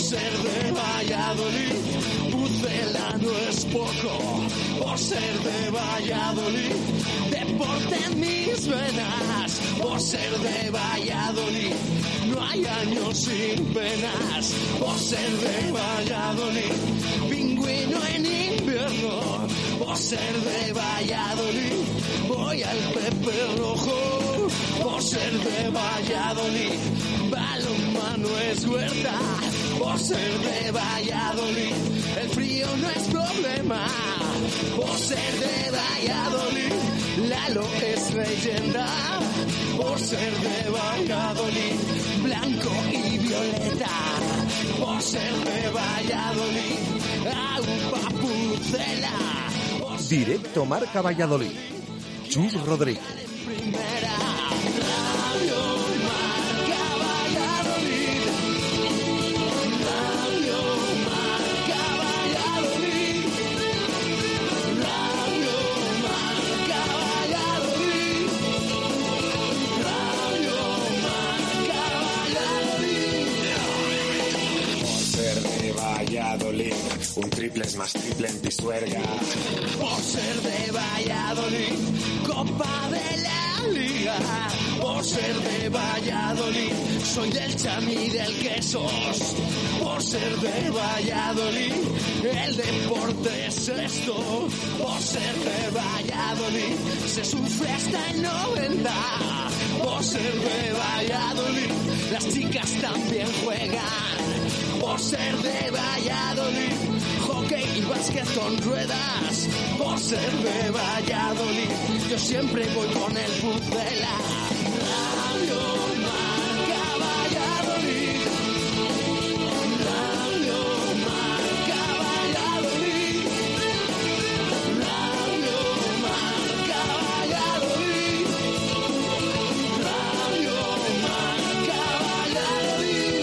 ser de Valladolid, Pucela no es poco, por ser de Valladolid, deporte en mis venas, por ser de Valladolid, no hay años sin penas, por ser de Valladolid, pingüino en invierno, por ser de Valladolid, voy al Pepe Rojo, por ser de Valladolid, balonmano es huerta, por ser de Valladolid, el frío no es problema, por ser de Valladolid, Lalo es leyenda, por ser de Valladolid, blanco y violeta, por ser de Valladolid, Aupa Pucela. Directo Marca Valladolid. Chus Rodríguez. Primera, Radio Marca Valladolid, Radio Marca Valladolid, Radio Marca Valladolid, Radio Marca Valladolid. Por ser de Valladolid, un triple es más triple en Pisuerga. Por ser de Valladolid, Copa de la Liga. Por ser de Valladolid, soy del Chami y del Quesos. Por ser de Valladolid, el deporte es esto. Por ser de Valladolid, se sufre hasta el 90. Por ser de Valladolid, las chicas también juegan. Por ser de Valladolid, hockey y básquet con ruedas. Por ser de Valladolid, yo siempre voy con el Pucela. Radio Marca Valladolid, Radio Marca Valladolid, Radio Marca Valladolid, Radio Marca Valladolid.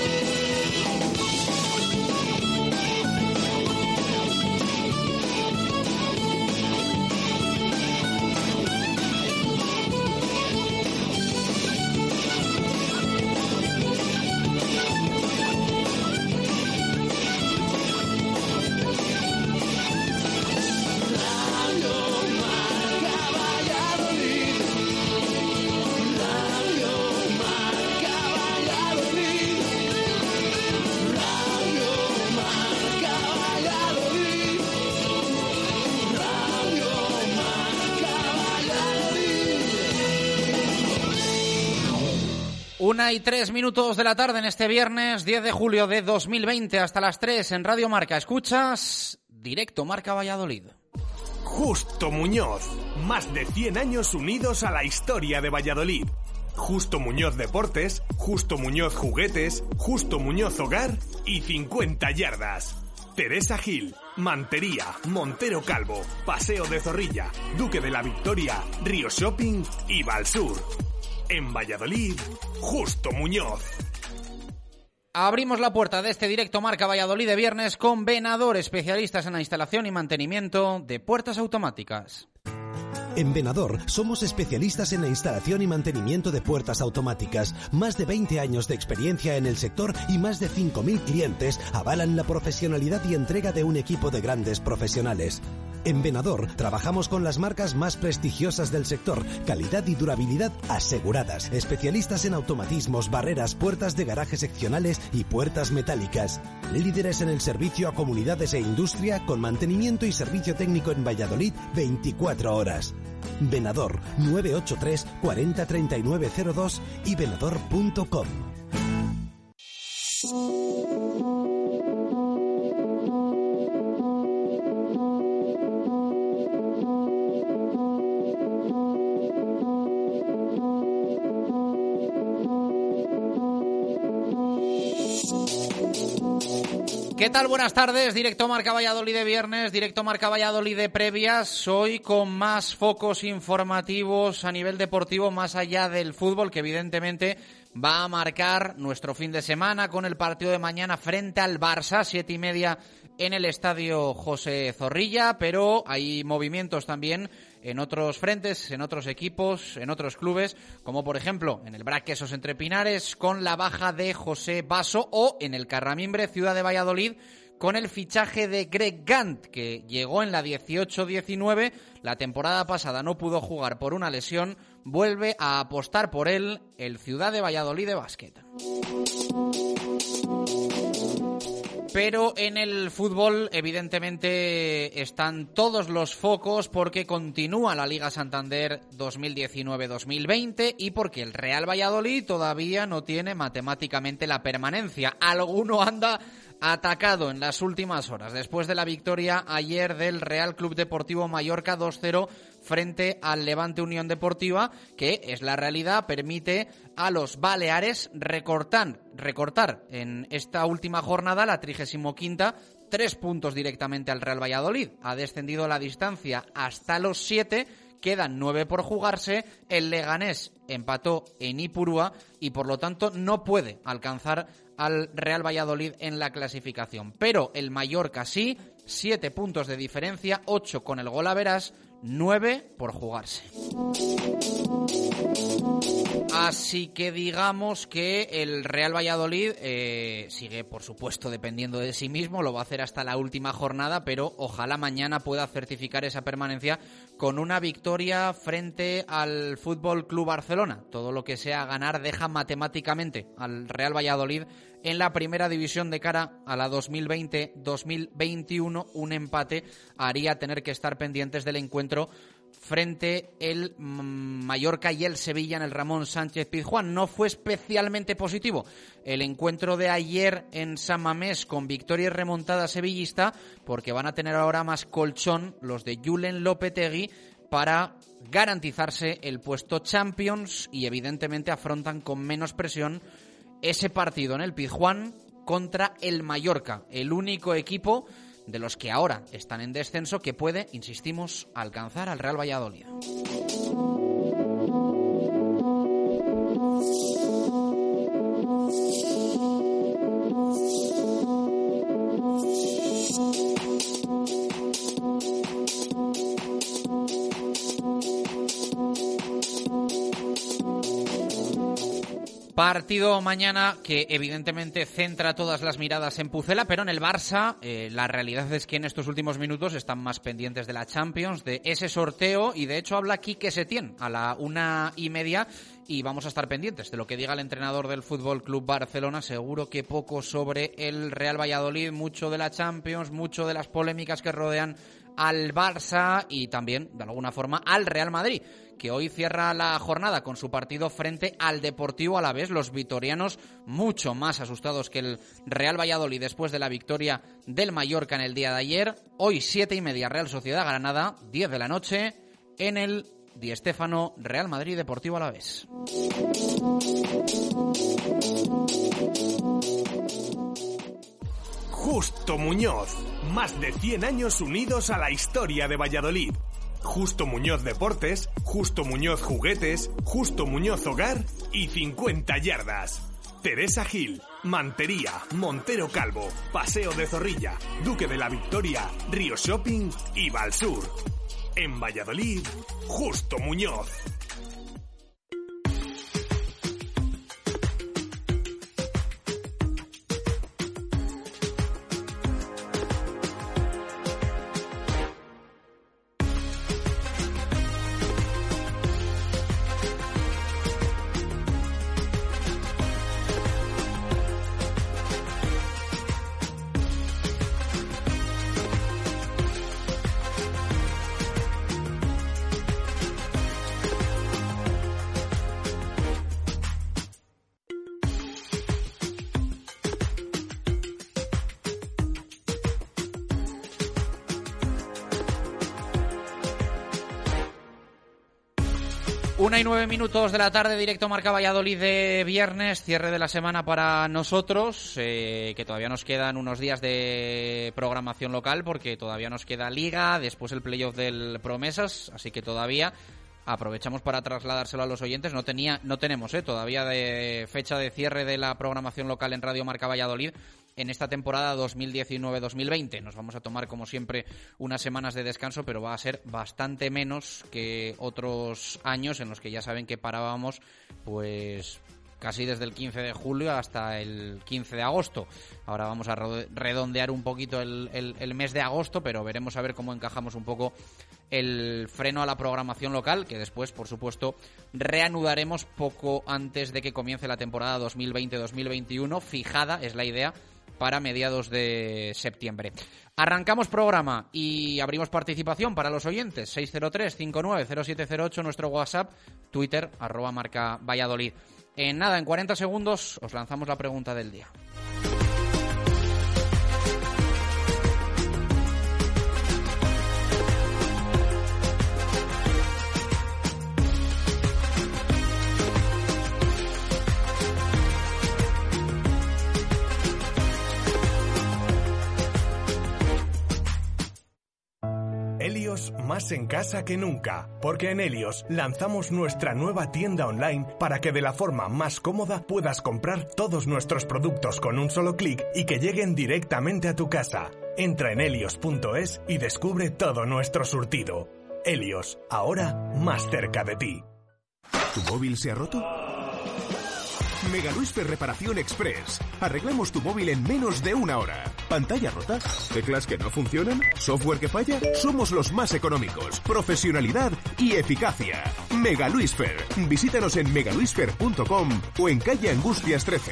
Una y 3 minutos de la tarde en este viernes 10 de julio de 2020 hasta las 3 en Radio Marca. Escuchas Directo Marca Valladolid. Justo Muñoz. Más de 100 años unidos a la historia de Valladolid. Justo Muñoz Deportes, Justo Muñoz Juguetes, Justo Muñoz Hogar y 50 Yardas. Teresa Gil, Mantería, Montero Calvo, Paseo de Zorrilla, Duque de la Victoria, Río Shopping y Valsur. En Valladolid, Justo Muñoz. Abrimos la puerta de este Directo Marca Valladolid de viernes con Venador, especialistas en la instalación y mantenimiento de puertas automáticas. En Venador somos especialistas en la instalación y mantenimiento de puertas automáticas. Más de 20 años de experiencia en el sector y más de 5.000 clientes avalan la profesionalidad y entrega de un equipo de grandes profesionales. En Venador trabajamos con las marcas más prestigiosas del sector, calidad y durabilidad aseguradas. Especialistas en automatismos, barreras, puertas de garaje seccionales y puertas metálicas. Líderes en el servicio a comunidades e industria con mantenimiento y servicio técnico en Valladolid 24 horas. Venador 983 40 39 02 y venador.com. ¿Qué tal? Buenas tardes, Directo Marca Valladolid de viernes, Directo Marca Valladolid de previas, hoy con más focos informativos a nivel deportivo más allá del fútbol, que evidentemente va a marcar nuestro fin de semana con el partido de mañana frente al Barça, 7:30 en el estadio José Zorrilla, pero hay movimientos también en otros frentes, en otros equipos, en otros clubes, como por ejemplo en el BRAC Quesos Entre Pinares con la baja de José Basso, o en el Carramimbre Ciudad de Valladolid con el fichaje de Greg Gant, que llegó en la 18-19, la temporada pasada no pudo jugar por una lesión, vuelve a apostar por él el Ciudad de Valladolid de básquet. Pero en el fútbol, evidentemente, están todos los focos porque continúa la Liga Santander 2019-2020 y porque el Real Valladolid todavía no tiene matemáticamente la permanencia. Alguno anda atacado en las últimas horas, después de la victoria ayer del Real Club Deportivo Mallorca 2-0 frente al Levante Unión Deportiva, que es la realidad, permite a los baleares recortar en esta última jornada, la 35ª, 3 puntos directamente al Real Valladolid. Ha descendido la distancia hasta los 7, quedan 9 por jugarse, el Leganés empató en Ipurúa y por lo tanto no puede alcanzar al Real Valladolid en la clasificación. Pero el Mallorca sí, 7 puntos de diferencia, 8 con el golaveras, 9 por jugarse. Así que digamos que el Real Valladolid sigue, por supuesto, dependiendo de sí mismo, lo va a hacer hasta la última jornada, pero ojalá mañana pueda certificar esa permanencia con una victoria frente al Fútbol Club Barcelona. Todo lo que sea ganar deja matemáticamente al Real Valladolid en la primera división de cara a la 2020-2021. Un empate haría tener que estar pendientes del encuentro frente el Mallorca y el Sevilla en el Ramón Sánchez Pizjuán. No fue especialmente positivo el encuentro de ayer en San Mamés con victoria y remontada sevillista, porque van a tener ahora más colchón los de Julen Lopetegui para garantizarse el puesto Champions y evidentemente afrontan con menos presión ese partido en el Pizjuán contra el Mallorca, el único equipo de los que ahora están en descenso que puede, insistimos, alcanzar al Real Valladolid. Partido mañana que evidentemente centra todas las miradas en Pucela, pero en el Barça la realidad es que en estos últimos minutos están más pendientes de la Champions, de ese sorteo, y de hecho habla Quique Setién a la 1:30 y vamos a estar pendientes de lo que diga el entrenador del Fútbol Club Barcelona. Seguro que poco sobre el Real Valladolid, mucho de la Champions, mucho de las polémicas que rodean al Barça y también, de alguna forma, al Real Madrid, que hoy cierra la jornada con su partido frente al Deportivo Alavés. Los vitorianos mucho más asustados que el Real Valladolid después de la victoria del Mallorca en el día de ayer. Hoy 7:30 Real Sociedad Granada, 10 de la noche en el Di Stéfano Real Madrid Deportivo Alavés. Justo Muñoz, más de 100 años unidos a la historia de Valladolid. Justo Muñoz Deportes, Justo Muñoz Juguetes, Justo Muñoz Hogar y 50 yardas. Teresa Gil, Mantería, Montero Calvo, Paseo de Zorrilla, Duque de la Victoria, Río Shopping y Valsur. En Valladolid, Justo Muñoz. Una y 9 minutos de la tarde, directo Marca Valladolid de viernes, cierre de la semana para nosotros, que todavía nos quedan unos días de programación local porque todavía nos queda Liga, después el playoff del Promesas, así que todavía aprovechamos para trasladárselo a los oyentes. No tenemos todavía de fecha de cierre de la programación local en Radio Marca Valladolid en esta temporada 2019-2020. Nos vamos a tomar, como siempre, unas semanas de descanso, pero va a ser bastante menos que otros años en los que ya saben que parábamos pues casi desde el 15 de julio hasta el 15 de agosto. Ahora vamos a redondear un poquito el mes de agosto, pero veremos a ver cómo encajamos un poco el freno a la programación local, que después, por supuesto, reanudaremos poco antes de que comience la temporada 2020-2021, fijada, es la idea, para mediados de septiembre. Arrancamos programa y abrimos participación para los oyentes. 603-590708, nuestro WhatsApp, Twitter, @Marca Valladolid. En 40 segundos os lanzamos la pregunta del día. Helios, más en casa que nunca, porque en Helios lanzamos nuestra nueva tienda online para que de la forma más cómoda puedas comprar todos nuestros productos con un solo clic y que lleguen directamente a tu casa. Entra en helios.es y descubre todo nuestro surtido. Helios, ahora más cerca de ti. ¿Tu móvil se ha roto? Megaluisfer Reparación Express. Arreglamos tu móvil en menos de una hora. ¿Pantalla rota? ¿Teclas que no funcionan? ¿Software que falla? Somos los más económicos. Profesionalidad y eficacia. Megaluisfer. Visítanos en megaluisfer.com o en calle Angustias 13.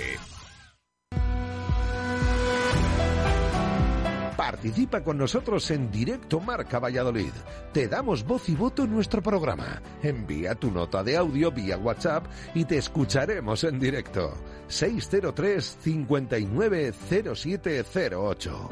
Participa con nosotros en Directo Marca Valladolid. Te damos voz y voto en nuestro programa. Envía tu nota de audio vía WhatsApp y te escucharemos en directo. 603 59 0708.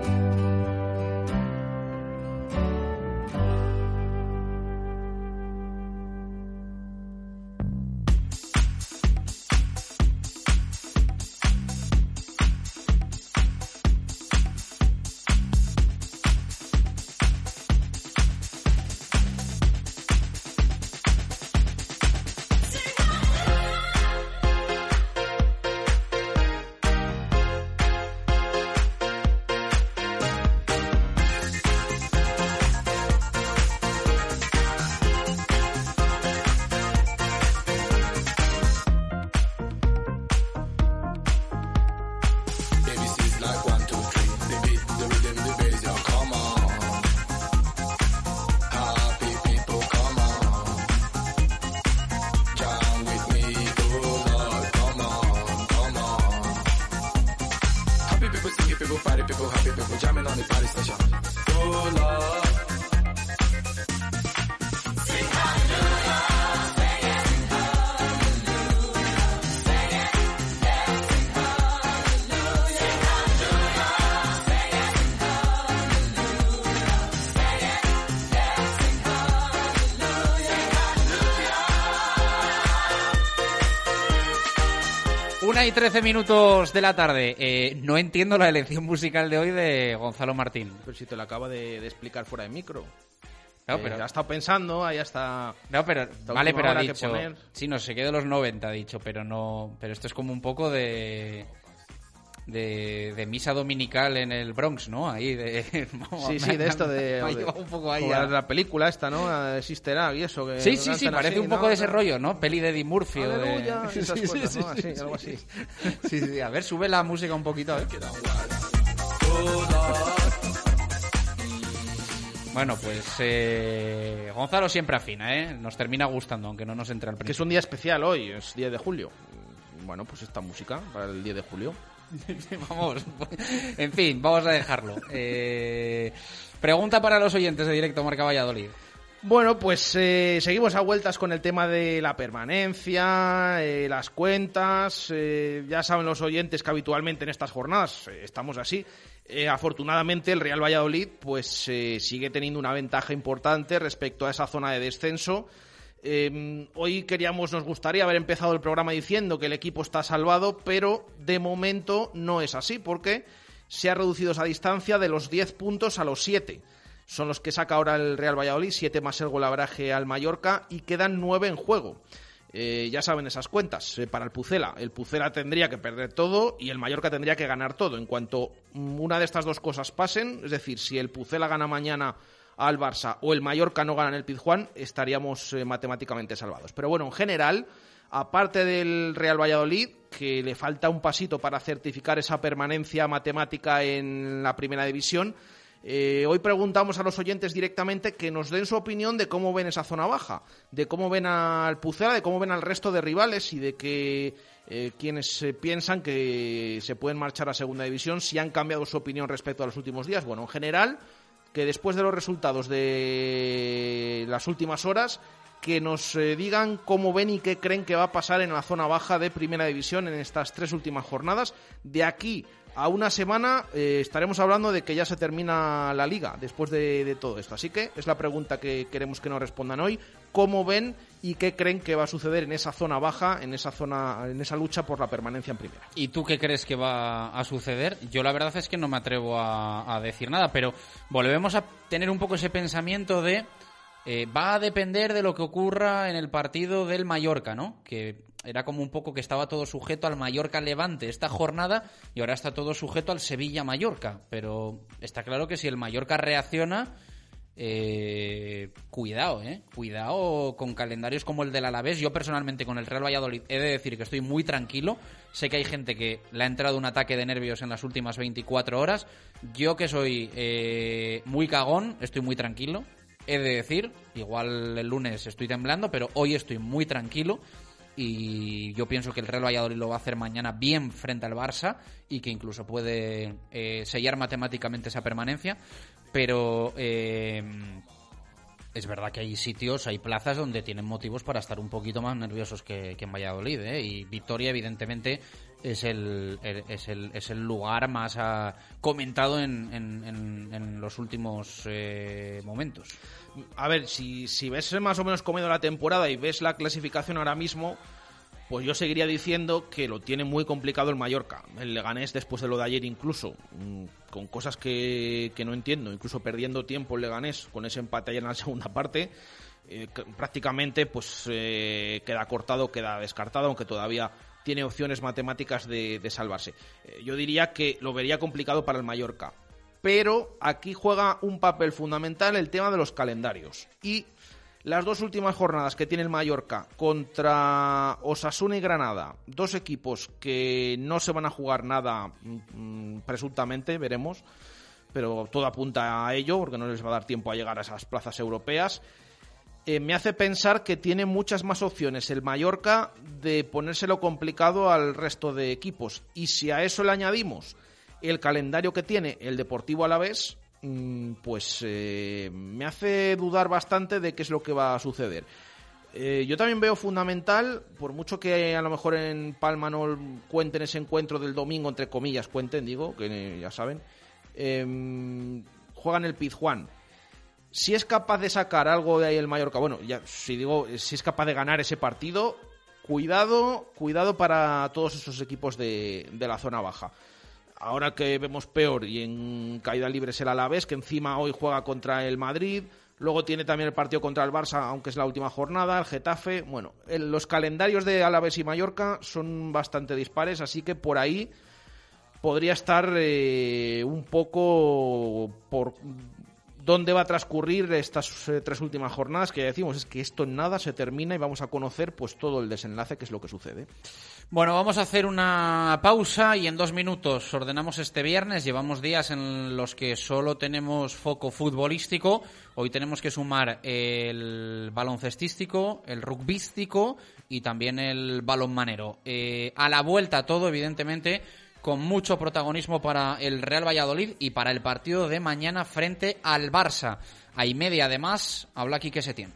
Y 13 minutos de la tarde. No entiendo la elección musical de hoy de Gonzalo Martín. Pero si te lo acaba de explicar fuera de micro. No, pero ha estado pensando, ahí está. No, pero vale, pero ha dicho. Sí, no sé qué de los 90 ha dicho, pero no. Pero esto es como un poco de misa dominical en el Bronx, ¿no? Ahí de... Sí, de esto de... un poco ahí la película esta, ¿no? Sister Act y eso. Que sí, parece así, un poco de ese rollo, ¿no? Peli de Eddie Murphy. Aleluya, o de... esas cosas, ¿no? Así, algo así. Sí, a ver, sube la música un poquito, a ver. Bueno, pues Gonzalo siempre afina, ¿eh? Nos termina gustando, aunque no nos entra al principio. Que es un día especial hoy, es 10 de julio. Bueno, pues esta música para el 10 de julio. Vamos, en fin, vamos a dejarlo. Pregunta para los oyentes de Directo Marca Valladolid. Bueno, pues seguimos a vueltas con el tema de la permanencia, las cuentas. Ya saben los oyentes que habitualmente en estas jornadas estamos así. Afortunadamente el Real Valladolid pues sigue teniendo una ventaja importante respecto a esa zona de descenso. Hoy nos gustaría haber empezado el programa diciendo que el equipo está salvado, pero de momento no es así, porque se ha reducido esa distancia de los 10 puntos a los 7. son los que saca ahora el Real Valladolid, 7 más el golaveraje al Mallorca, y quedan 9 en juego. Ya saben esas cuentas para el Pucela. El Pucela tendría que perder todo y el Mallorca tendría que ganar todo. En cuanto una de estas dos cosas pasen, es decir, si el Pucela gana mañana al Barça o el Mallorca no gana en el Pizjuán, estaríamos matemáticamente salvados. Pero bueno, en general, aparte del Real Valladolid, que le falta un pasito para certificar esa permanencia matemática en la primera división, hoy preguntamos a los oyentes directamente que nos den su opinión de cómo ven esa zona baja, de cómo ven al Pucela, de cómo ven al resto de rivales y de que quienes piensan que se pueden marchar a segunda división, si han cambiado su opinión respecto a los últimos días. Bueno, en general, que después de los resultados de las últimas horas, que nos digan cómo ven y qué creen que va a pasar en la zona baja de primera división en estas 3 últimas jornadas. De aquí a una semana estaremos hablando de que ya se termina la liga después de todo esto. Así que es la pregunta que queremos que nos respondan hoy. ¿Cómo ven y qué creen que va a suceder en esa zona baja, en esa lucha por la permanencia en primera? ¿Y tú qué crees que va a suceder? Yo la verdad es que no me atrevo a decir nada, pero volvemos a tener un poco ese pensamiento de va a depender de lo que ocurra en el partido del Mallorca, ¿no? Que era como un poco que estaba todo sujeto al Mallorca-Levante esta jornada y ahora está todo sujeto al Sevilla-Mallorca. Pero está claro que si el Mallorca reacciona, cuidado con calendarios como el del Alavés. Yo personalmente con el Real Valladolid he de decir que estoy muy tranquilo. Sé que hay gente que le ha entrado un ataque de nervios en las últimas 24 horas. Yo que soy muy cagón, estoy muy tranquilo. He de decir, igual el lunes estoy temblando, pero hoy estoy muy tranquilo y yo pienso que el Real Valladolid lo va a hacer mañana bien frente al Barça y que incluso puede sellar matemáticamente esa permanencia, pero es verdad que hay sitios, hay plazas donde tienen motivos para estar un poquito más nerviosos que en Valladolid, y Vitoria evidentemente es el lugar más comentado en los últimos momentos. A ver, si ves más o menos cómo ha ido la temporada y ves la clasificación ahora mismo, pues yo seguiría diciendo que lo tiene muy complicado el Mallorca. El Leganés, después de lo de ayer incluso, con cosas que no entiendo, incluso perdiendo tiempo el Leganés con ese empate ayer en la segunda parte, prácticamente pues queda cortado, queda descartado, aunque todavía tiene opciones matemáticas de salvarse. Yo diría que lo vería complicado para el Mallorca. Pero aquí juega un papel fundamental el tema de los calendarios. Y las 2 últimas jornadas que tiene el Mallorca contra Osasuna y Granada, 2 equipos que no se van a jugar nada presuntamente, veremos, pero todo apunta a ello porque no les va a dar tiempo a llegar a esas plazas europeas. Me hace pensar que tiene muchas más opciones el Mallorca de ponérselo complicado al resto de equipos. Y si a eso le añadimos el calendario que tiene el Deportivo Alavés, pues me hace dudar bastante de qué es lo que va a suceder. Yo también veo fundamental, por mucho que a lo mejor en Palma no cuenten ese encuentro del domingo, entre comillas cuenten, digo, que ya saben, juegan el Pizjuán. Si es capaz de sacar algo de ahí el Mallorca, bueno, ya si es capaz de ganar ese partido, cuidado para todos esos equipos de la zona baja. Ahora que vemos peor y en caída libre es el Alavés, que encima hoy juega contra el Madrid, luego tiene también el partido contra el Barça, aunque es la última jornada, el Getafe. Bueno, los calendarios de Alavés y Mallorca son bastante dispares, así que por ahí podría estar un poco por dónde va a transcurrir estas 3 últimas jornadas, que ya decimos, es que esto en nada se termina y vamos a conocer pues todo el desenlace, que es lo que sucede. Bueno, vamos a hacer una pausa y en 2 minutos ordenamos este viernes. Llevamos días en los que solo tenemos foco futbolístico. Hoy tenemos que sumar el baloncestístico, el rugbístico y también el balonmanero. A la vuelta todo, evidentemente, con mucho protagonismo para el Real Valladolid y para el partido de mañana frente al Barça. A y media, además, habla Quique Setién.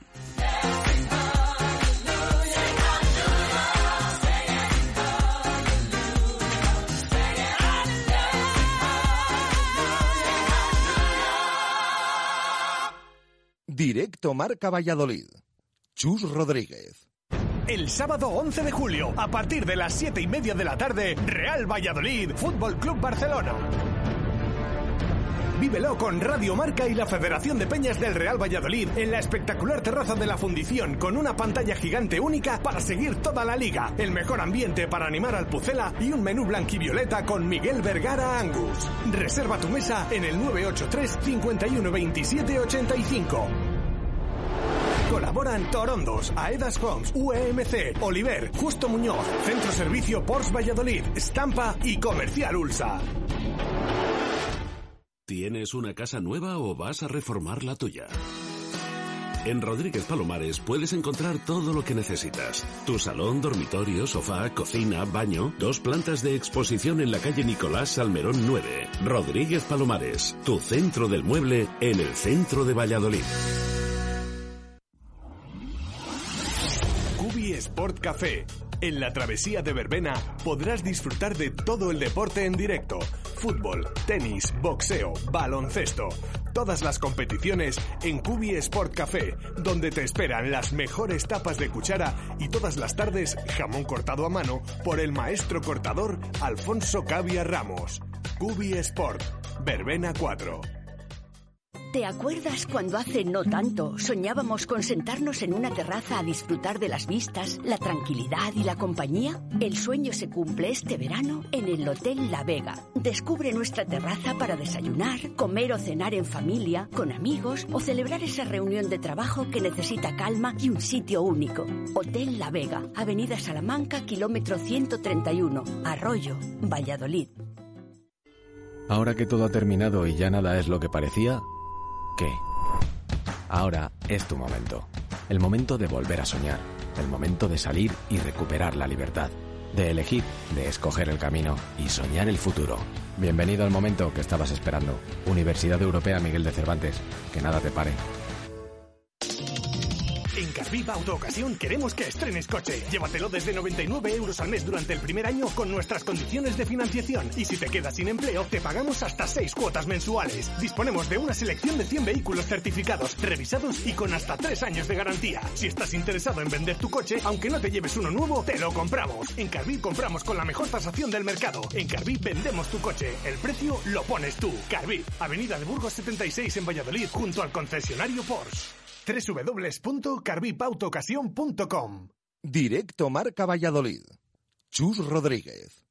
Directo Marca Valladolid. Chus Rodríguez. El sábado 11 de julio, a partir de las 7:30 de la tarde, Real Valladolid, Fútbol Club Barcelona. Vívelo con Radio Marca y la Federación de Peñas del Real Valladolid en la espectacular terraza de la Fundición, con una pantalla gigante única para seguir toda la liga, el mejor ambiente para animar al Pucela y un menú blanquivioleta con Miguel Vergara Angus. Reserva tu mesa en el 983 51 27 85. Colaboran Torondos, Aedas Homes, UEMC, Oliver, Justo Muñoz, Centro Servicio Porsche Valladolid, Stampa y Comercial Ulsa. ¿Tienes una casa nueva o vas a reformar la tuya? En Rodríguez Palomares puedes encontrar todo lo que necesitas. Tu salón, dormitorio, sofá, cocina, baño, 2 plantas de exposición en la calle Nicolás Salmerón 9. Rodríguez Palomares, tu centro del mueble en el centro de Valladolid. Cubi Sport Café. En la travesía de Verbena podrás disfrutar de todo el deporte en directo. Fútbol, tenis, boxeo, baloncesto. Todas las competiciones en Cubi Sport Café, donde te esperan las mejores tapas de cuchara y todas las tardes jamón cortado a mano por el maestro cortador Alfonso Cavia Ramos. Cubi Sport, Verbena 4. ¿Te acuerdas cuando hace no tanto soñábamos con sentarnos en una terraza a disfrutar de las vistas, la tranquilidad y la compañía? El sueño se cumple este verano en el Hotel La Vega. Descubre nuestra terraza para desayunar, comer o cenar en familia, con amigos o celebrar esa reunión de trabajo que necesita calma y un sitio único. Hotel La Vega, Avenida Salamanca, kilómetro 131, Arroyo, Valladolid. Ahora que todo ha terminado y ya nada es lo que parecía, ¿qué? Ahora es tu momento. El momento de volver a soñar. El momento de salir y recuperar la libertad. De elegir, de escoger el camino y soñar el futuro. Bienvenido al momento que estabas esperando. Universidad Europea Miguel de Cervantes. Que nada te pare. En Carvip Autoocasión queremos que estrenes coche. Llévatelo desde 99 euros al mes durante el primer año con nuestras condiciones de financiación. Y si te quedas sin empleo, te pagamos hasta 6 cuotas mensuales. Disponemos de una selección de 100 vehículos certificados, revisados y con hasta 3 años de garantía. Si estás interesado en vender tu coche, aunque no te lleves uno nuevo, te lo compramos. En Carvip compramos con la mejor tasación del mercado. En Carvip vendemos tu coche. El precio lo pones tú. Carvip, Avenida de Burgos 76 en Valladolid, junto al concesionario Porsche. www.carvipautoocasión.com. Directo Marca Valladolid. Chus Rodríguez.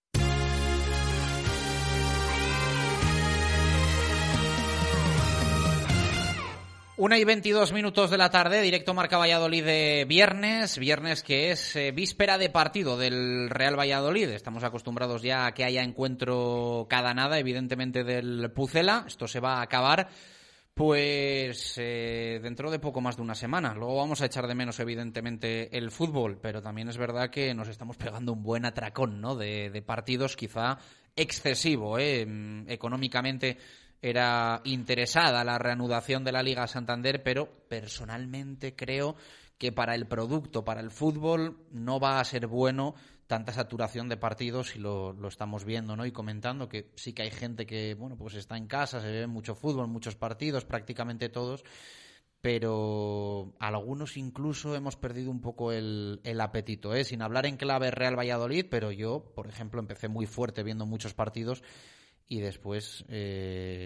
Una y 22 minutos de la tarde, directo Marca Valladolid de viernes que es víspera de partido del Real Valladolid. Estamos acostumbrados ya a que haya encuentro cada nada, evidentemente del Pucela. Esto se va a acabar pues dentro de poco más de una semana. Luego vamos a echar de menos evidentemente el fútbol, pero también es verdad que nos estamos pegando un buen atracón, ¿no? de partidos, quizá excesivo, económicamente era interesada la reanudación de la Liga Santander, pero personalmente creo que para el producto, para el fútbol, no va a ser bueno tanta saturación de partidos, y lo estamos viendo, ¿no? Y comentando que sí que hay gente que, bueno, pues está en casa, se ve mucho fútbol, muchos partidos, prácticamente todos, pero algunos incluso hemos perdido un poco el apetito, sin hablar en clave Real Valladolid, pero yo, por ejemplo, empecé muy fuerte viendo muchos partidos y después, he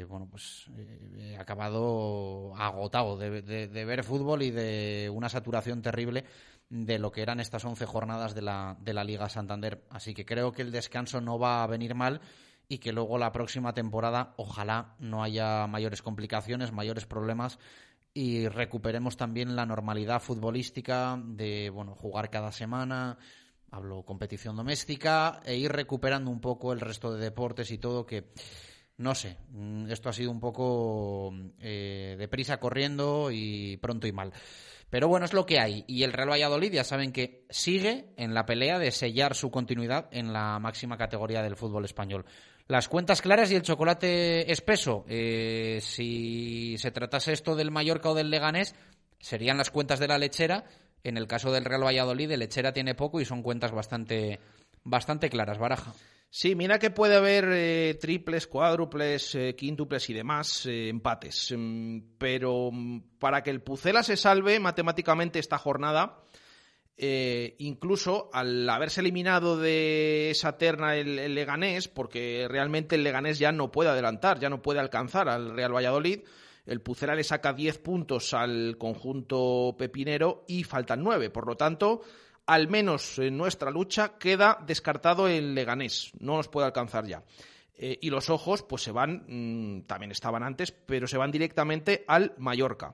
acabado agotado de ver fútbol y de una saturación terrible de lo que eran estas 11 jornadas de la Liga Santander. Así que creo que el descanso no va a venir mal y que luego la próxima temporada ojalá no haya mayores complicaciones, mayores problemas y recuperemos también la normalidad futbolística de, bueno, jugar cada semana, hablo competición doméstica, e ir recuperando un poco el resto de deportes y todo, que no sé, esto ha sido un poco deprisa, corriendo y pronto y mal. Pero bueno, es lo que hay. Y el Real Valladolid ya saben que sigue en la pelea de sellar su continuidad en la máxima categoría del fútbol español. Las cuentas claras y el chocolate espeso. Si se tratase esto del Mallorca o del Leganés, serían las cuentas de la lechera. En el caso del Real Valladolid, de lechera tiene poco y son cuentas bastante claras, Baraja. Sí, mira que puede haber triples, cuádruples, quíntuples y demás empates. Pero para que el Pucela se salve matemáticamente esta jornada, incluso al haberse eliminado de esa terna el Leganés, porque realmente el Leganés ya no puede adelantar, ya no puede alcanzar al Real Valladolid. El Pucela le saca 10 puntos al conjunto pepinero y faltan 9. Por lo tanto, al menos en nuestra lucha queda descartado el Leganés. No nos puede alcanzar ya. Y los ojos pues se van, también estaban antes, pero se van directamente al Mallorca.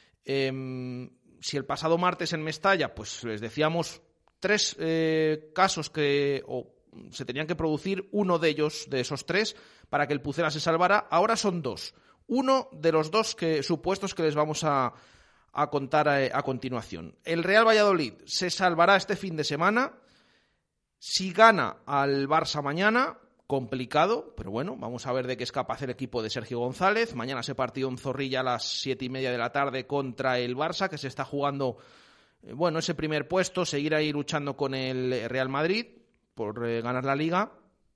Si el pasado martes en Mestalla, pues les decíamos 3 casos que se tenían que producir, uno de ellos, de esos 3, para que el Pucela se salvara, ahora son 2. Uno de los 2 supuestos que les vamos a contar a continuación. El Real Valladolid se salvará este fin de semana si gana al Barça mañana. Complicado, pero bueno, vamos a ver de qué es capaz el equipo de Sergio González. Mañana ese partido en Zorrilla a las 7:30 de la tarde contra el Barça, que se está jugando ese primer puesto, seguir ahí luchando con el Real Madrid por ganar la Liga.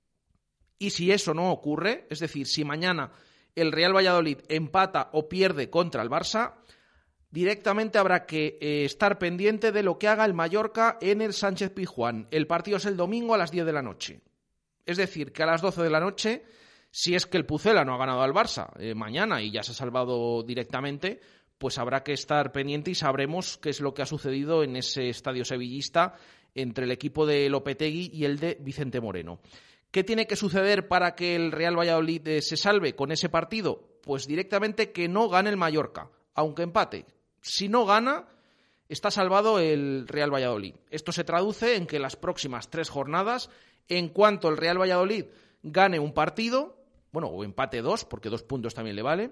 Y si eso no ocurre, es decir, si mañana el Real Valladolid empata o pierde contra el Barça, directamente habrá que estar pendiente de lo que haga el Mallorca en el Sánchez-Pizjuán. El partido es el domingo a las 10 de la noche. Es decir, que a las 12 de la noche, si es que el Pucela no ha ganado al Barça mañana y ya se ha salvado directamente, pues habrá que estar pendiente y sabremos qué es lo que ha sucedido en ese estadio sevillista entre el equipo de Lopetegui y el de Vicente Moreno. ¿Qué tiene que suceder para que el Real Valladolid se salve con ese partido? Pues directamente que no gane el Mallorca, aunque empate. Si no gana, está salvado el Real Valladolid. Esto se traduce en que las próximas 3 jornadas, en cuanto el Real Valladolid gane un partido, o empate 2, porque 2 puntos también le vale,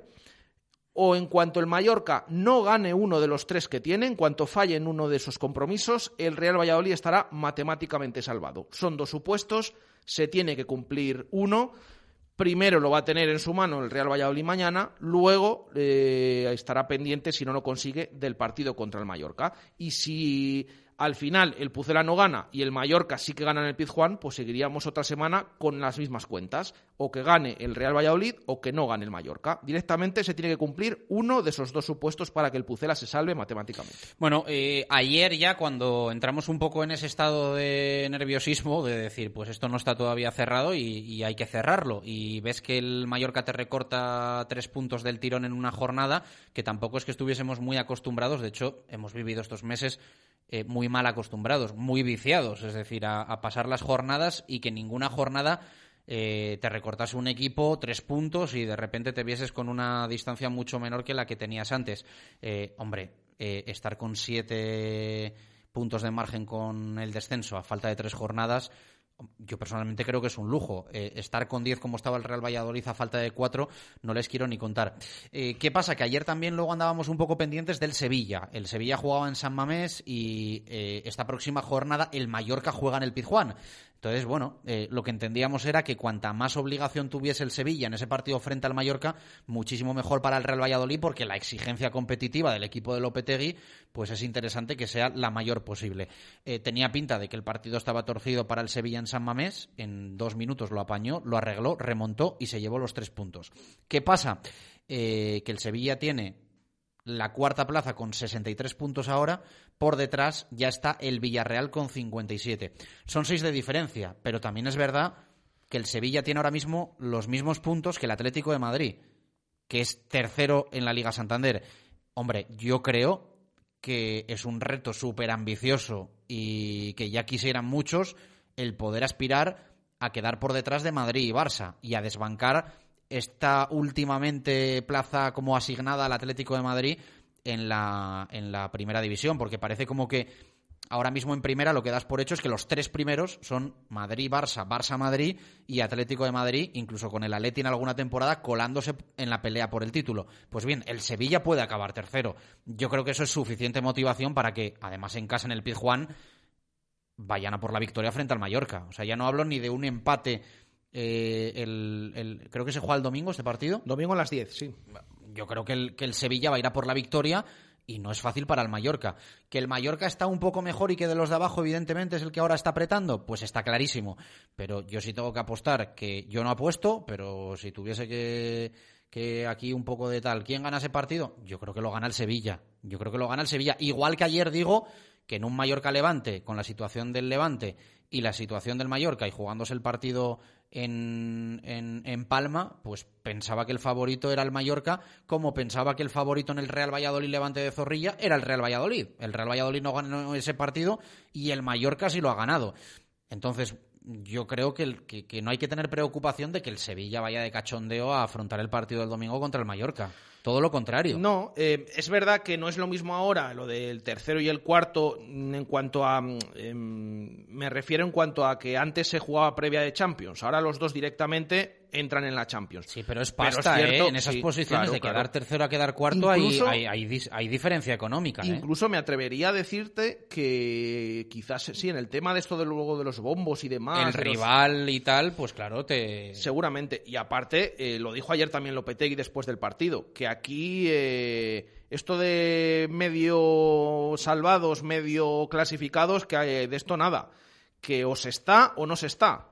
o en cuanto el Mallorca no gane uno de los 3 que tiene, en cuanto falle en uno de esos compromisos, el Real Valladolid estará matemáticamente salvado. Son 2 supuestos, se tiene que cumplir uno. Primero lo va a tener en su mano el Real Valladolid mañana, luego estará pendiente, si no lo consigue, del partido contra el Mallorca. Y si al final el Pucela no gana y el Mallorca sí que gana en el Pizjuán, pues seguiríamos otra semana con las mismas cuentas. O que gane el Real Valladolid o que no gane el Mallorca. Directamente se tiene que cumplir uno de esos 2 supuestos para que el Pucela se salve matemáticamente. Bueno, ayer ya cuando entramos un poco en ese estado de nerviosismo, de decir, pues esto no está todavía cerrado y hay que cerrarlo. Y ves que el Mallorca te recorta 3 puntos del tirón en una jornada, que tampoco es que estuviésemos muy acostumbrados. De hecho, hemos vivido estos meses muy mal acostumbrados, muy viciados, es decir, a pasar las jornadas y que ninguna jornada te recortase un equipo 3 puntos y de repente te vieses con una distancia mucho menor que la que tenías antes. Estar con 7 puntos de margen con el descenso a falta de 3 jornadas, yo personalmente creo que es un lujo. Estar con 10 como estaba el Real Valladolid a falta de 4, no les quiero ni contar. ¿Qué pasa? Que ayer también luego andábamos un poco pendientes del Sevilla. El Sevilla jugaba en San Mamés y esta próxima jornada el Mallorca juega en el Pizjuán. Entonces, lo que entendíamos era que cuanta más obligación tuviese el Sevilla en ese partido frente al Mallorca, muchísimo mejor para el Real Valladolid, porque la exigencia competitiva del equipo de Lopetegui pues es interesante que sea la mayor posible. Tenía pinta de que el partido estaba torcido para el Sevilla en San Mamés. En 2 minutos lo apañó, lo arregló, remontó y se llevó los 3 puntos. ¿Qué pasa? Que el Sevilla tiene la 4ª plaza con 63 puntos ahora. Por detrás ya está el Villarreal con 57. Son 6 de diferencia, pero también es verdad que el Sevilla tiene ahora mismo los mismos puntos que el Atlético de Madrid, que es tercero en la Liga Santander. Hombre, yo creo que es un reto súper ambicioso y que ya quisieran muchos el poder aspirar a quedar por detrás de Madrid y Barça y a desbancar esta últimamente plaza como asignada al Atlético de Madrid en la primera división, porque parece como que ahora mismo en primera lo que das por hecho es que los 3 primeros son Madrid-Barça, Barça-Madrid y Atlético de Madrid, incluso con el Atleti en alguna temporada colándose en la pelea por el título. Pues bien, el Sevilla puede acabar tercero. Yo creo que eso es suficiente motivación para que, además en casa en el Pizjuán, vayan a por la victoria frente al Mallorca. O sea, ya no hablo ni de un empate. Creo que se juega el domingo este partido. Domingo a las 10, sí. Yo creo que el Sevilla va a ir a por la victoria y no es fácil para el Mallorca. Que el Mallorca está un poco mejor y que de los de abajo evidentemente es el que ahora está apretando, pues está clarísimo. Pero yo sí tengo que apostar, que yo no apuesto, pero si tuviese que aquí un poco de tal, ¿quién gana ese partido? Yo creo que lo gana el Sevilla. Igual que ayer digo que en un Mallorca-Levante, con la situación del Levante y la situación del Mallorca y jugándose el partido en Palma, pues pensaba que el favorito era el Mallorca, como pensaba que el favorito en el Real Valladolid-Levante de Zorrilla era el Real Valladolid. El Real Valladolid no ganó ese partido y el Mallorca sí lo ha ganado. Entonces, yo creo que no hay que tener preocupación de que el Sevilla vaya de cachondeo a afrontar el partido del domingo contra el Mallorca. Todo lo contrario. No, es verdad que no es lo mismo ahora lo del tercero y el cuarto en cuanto a... me refiero en cuanto a que antes se jugaba previa de Champions. Ahora los dos directamente entran en la Champions. Sí, pero es pasta, pero es cierto, en esas posiciones claro, de quedar tercero a quedar cuarto incluso, hay diferencia económica. Incluso me atrevería a decirte que quizás sí, en el tema de esto de luego de los bombos y demás... El rival y tal, pues claro, Seguramente. Y aparte, lo dijo ayer también Lopetegui después del partido, que aquí esto de medio salvados, medio clasificados, que de esto nada. Que o se está o no se está.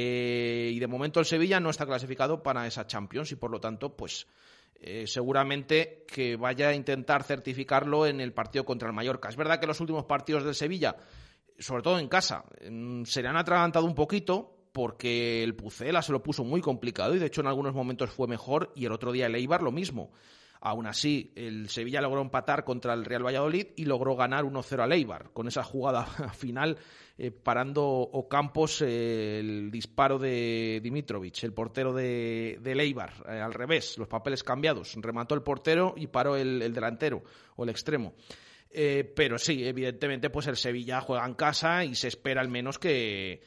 Y de momento el Sevilla no está clasificado para esa Champions y por lo tanto, pues seguramente que vaya a intentar certificarlo en el partido contra el Mallorca. Es verdad que los últimos partidos del Sevilla, sobre todo en casa, se le han atragantado un poquito porque el Pucela se lo puso muy complicado y de hecho en algunos momentos fue mejor y el otro día el Eibar lo mismo. Aún así, el Sevilla logró empatar contra el Real Valladolid y logró ganar 1-0 al Eibar, con esa jugada final parando Ocampos el disparo de Dimitrovic, el portero del Eibar, al revés, los papeles cambiados. Remató el portero y paró el delantero o el extremo. Pero sí, evidentemente pues el Sevilla juega en casa y se espera al menos que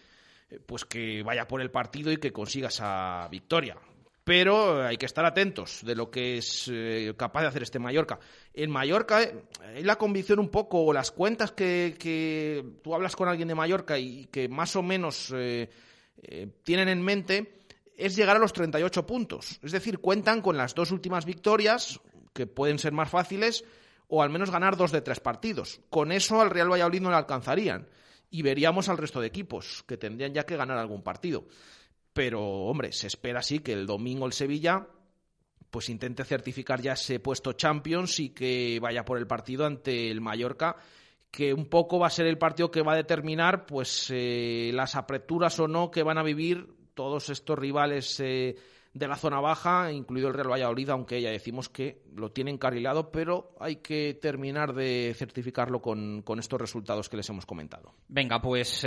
vaya por el partido y que consiga esa victoria. Pero hay que estar atentos de lo que es capaz de hacer este Mallorca. En Mallorca hay la convicción un poco, o las cuentas que tú hablas con alguien de Mallorca y que más o menos tienen en mente, es llegar a los 38 puntos. Es decir, cuentan con las dos últimas victorias, que pueden ser más fáciles, o al menos ganar 2 de 3 partidos. Con eso al Real Valladolid no le alcanzarían. Y veríamos al resto de equipos, que tendrían ya que ganar algún partido. Pero, hombre, se espera sí que el domingo el Sevilla pues intente certificar ya ese puesto Champions y que vaya por el partido ante el Mallorca, que un poco va a ser el partido que va a determinar pues las apreturas o no que van a vivir todos estos rivales de la zona baja, incluido el Real Valladolid, aunque ya decimos que lo tiene encarrilado, pero hay que terminar de certificarlo con estos resultados que les hemos comentado. Venga, pues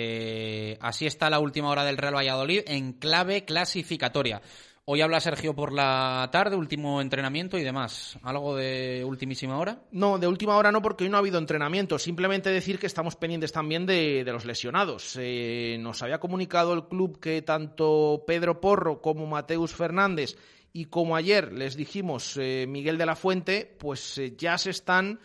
así está la última hora del Real Valladolid en clave clasificatoria. Hoy habla Sergio por la tarde, último entrenamiento y demás. ¿Algo de ultimísima hora? No, de última hora no, porque hoy no ha habido entrenamiento. Simplemente decir que estamos pendientes también de los lesionados. Nos había comunicado el club que tanto Pedro Porro como Mateus Fernández y como ayer les dijimos Miguel de la Fuente, pues ya se están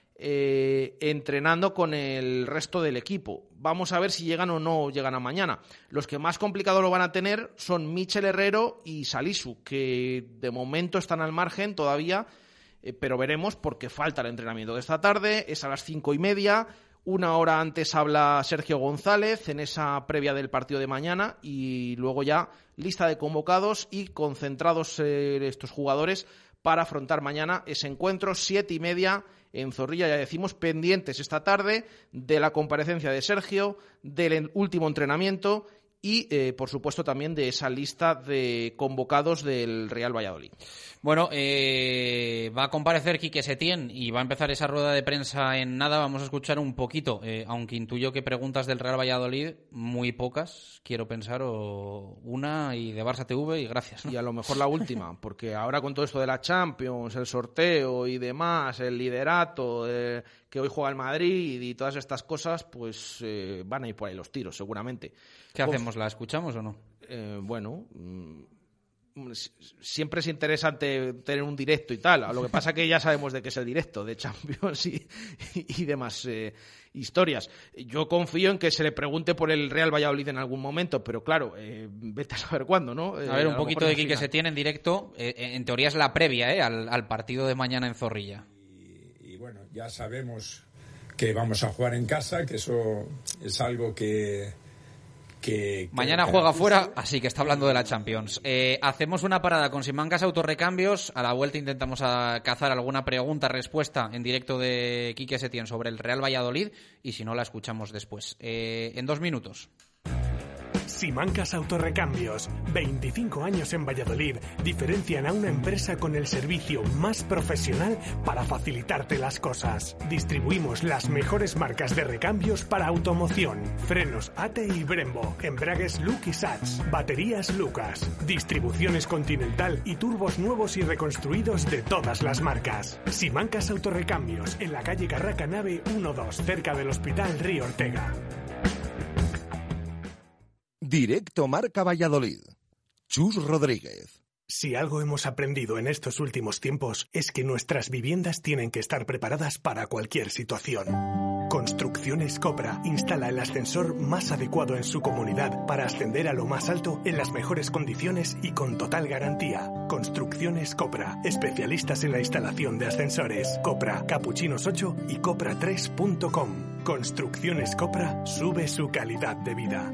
entrenando con el resto del equipo. Vamos a ver si llegan o no llegan a mañana. Los que más complicado lo van a tener son Michel Herrero y Salisu, que de momento están al margen todavía, pero veremos porque falta el entrenamiento de esta tarde, es a las 5:30. Una hora antes habla Sergio González en esa previa del partido de mañana y luego ya lista de convocados y concentrados estos jugadores para afrontar mañana ese encuentro, 7:30 en Zorrilla, ya decimos, pendientes esta tarde de la comparecencia de Sergio, del último entrenamiento y, por supuesto, también de esa lista de convocados del Real Valladolid. Bueno, va a comparecer Quique Setién y va a empezar esa rueda de prensa en nada. Vamos a escuchar un poquito, aunque intuyo que preguntas del Real Valladolid, muy pocas, quiero pensar, o una y de Barça TV y gracias, ¿no? Y a lo mejor la última, porque ahora con todo esto de la Champions, el sorteo y demás, el liderato, que hoy juega el Madrid y todas estas cosas, pues van a ir por ahí los tiros, seguramente. ¿Qué hacemos? ¿La escuchamos o no? Bueno, siempre es interesante tener un directo y tal. Lo que pasa que ya sabemos de qué es el directo, de Champions y demás historias. Yo confío en que se le pregunte por el Real Valladolid en algún momento, pero claro, vete a saber cuándo, ¿no? A ver, un poquito de Quique Setién en directo. En teoría es la previa al partido de mañana en Zorrilla. Y bueno, ya sabemos que vamos a jugar en casa, que eso es algo que Mañana juega fuera, así que está hablando de la Champions. Hacemos una parada con Simancas Autorrecambios. A la vuelta intentamos cazar alguna pregunta-respuesta en directo de Quique Setién sobre el Real Valladolid, y si no, la escuchamos después. En 2 minutos. Simancas Autorrecambios, 25 años en Valladolid, diferencian a una empresa con el servicio más profesional para facilitarte las cosas. Distribuimos las mejores marcas de recambios para automoción: frenos ATE y Brembo, embragues Luke y Sachs, baterías Lucas, distribuciones Continental y turbos nuevos y reconstruidos de todas las marcas. Simancas Autorrecambios, en la calle Carraca Nave 1-2, cerca del Hospital Río Ortega. Directo Marca Valladolid. Chus Rodríguez. Si algo hemos aprendido en estos últimos tiempos es que nuestras viviendas tienen que estar preparadas para cualquier situación. Construcciones Copra instala el ascensor más adecuado en su comunidad para ascender a lo más alto en las mejores condiciones y con total garantía. Construcciones Copra, especialistas en la instalación de ascensores. Copra, Capuchinos 8 y Copra3.com. Construcciones Copra sube su calidad de vida.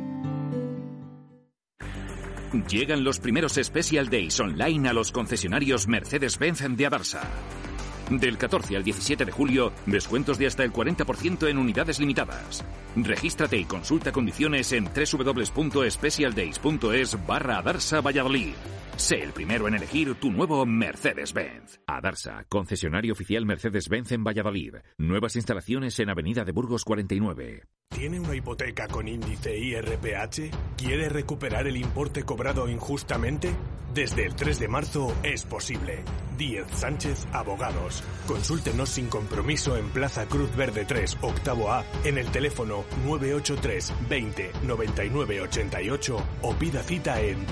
Llegan los primeros Special Days online a los concesionarios Mercedes-Benz de Adarsa. Del 14 al 17 de julio, descuentos de hasta el 40% en unidades limitadas. Regístrate y consulta condiciones en www.specialdays.es/Adarsa Valladolid. Sé el primero en elegir tu nuevo Mercedes-Benz. Adarsa, concesionario oficial Mercedes-Benz en Valladolid. Nuevas instalaciones en Avenida de Burgos 49. ¿Tiene una hipoteca con índice IRPH? ¿Quiere recuperar el importe cobrado injustamente? Desde el 3 de marzo es posible. Díez Sánchez Abogados. Consúltenos sin compromiso en Plaza Cruz Verde 3, octavo A, en el teléfono 983 20 99 88 o pida cita en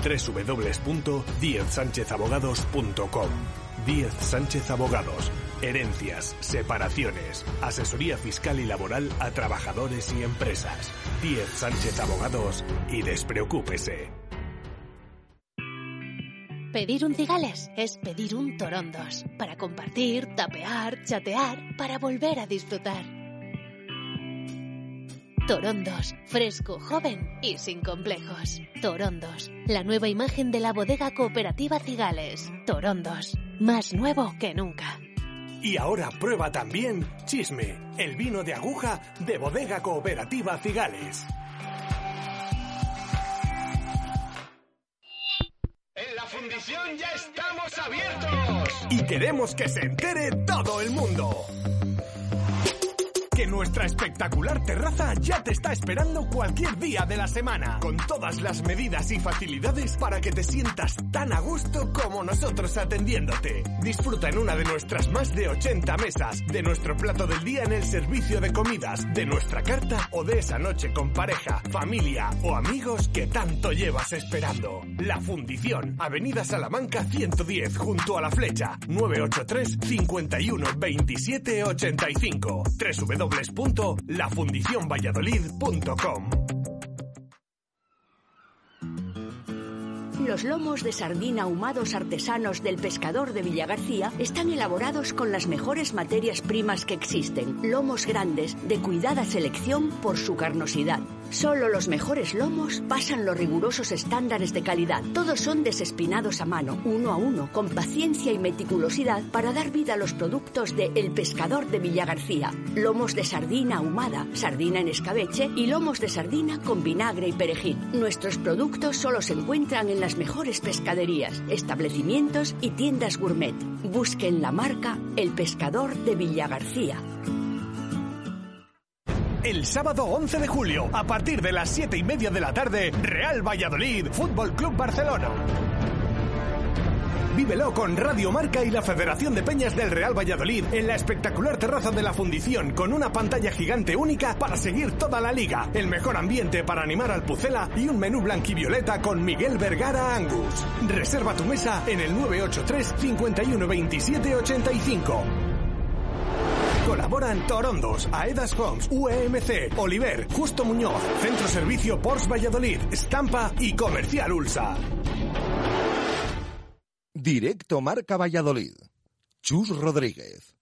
www.diezsanchezabogados.com. Díez Sánchez Abogados. Herencias, separaciones, asesoría fiscal y laboral a trabajadores y empresas. Díez Sánchez Abogados y despreocúpese. Pedir un cigales es pedir un Torondos, para compartir, tapear, chatear, para volver a disfrutar. Torondos, fresco, joven y sin complejos. Torondos, la nueva imagen de la bodega cooperativa Cigales. Torondos, más nuevo que nunca. Y ahora prueba también Chisme, el vino de aguja de bodega cooperativa Cigales. En la fundición ya estamos abiertos. Y queremos que se entere todo el mundo. Que nuestra espectacular terraza ya te está esperando cualquier día de la semana, con todas las medidas y facilidades para que te sientas tan a gusto como nosotros atendiéndote. Disfruta en una de nuestras más de 80 mesas, de nuestro plato del día en el servicio de comidas, de nuestra carta o de esa noche con pareja, familia o amigos que tanto llevas esperando. La Fundición, Avenida Salamanca 110, junto a La Flecha, 983 51 27 85. www.lafundicionvalladolid.com. Los lomos de sardina ahumados artesanos del pescador de Villagarcía están elaborados con las mejores materias primas que existen. Lomos grandes, de cuidada selección por su carnosidad. Solo los mejores lomos pasan los rigurosos estándares de calidad. Todos son desespinados a mano, uno a uno, con paciencia y meticulosidad para dar vida a los productos de El Pescador de Villagarcía. Lomos de sardina ahumada, sardina en escabeche y lomos de sardina con vinagre y perejil. Nuestros productos solo se encuentran en las mejores pescaderías, establecimientos y tiendas gourmet. Busquen la marca El Pescador de Villagarcía. El sábado 11 de julio, a partir de las 7:30 de la tarde, Real Valladolid, Fútbol Club Barcelona. Vívelo con Radio Marca y la Federación de Peñas del Real Valladolid en la espectacular terraza de la Fundición, con una pantalla gigante única para seguir toda la liga, el mejor ambiente para animar al Pucela y un menú blanquivioleta con Miguel Vergara Angus. Reserva tu mesa en el 983 51 27 85. Colaboran Torondos, Aedas Homes, UEMC, Oliver, Justo Muñoz, Centro Servicio Porsche Valladolid, Stampa y Comercial Ulsa. Directo Marca Valladolid. Chus Rodríguez.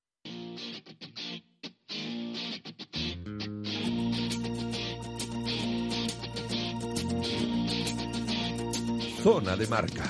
Zona de Marca.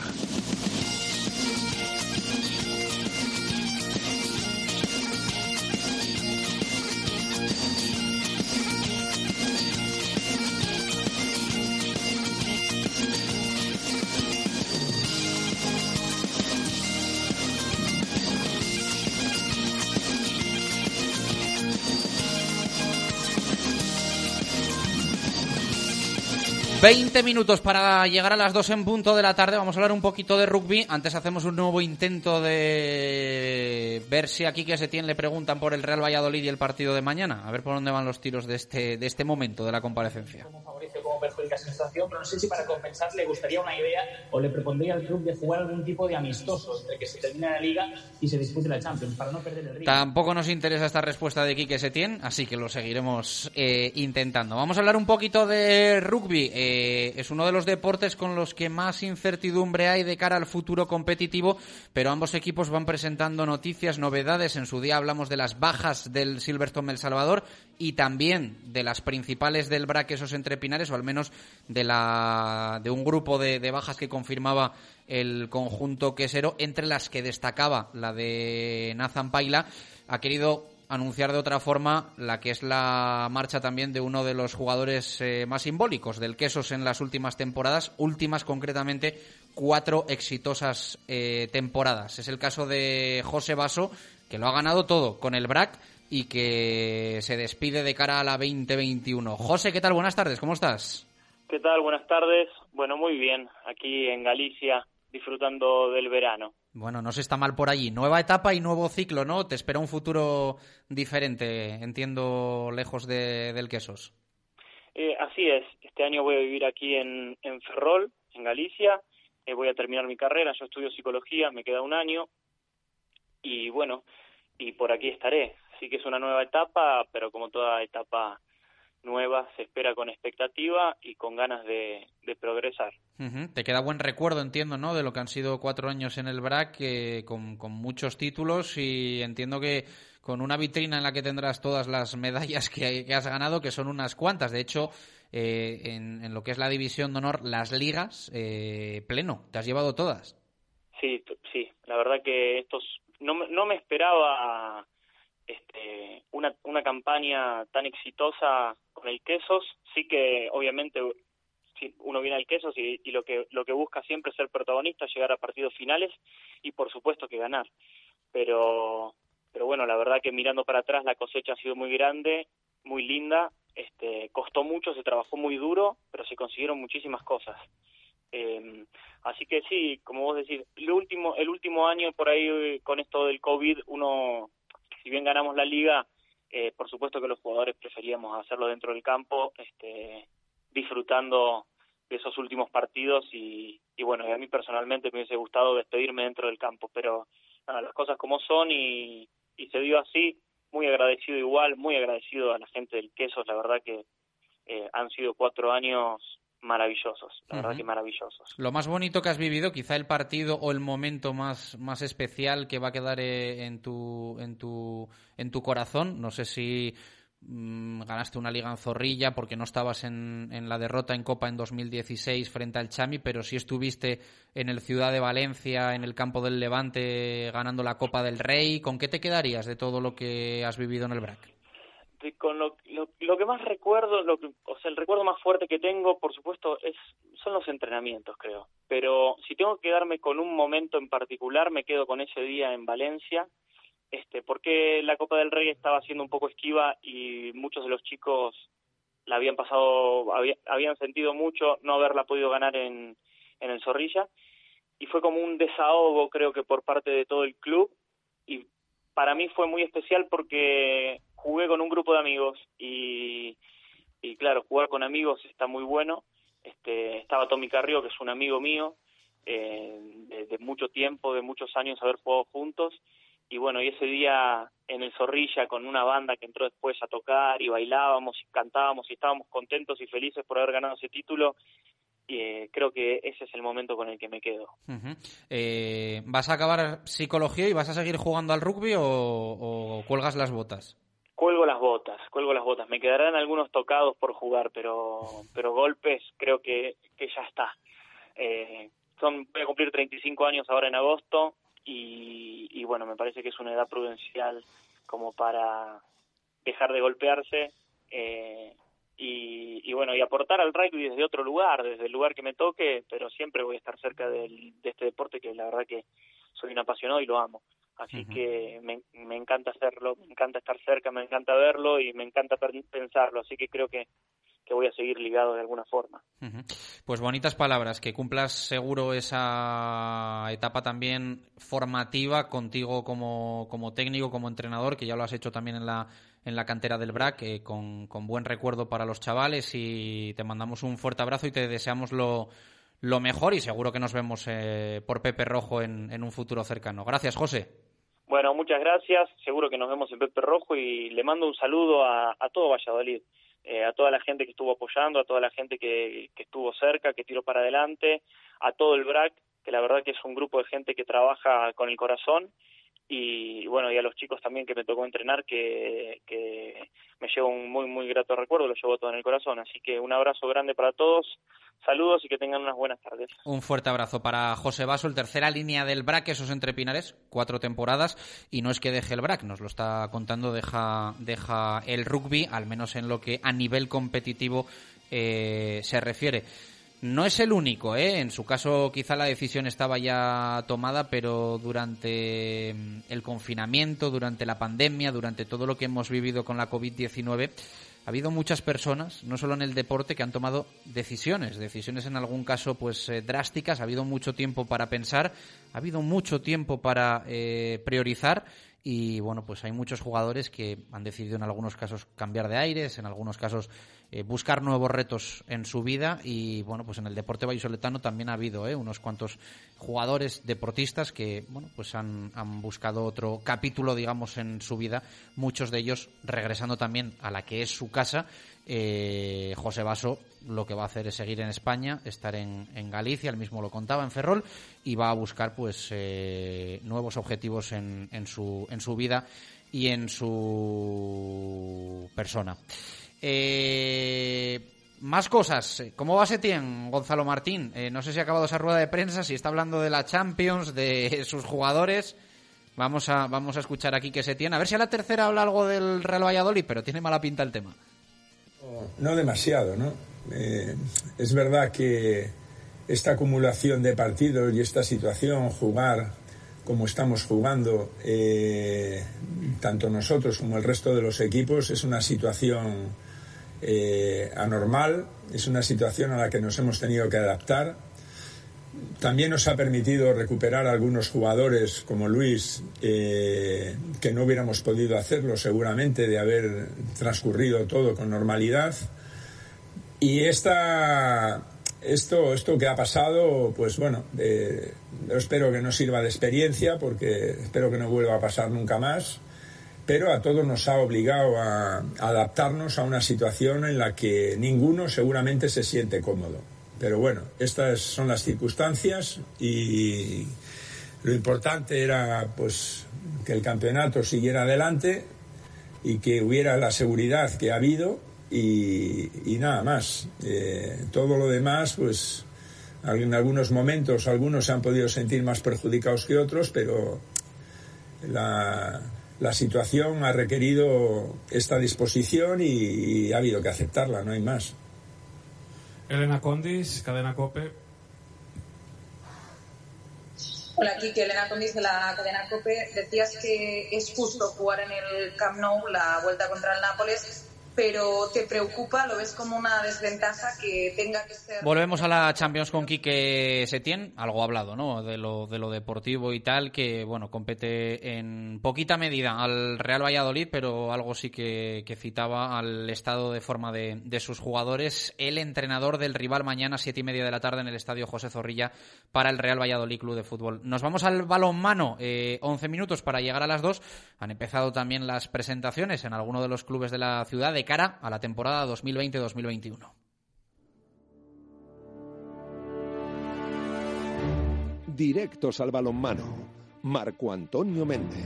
...20 minutos para llegar a las 2 en punto de la tarde. Vamos a hablar un poquito de rugby. Antes hacemos un nuevo intento de ver si a Quique Setién le preguntan por el Real Valladolid y el partido de mañana. A ver por dónde van los tiros de este momento de la comparecencia. Como favorece, como perjudica esa situación, pero no sé si para compensar le gustaría una idea o le propondría al club de jugar algún tipo de amistoso entre que se termine la Liga y se dispute la Champions, para no perder el ritmo. Tampoco nos interesa esta respuesta de Quique Setién, así que lo seguiremos intentando. Vamos a hablar un poquito de rugby. Es uno de los deportes con los que más incertidumbre hay de cara al futuro competitivo, pero ambos equipos van presentando noticias, novedades. En su día hablamos de las bajas del Silverstone El Salvador y también de las principales del BRAC Quesos Entre Pinares, o al menos de un grupo de bajas que confirmaba el conjunto quesero, entre las que destacaba la de Nathan Paila. Ha querido anunciar de otra forma la que es la marcha también de uno de los jugadores más simbólicos del Quesos en las últimas temporadas, últimas concretamente 4 exitosas temporadas. Es el caso de José Basso, que lo ha ganado todo con el BRAC y que se despide de cara a la 2021. José, ¿qué tal? Buenas tardes, ¿cómo estás? ¿Qué tal? Buenas tardes. Bueno, muy bien, aquí en Galicia, disfrutando del verano. Bueno, no se está mal por allí. Nueva etapa y nuevo ciclo, ¿no? Te espera un futuro diferente, entiendo, lejos del Quesos. Así es. Este año voy a vivir aquí en Ferrol, en Galicia. Voy a terminar mi carrera. Yo estudio psicología, me queda un año. Y bueno, y por aquí estaré. Sí que es una nueva etapa, pero como toda etapa nueva, se espera con expectativa y con ganas de progresar. Uh-huh. Te queda buen recuerdo, entiendo, ¿no?, de lo que han sido 4 años en el BRAC, con muchos títulos, y entiendo que con una vitrina en la que tendrás todas las medallas que has ganado, que son unas cuantas. De hecho, en lo que es la división de honor, las ligas, pleno, te has llevado todas. Sí, la verdad que no me esperaba una campaña tan exitosa con el Quesos. Sí que obviamente uno viene al Quesos y lo que busca siempre es ser protagonista, llegar a partidos finales y por supuesto que ganar. Pero bueno, la verdad que mirando para atrás la cosecha ha sido muy grande, muy linda. Costó mucho, se trabajó muy duro, pero se consiguieron muchísimas cosas. Así que sí, como vos decís, el último año por ahí con esto del COVID, si bien ganamos la liga, por supuesto que los jugadores preferíamos hacerlo dentro del campo, disfrutando de esos últimos partidos y bueno, a mí personalmente me hubiese gustado despedirme dentro del campo, pero nada, las cosas como son y se dio así. Muy agradecido a la gente del Quesos. La verdad que han sido 4 años maravillosos, la verdad que maravillosos. Lo más bonito que has vivido, quizá el partido o el momento más especial que va a quedar en tu corazón. No sé si ganaste una liga en Zorrilla porque no estabas en la derrota en Copa en 2016 frente al Chami, pero sí estuviste en el Ciudad de Valencia, en el campo del Levante, ganando la Copa del Rey. ¿Con qué te quedarías de todo lo que has vivido en el BRAC? Con lo que más recuerdo, el recuerdo más fuerte que tengo, por supuesto, son los entrenamientos, creo. Pero si tengo que quedarme con un momento en particular, me quedo con ese día en Valencia, porque la Copa del Rey estaba siendo un poco esquiva y muchos de los chicos la habían pasado, habían sentido mucho no haberla podido ganar en el Zorrilla, y fue como un desahogo, creo que por parte de todo el club, y para mí fue muy especial porque jugué con un grupo de amigos y claro, jugar con amigos está muy bueno. Estaba Tommy Carrió, que es un amigo mío, de mucho tiempo, de muchos años haber jugado juntos, y bueno, y ese día en el Zorrilla con una banda que entró después a tocar y bailábamos y cantábamos y estábamos contentos y felices por haber ganado ese título. Creo que ese es el momento con el que me quedo. Uh-huh. ¿Vas a acabar psicología y vas a seguir jugando al rugby o cuelgas las botas? Cuelgo las botas. Me quedarán algunos tocados por jugar, pero golpes creo que ya está. voy a cumplir 35 años ahora en agosto y bueno, me parece que es una edad prudencial como para dejar de golpearse y bueno, y aportar al rugby desde otro lugar, desde el lugar que me toque, pero siempre voy a estar cerca de este deporte que la verdad que soy un apasionado y lo amo. Así que me encanta hacerlo, me encanta estar cerca, me encanta verlo y me encanta pensarlo. Así que creo que voy a seguir ligado de alguna forma. Pues bonitas palabras, que cumplas seguro esa etapa también formativa contigo como técnico, como entrenador, que ya lo has hecho también en la cantera del BRAC, con buen recuerdo para los chavales, y te mandamos un fuerte abrazo y te deseamos lo mejor, y seguro que nos vemos por Pepe Rojo en un futuro cercano. Gracias, José. Bueno, muchas gracias, seguro que nos vemos en Pepe Rojo y le mando un saludo a todo Valladolid. A toda la gente que estuvo apoyando, a toda la gente que estuvo cerca, que tiró para adelante, a todo el BRAC, que la verdad que es un grupo de gente que trabaja con el corazón, y bueno, y a los chicos también que me tocó entrenar, que me llevo un muy muy grato recuerdo, lo llevo todo en el corazón. Así que un abrazo grande para todos, saludos y que tengan unas buenas tardes. Un fuerte abrazo para José Baso, el tercera línea del BRAC, esos Entrepinares, 4 temporadas, y no es que deje el BRAC, nos lo está contando, deja el rugby, al menos en lo que a nivel competitivo se refiere. No es el único, en su caso quizá la decisión estaba ya tomada, pero durante el confinamiento, durante la pandemia, durante todo lo que hemos vivido con la COVID-19, ha habido muchas personas, no solo en el deporte, que han tomado decisiones en algún caso pues drásticas. Ha habido mucho tiempo para pensar, ha habido mucho tiempo para priorizar. Y bueno, pues hay muchos jugadores que han decidido en algunos casos cambiar de aires, en algunos casos buscar nuevos retos en su vida. Y bueno, pues en el deporte vallisoletano también ha habido unos cuantos jugadores, deportistas que bueno, pues han buscado otro capítulo, digamos, en su vida, muchos de ellos regresando también a la que es su casa. José Baso lo que va a hacer es seguir en España, estar en Galicia, él mismo lo contaba, en Ferrol, y va a buscar pues nuevos objetivos en su vida y en su persona. Más cosas. ¿Cómo va Setién, Gonzalo Martín? No sé si ha acabado esa rueda de prensa, si está hablando de la Champions, de sus jugadores. Vamos a escuchar aquí que Setién. A ver si a la tercera habla algo del Real Valladolid, pero tiene mala pinta el tema. No demasiado, ¿no? Es verdad que esta acumulación de partidos y esta situación, jugar como estamos jugando, tanto nosotros como el resto de los equipos, es una situación anormal, es una situación a la que nos hemos tenido que adaptar. También nos ha permitido recuperar a algunos jugadores como Luis, que no hubiéramos podido hacerlo seguramente de haber transcurrido todo con normalidad. Y esto que ha pasado, pues bueno, yo espero que nos sirva de experiencia, porque espero que no vuelva a pasar nunca más, pero a todos nos ha obligado a adaptarnos a una situación en la que ninguno seguramente se siente cómodo. Pero bueno, estas son las circunstancias y lo importante era pues que el campeonato siguiera adelante y que hubiera la seguridad que ha habido y nada más. Todo lo demás, pues en algunos momentos algunos se han podido sentir más perjudicados que otros, pero la situación ha requerido esta disposición y ha habido que aceptarla, no hay más. Elena Condis, Cadena COPE. Hola, Kike, Elena Condis de la Cadena COPE. Decías que es justo jugar en el Camp Nou la vuelta contra el Nápoles, pero ¿te preocupa? ¿Lo ves como una desventaja que tenga que ser...? Volvemos a la Champions con Quique Setién, algo hablado, ¿no? De lo deportivo y tal, que bueno, compete en poquita medida al Real Valladolid, pero algo sí que citaba al estado de forma de sus jugadores. El entrenador del rival mañana, 7:30 de la tarde, en el Estadio José Zorrilla, para el Real Valladolid Club de Fútbol. Nos vamos al balonmano, 11 minutos para llegar a las 2. Han empezado también las presentaciones en alguno de los clubes de la ciudad de cara a la temporada 2020-2021. Directos al balonmano. Marco Antonio Méndez.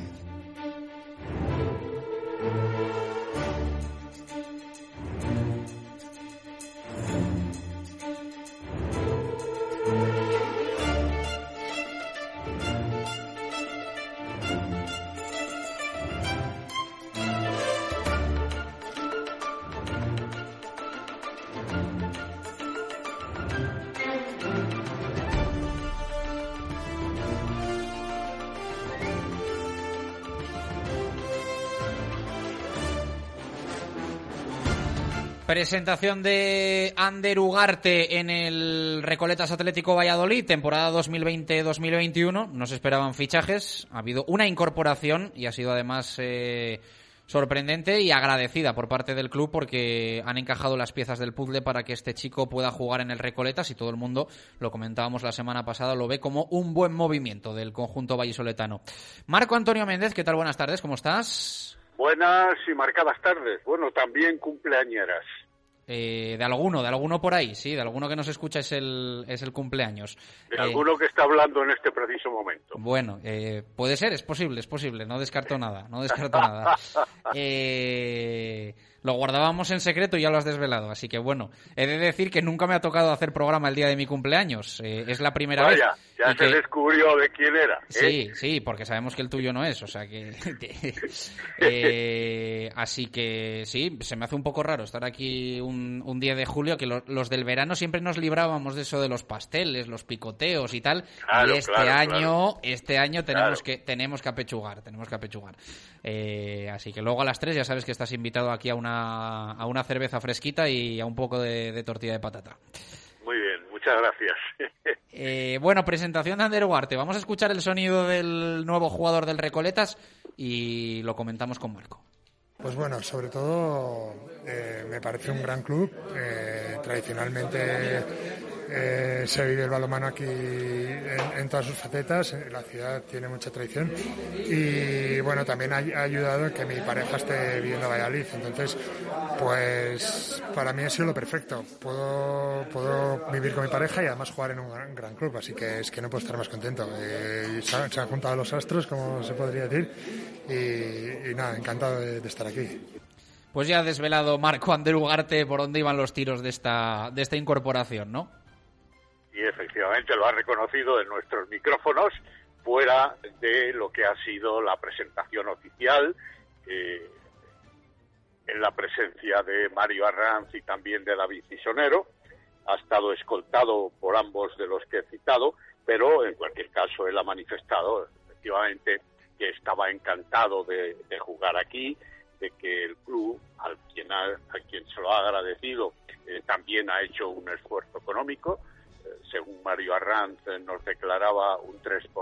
Presentación de Ander Ugarte en el Recoletas Atlético Valladolid, temporada 2020-2021. No se esperaban fichajes, ha habido una incorporación y ha sido además sorprendente y agradecida por parte del club porque han encajado las piezas del puzzle para que este chico pueda jugar en el Recoletas y todo el mundo, lo comentábamos la semana pasada, lo ve como un buen movimiento del conjunto vallisoletano. Marco Antonio Méndez, ¿qué tal? Buenas tardes, ¿cómo estás? Buenas y marcadas tardes. Bueno, también cumpleañeras. De alguno por ahí, sí, de alguno que nos escucha es el cumpleaños. De alguno que está hablando en este preciso momento. Bueno, puede ser, es posible, no descarto nada. Lo guardábamos en secreto y ya lo has desvelado, así que bueno, he de decir que nunca me ha tocado hacer programa el día de mi cumpleaños, es la primera vez. Ya se descubrió de quién era. Sí, porque sabemos que el tuyo no es, o sea que... así que sí, se me hace un poco raro estar aquí un día de julio, que los del verano siempre nos librábamos de eso de los pasteles, los picoteos y tal, y este año tenemos que apechugar. Así que luego a las 3 ya sabes que estás invitado aquí a una cerveza fresquita y a un poco de tortilla de patata. Muy bien, muchas gracias. Bueno, presentación de Ander Ugarte. Vamos a escuchar el sonido del nuevo jugador del Recoletas y lo comentamos con Marco. Pues bueno, sobre todo me parece un gran club. Tradicionalmente se vive el balonmano aquí en todas sus facetas. La ciudad tiene mucha tradición y bueno, también ha ayudado a que mi pareja esté viviendo en Valladolid. Entonces, pues para mí ha sido lo perfecto. Puedo vivir con mi pareja y además jugar en un gran club, así que es que no puedo estar más contento. Se han juntado los astros, como se podría decir, y nada, encantado de estar aquí. Pues ya ha desvelado Marco Ander Ugarte por dónde iban los tiros de esta incorporación, ¿no? Y efectivamente lo ha reconocido en nuestros micrófonos, fuera de lo que ha sido la presentación oficial, en la presencia de Mario Arranz y también de David Pisonero. Ha estado escoltado por ambos de los que he citado, pero en cualquier caso él ha manifestado efectivamente que estaba encantado de jugar aquí, de que el club, a quien se lo ha agradecido, también ha hecho un esfuerzo económico. Según Mario Arranz, nos declaraba un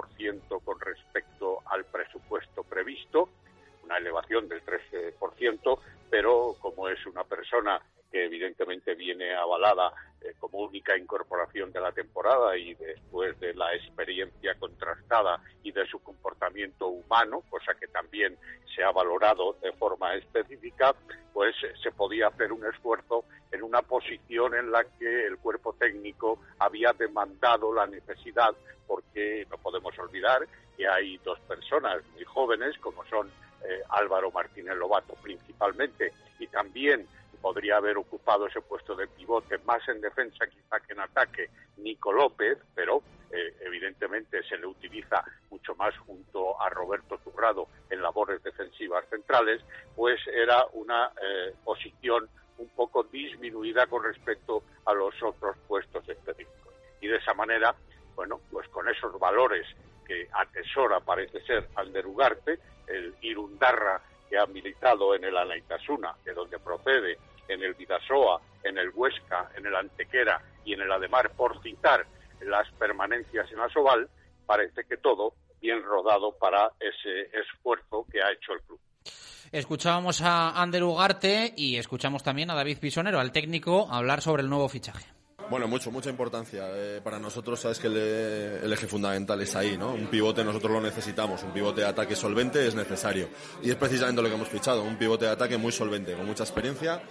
3% con respecto al presupuesto previsto, una elevación del 13%, pero como es una persona que evidentemente viene avalada como única incorporación de la temporada y después de la experiencia contrastada y de su comportamiento humano, cosa que también se ha valorado de forma específica, pues se podía hacer un esfuerzo en una posición en la que el cuerpo técnico había demandado la necesidad, porque no podemos olvidar que hay dos personas muy jóvenes, como son Álvaro Martínez Lobato principalmente, y también podría haber ocupado ese puesto de pivote más en defensa quizá que en ataque Nico López, pero evidentemente se le utiliza mucho más junto a Roberto Zurrado en labores defensivas centrales, pues era una posición un poco disminuida con respecto a los otros puestos específicos. Y de esa manera, bueno, pues con esos valores que atesora parece ser Ander Ugarte, el Irundarra que ha militado en el Anaitasuna, de donde procede, en el Bidasoa, en el Huesca, en el Antequera y en el Ademar, por citar las permanencias en Asobal, parece que todo bien rodado para ese esfuerzo que ha hecho el club. Escuchábamos a Ander Ugarte y escuchamos también a David Pisonero, al técnico, hablar sobre el nuevo fichaje. Bueno, mucha importancia. Para nosotros, sabes que el eje fundamental es ahí, ¿no? Un pivote nosotros lo necesitamos, un pivote de ataque solvente es necesario. Y es precisamente lo que hemos fichado, un pivote de ataque muy solvente, con mucha experiencia,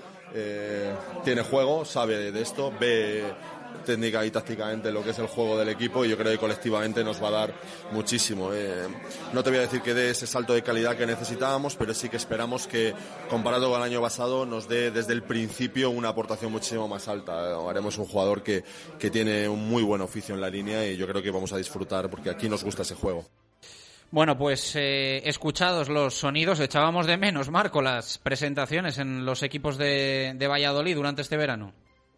tiene juego, sabe de esto, ve técnica y tácticamente lo que es el juego del equipo y yo creo que colectivamente nos va a dar muchísimo. No te voy a decir que dé ese salto de calidad que necesitábamos, pero sí que esperamos que, comparado con el año pasado, nos dé desde el principio una aportación muchísimo más alta. Haremos un jugador que tiene un muy buen oficio en la línea y yo creo que vamos a disfrutar porque aquí nos gusta ese juego. Bueno, pues escuchados los sonidos, echábamos de menos, Marco, las presentaciones en los equipos de Valladolid durante este verano.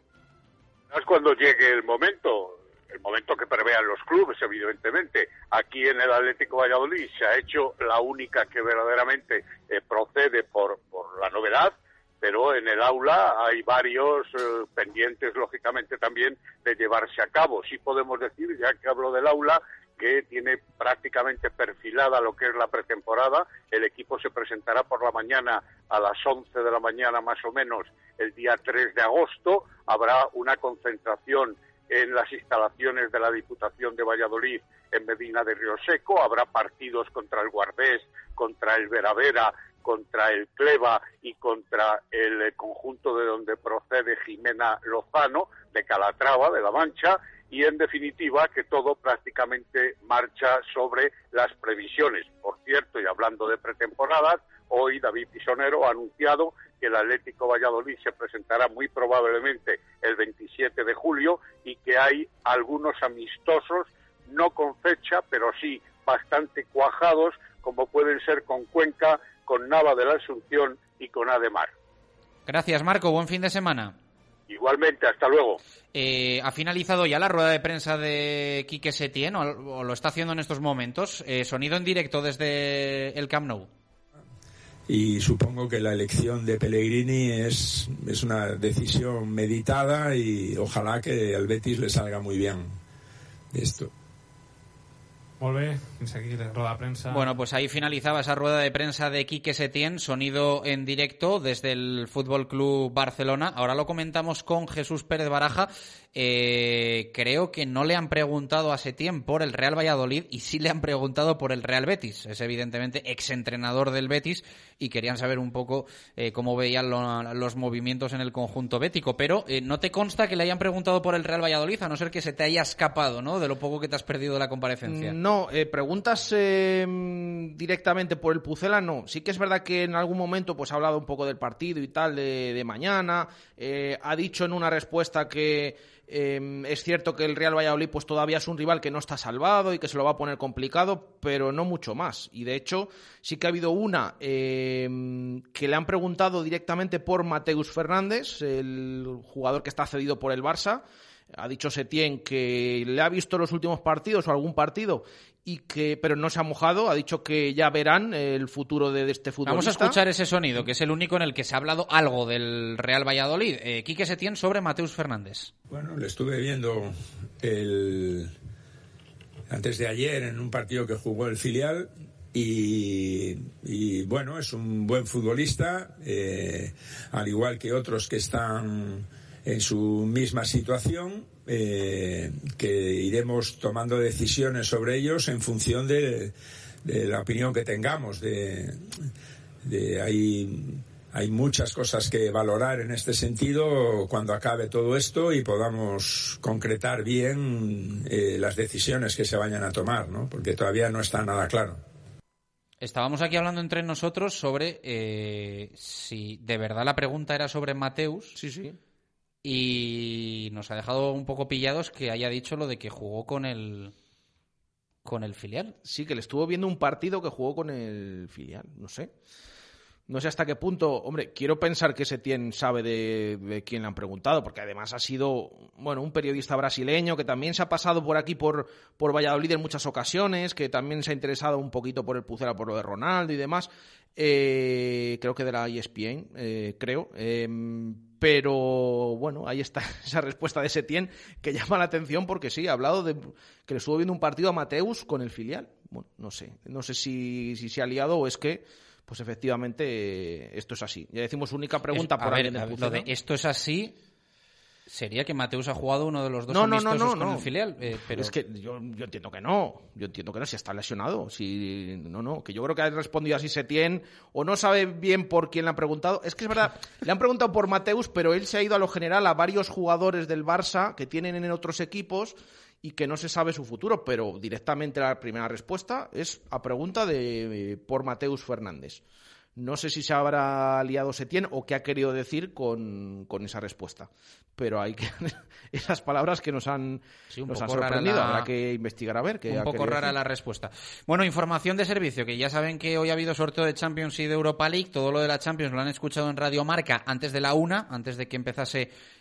Es cuando llegue el momento que prevean los clubes, evidentemente. Aquí en el Atlético Valladolid se ha hecho la única que verdaderamente procede por la novedad, pero en el aula hay varios pendientes, lógicamente, también de llevarse a cabo. Sí podemos decir, ya que hablo del aula, que tiene prácticamente perfilada lo que es la pretemporada. El equipo se presentará por la mañana a las 11 de la mañana más o menos el día 3 de agosto. Habrá una concentración en las instalaciones de la Diputación de Valladolid en Medina de Rioseco. Habrá partidos contra el Guardés, contra el Veravera, contra el Cleva y contra el conjunto de donde procede Jimena Lozano, de Calatrava, de La Mancha. Y, en definitiva, que todo prácticamente marcha sobre las previsiones. Por cierto, y hablando de pretemporadas, hoy David Pisonero ha anunciado que el Atlético Valladolid se presentará muy probablemente el 27 de julio y que hay algunos amistosos, no con fecha, pero sí bastante cuajados, como pueden ser con Cuenca, con Nava de la Asunción y con Ademar. Gracias, Marco. Buen fin de semana. Igualmente, hasta luego. ¿Ha finalizado ya la rueda de prensa de Quique Setién o lo está haciendo en estos momentos? Sonido en directo desde el Camp Nou. Y supongo que la elección de Pellegrini es una decisión meditada y ojalá que al Betis le salga muy bien esto. Molt bé, fins aquí la rueda de prensa. Bueno, pues ahí finalizaba esa rueda de prensa de Quique Setién, sonido en directo desde el Fútbol Club Barcelona. Ahora lo comentamos con Jesús Pérez Baraja. Creo que no le han preguntado a Setién por el Real Valladolid y sí le han preguntado por el Real Betis. Es evidentemente exentrenador del Betis y querían saber un poco cómo veían los movimientos en el conjunto bético. Pero no te consta que le hayan preguntado por el Real Valladolid, a no ser que se te haya escapado, ¿no?, de lo poco que te has perdido de la comparecencia. No, preguntas directamente por el Pucela, no. Sí que es verdad que en algún momento pues ha hablado un poco del partido y tal de mañana. Ha dicho en una respuesta que es cierto que el Real Valladolid pues todavía es un rival que no está salvado y que se lo va a poner complicado, pero no mucho más. Y de hecho sí que ha habido una que le han preguntado directamente por Mateus Fernández, el jugador que está cedido por el Barça. Ha dicho Setién que le ha visto los últimos partidos o algún partido pero no se ha mojado. Ha dicho que ya verán el futuro de este futbolista. Vamos a escuchar ese sonido, que es el único en el que se ha hablado algo del Real Valladolid. Quique Setién sobre Mateus Fernández. Bueno, le estuve viendo antes de ayer en un partido que jugó el filial y bueno, es un buen futbolista, al igual que otros que están en su misma situación, que iremos tomando decisiones sobre ellos en función de la opinión que tengamos. Hay muchas cosas que valorar en este sentido cuando acabe todo esto y podamos concretar bien las decisiones que se vayan a tomar, ¿no? Porque todavía no está nada claro. Estábamos aquí hablando entre nosotros sobre si de verdad la pregunta era sobre Mateus. Sí. Y nos ha dejado un poco pillados que haya dicho lo de que jugó con el filial. Sí, que le estuvo viendo un partido que jugó con el filial. No sé hasta qué punto. Hombre, quiero pensar que Setién sabe de quién le han preguntado, porque además ha sido, bueno, un periodista brasileño que también se ha pasado por aquí por Valladolid en muchas ocasiones, que también se ha interesado un poquito por el Pucela, por lo de Ronaldo y demás. Creo que de la ESPN, creo. Pero bueno, ahí está esa respuesta de Setién que llama la atención porque sí, ha hablado de que le estuvo viendo un partido a Mateus con el filial. Bueno, no sé si se ha liado o es que pues efectivamente esto es así. Ya decimos única pregunta por alguien del Pucela. Lo de esto es así sería que Mateus ha jugado uno de los dos amistosos con el filial. Pero es que yo entiendo que no. Yo entiendo que no, si está lesionado. Que yo creo que ha respondido así Setién o no sabe bien por quién le han preguntado. Es que es verdad, le han preguntado por Mateus, pero él se ha ido a lo general a varios jugadores del Barça que tienen en otros equipos y que no se sabe su futuro, pero directamente la primera respuesta es a pregunta por Mateus Fernández. No sé si se habrá liado Setién o qué ha querido decir con esa respuesta. Pero hay que esas palabras que nos han sorprendido. Habrá que investigar a ver qué un poco rara la respuesta. Bueno, información de servicio, que ya saben que hoy ha habido sorteo de Champions y de Europa League. Todo lo de la Champions lo han escuchado en Radio Marca antes de la 1, antes de que empezase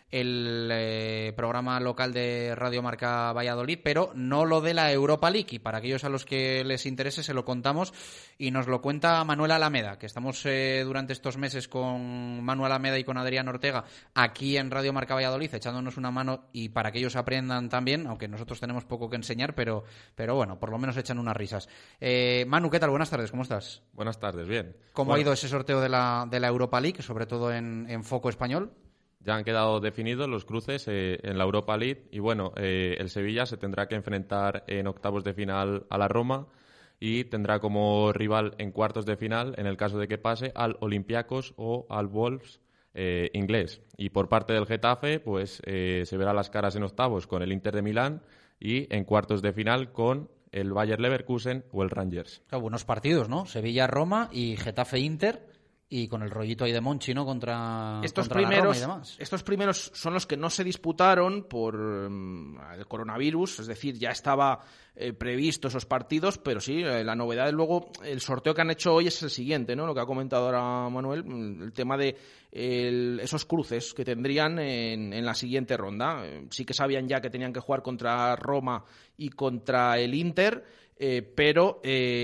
el programa local de Radio Marca Valladolid, pero no lo de la Europa League. Y para aquellos a los que les interese se lo contamos y nos lo cuenta Manuel Alameda, que estamos durante estos meses con Manuel Alameda y con Adrián Ortega aquí en Radio Marca Valladolid echándonos una mano, y para que ellos aprendan también, aunque nosotros tenemos poco que enseñar, pero bueno, por lo menos echan unas risas. Manu, ¿qué tal? Buenas tardes, ¿cómo estás? Buenas tardes, bien. ¿Cómo ha ido ese sorteo de la Europa League, sobre todo en foco español? Ya han quedado definidos los cruces en la Europa League y bueno, el Sevilla se tendrá que enfrentar en octavos de final a la Roma y tendrá como rival en cuartos de final, en el caso de que pase, al Olympiacos o al Wolves inglés. Y por parte del Getafe, pues se verá las caras en octavos con el Inter de Milán y en cuartos de final con el Bayer Leverkusen o el Rangers. Claro, buenos partidos, ¿no? Sevilla-Roma y Getafe-Inter. Y con el rollito ahí de Monchi, ¿no? Contra la Roma y demás. Estos primeros son los que no se disputaron por el coronavirus, es decir, ya estaba previsto esos partidos, pero sí, la novedad es luego el sorteo que han hecho hoy es el siguiente, ¿no? Lo que ha comentado ahora Manuel, el tema de esos cruces que tendrían en la siguiente ronda. Sí que sabían ya que tenían que jugar contra Roma y contra el Inter, pero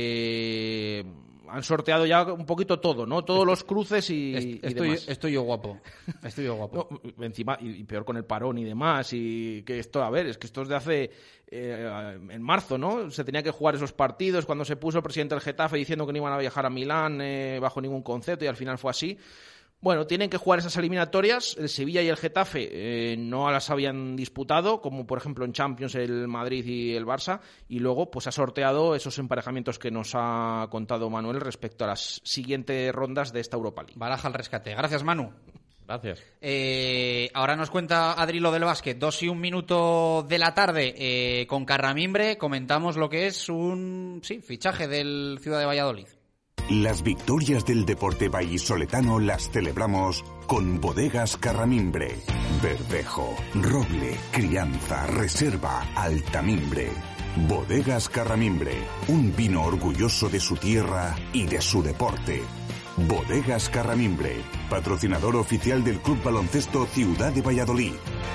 han sorteado ya un poquito todo, ¿no? Todos los cruces y demás. Estoy yo guapo. No, encima, y peor con el parón y demás. Y que esto, a ver, es que esto es de hace... en marzo, ¿no? Se tenía que jugar esos partidos cuando se puso el presidente del Getafe diciendo que no iban a viajar a Milán bajo ningún concepto, y al final fue así. Bueno, tienen que jugar esas eliminatorias. El Sevilla y el Getafe no las habían disputado, como por ejemplo en Champions el Madrid y el Barça, y luego pues ha sorteado esos emparejamientos que nos ha contado Manuel respecto a las siguientes rondas de esta Europa League. Baraja al rescate. Gracias, Manu. Gracias. Ahora nos cuenta Adri lo del básquet. 2:01 de la tarde con Carramimbre. Comentamos lo que es un fichaje del Ciudad de Valladolid. Las victorias del deporte vallisoletano las celebramos con Bodegas Carramimbre. Verdejo, Roble, Crianza, Reserva, Altamimbre. Bodegas Carramimbre, un vino orgulloso de su tierra y de su deporte. Bodegas Carramimbre, patrocinador oficial del Club Baloncesto Ciudad de Valladolid.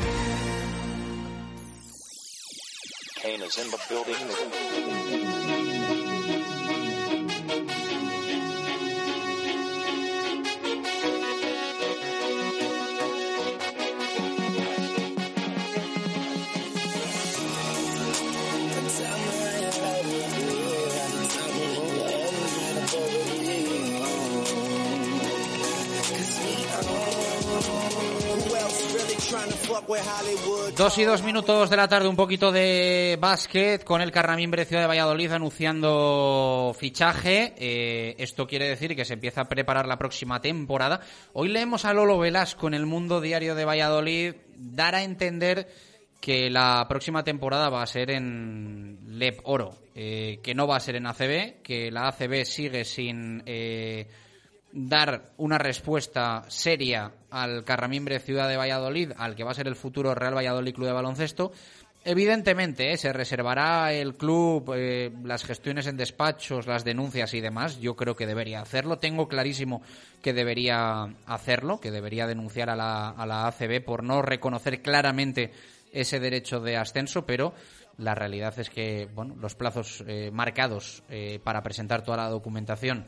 Dos y 2 minutos de la tarde, un poquito de básquet con el Carramimbre Ciudad de Valladolid anunciando fichaje. Esto quiere decir que se empieza a preparar la próxima temporada. Hoy leemos a Lolo Velasco en el Mundo Diario de Valladolid dar a entender que la próxima temporada va a ser en LEP Oro, que no va a ser en ACB, que la ACB sigue sin dar una respuesta seria al Carramimbre Ciudad de Valladolid, al que va a ser el futuro Real Valladolid Club de Baloncesto. Evidentemente, se reservará el club las gestiones en despachos, las denuncias y demás. Yo creo que debería hacerlo. Tengo clarísimo que debería hacerlo, que debería denunciar a la ACB por no reconocer claramente ese derecho de ascenso, pero la realidad es que los plazos marcados para presentar toda la documentación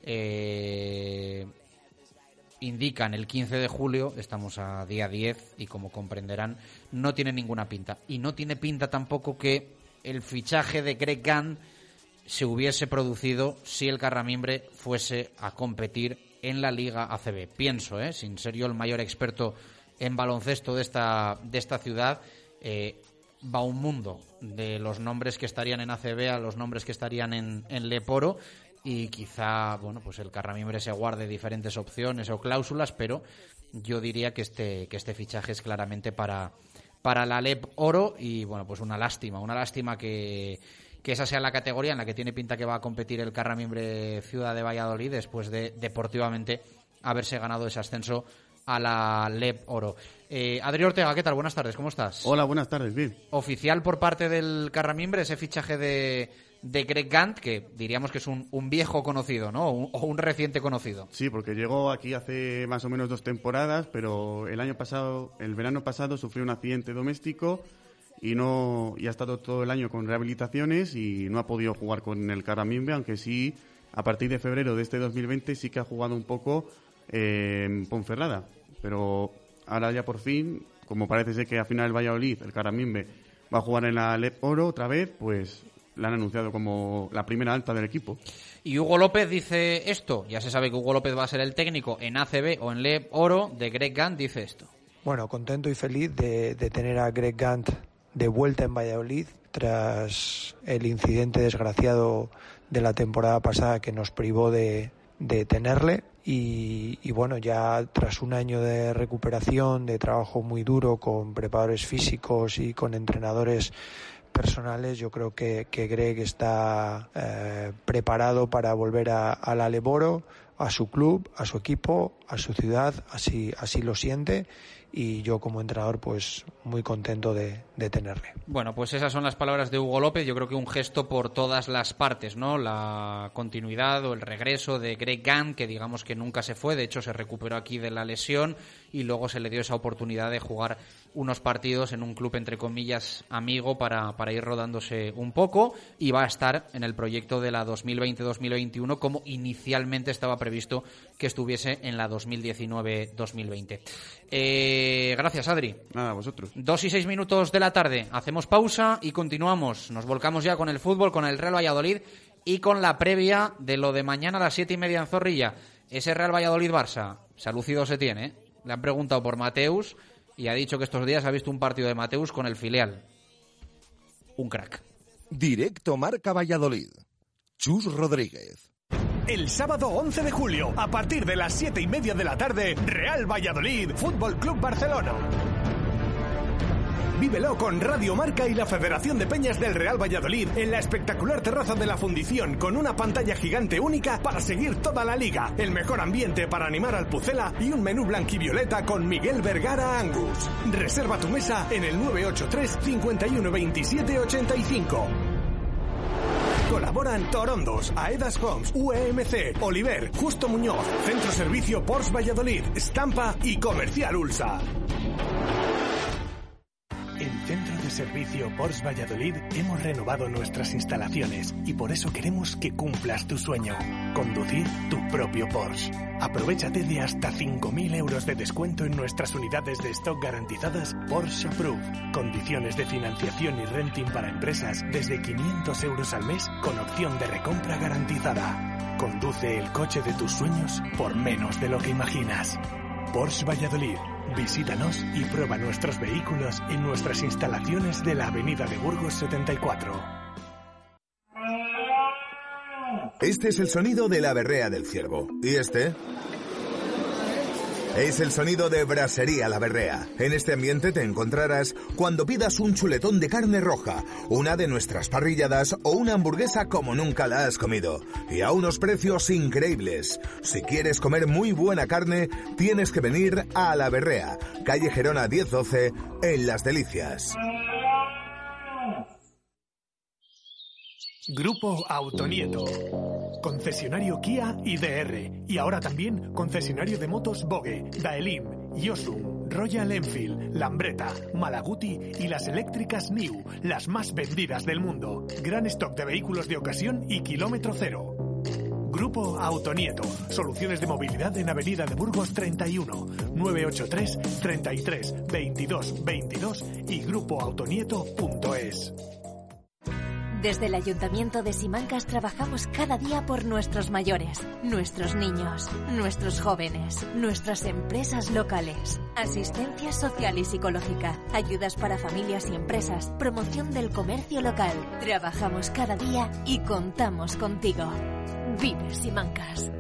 indican el 15 de julio, estamos a día 10 y como comprenderán no tiene ninguna pinta. Y no tiene pinta tampoco que el fichaje de Greg Gant se hubiese producido si el Carramimbre fuese a competir en la Liga ACB. Pienso, sin ser yo el mayor experto en baloncesto de esta ciudad, va un mundo de los nombres que estarían en ACB a los nombres que estarían en Leporo, y quizá pues el Carramimbre se guarde diferentes opciones o cláusulas, pero yo diría que este fichaje es claramente para la LEP Oro, y pues una lástima que esa sea la categoría en la que tiene pinta que va a competir el Carramimbre Ciudad de Valladolid después de deportivamente haberse ganado ese ascenso a la LEP Oro. Adri Ortega, ¿qué tal? Buenas tardes, ¿cómo estás? Hola, buenas tardes, bien. ¿Oficial por parte del Carramimbre ese fichaje de de Greg Gant, que diríamos que es un viejo conocido, ¿no? O un reciente conocido. Sí, porque llegó aquí hace más o menos 2 temporadas, pero el verano pasado sufrió un accidente doméstico y ha estado todo el año con rehabilitaciones y no ha podido jugar con el Karramimbe, aunque sí, a partir de febrero de este 2020 sí que ha jugado un poco en Ponferrada, pero ahora ya por fin, como parece ser que al final el Valladolid, el Karramimbe, va a jugar en la LEP Oro otra vez, pues la han anunciado como la primera alta del equipo. Y Hugo López dice esto, ya se sabe que Hugo López va a ser el técnico en ACB o en LEP Oro, de Greg Gant dice esto. Bueno, contento y feliz de tener a Greg Gant de vuelta en Valladolid tras el incidente desgraciado de la temporada pasada que nos privó de tenerle. Y bueno, ya tras un año de recuperación, de trabajo muy duro con preparadores físicos y con entrenadores personales, yo creo que Greg está preparado para volver a la Leboro, a su club, a su equipo, a su ciudad, así lo siente, y yo como entrenador pues muy contento de tenerle. Bueno, pues esas son las palabras de Hugo López. Yo creo que un gesto por todas las partes, ¿no? La continuidad o el regreso de Greg Gant, que digamos que nunca se fue, de hecho se recuperó aquí de la lesión y luego se le dio esa oportunidad de jugar unos partidos en un club entre comillas amigo para ir rodándose un poco, y va a estar en el proyecto de la 2020-2021 como inicialmente estaba previsto que estuviese en la 2019-2020. Gracias, Adri. Nada, vosotros. 2:06 de la tarde. Hacemos pausa y continuamos. Nos volcamos ya con el fútbol, con el Real Valladolid y con la previa de lo de mañana a las 7:30 en Zorrilla. Ese Real Valladolid-Barça, se ha lucido Setién, ¿eh? Le han preguntado por Mateus y ha dicho que estos días ha visto un partido de Mateus con el filial. Un crack. Directo Marca Valladolid. Chus Rodríguez. El sábado 11 de julio, a partir de las 7:30 de la tarde, Real Valladolid, Fútbol Club Barcelona. Vívelo con Radio Marca y la Federación de Peñas del Real Valladolid en la espectacular terraza de la Fundición, con una pantalla gigante única para seguir toda la liga, el mejor ambiente para animar al Pucela y un menú blanquivioleta con Miguel Vergara Angus. Reserva tu mesa en el 983 51 27 85. Colaboran Torondos, Aedas Homes, UEMC, Oliver, Justo Muñoz, Centro Servicio Porsche Valladolid, Stampa y Comercial Ulsa. En Centro de Servicio Porsche Valladolid hemos renovado nuestras instalaciones y por eso queremos que cumplas tu sueño, conducir tu propio Porsche. Aprovechate de hasta 5.000 euros de descuento en nuestras unidades de stock garantizadas Porsche Approved. Condiciones de financiación y renting para empresas desde 500 euros al mes con opción de recompra garantizada. Conduce el coche de tus sueños por menos de lo que imaginas. Porsche Valladolid. Visítanos y prueba nuestros vehículos en nuestras instalaciones de la Avenida de Burgos 74. Este es el sonido de la berrea del ciervo. ¿Y este? Es el sonido de Brasería La Berrea. En este ambiente te encontrarás cuando pidas un chuletón de carne roja, una de nuestras parrilladas o una hamburguesa como nunca la has comido. Y a unos precios increíbles. Si quieres comer muy buena carne, tienes que venir a La Berrea, calle Gerona 1012, en Las Delicias. Grupo Autonieto, concesionario Kia y DR, y ahora también concesionario de motos Vogue, Daelim, Yosum, Royal Enfield, Lambretta, Malaguti y las eléctricas New, las más vendidas del mundo. Gran stock de vehículos de ocasión y kilómetro cero. Grupo Autonieto, soluciones de movilidad en Avenida de Burgos 31, 983 33 22 22 y grupoautonieto.es. Desde el Ayuntamiento de Simancas trabajamos cada día por nuestros mayores, nuestros niños, nuestros jóvenes, nuestras empresas locales. Asistencia social y psicológica, ayudas para familias y empresas, promoción del comercio local. Trabajamos cada día y contamos contigo. Vive Simancas.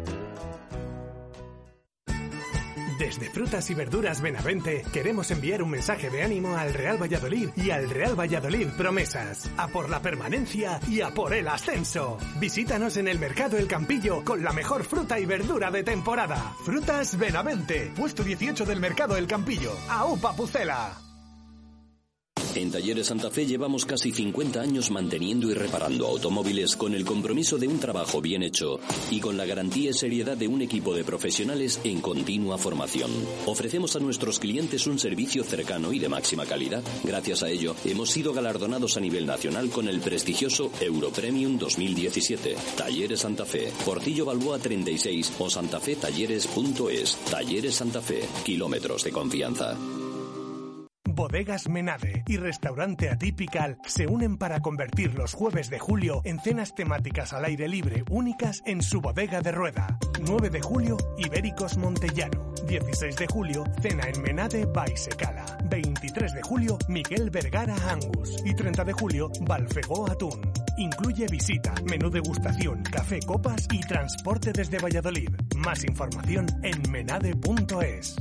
Desde Frutas y Verduras Benavente queremos enviar un mensaje de ánimo al Real Valladolid y al Real Valladolid Promesas. A por la permanencia y a por el ascenso. Visítanos en el Mercado El Campillo con la mejor fruta y verdura de temporada. Frutas Benavente, puesto 18 del Mercado El Campillo. ¡Aupa Pucela! En Talleres Santa Fe llevamos casi 50 años manteniendo y reparando automóviles con el compromiso de un trabajo bien hecho y con la garantía y seriedad de un equipo de profesionales en continua formación. Ofrecemos a nuestros clientes un servicio cercano y de máxima calidad. Gracias a ello, hemos sido galardonados a nivel nacional con el prestigioso Europremium 2017. Talleres Santa Fe, Portillo Balboa 36 o santafetalleres.es. Talleres Santa Fe, kilómetros de confianza. Bodegas Menade y Restaurante Atypical se unen para convertir los jueves de julio en cenas temáticas al aire libre únicas en su bodega de Rueda. 9 de julio, Ibéricos Montellano. 16 de julio, cena en Menade by Secala. 23 de julio, Miguel Vergara Angus. Y 30 de julio, Balfegó Atún. Incluye visita, menú degustación, café, copas y transporte desde Valladolid. Más información en menade.es.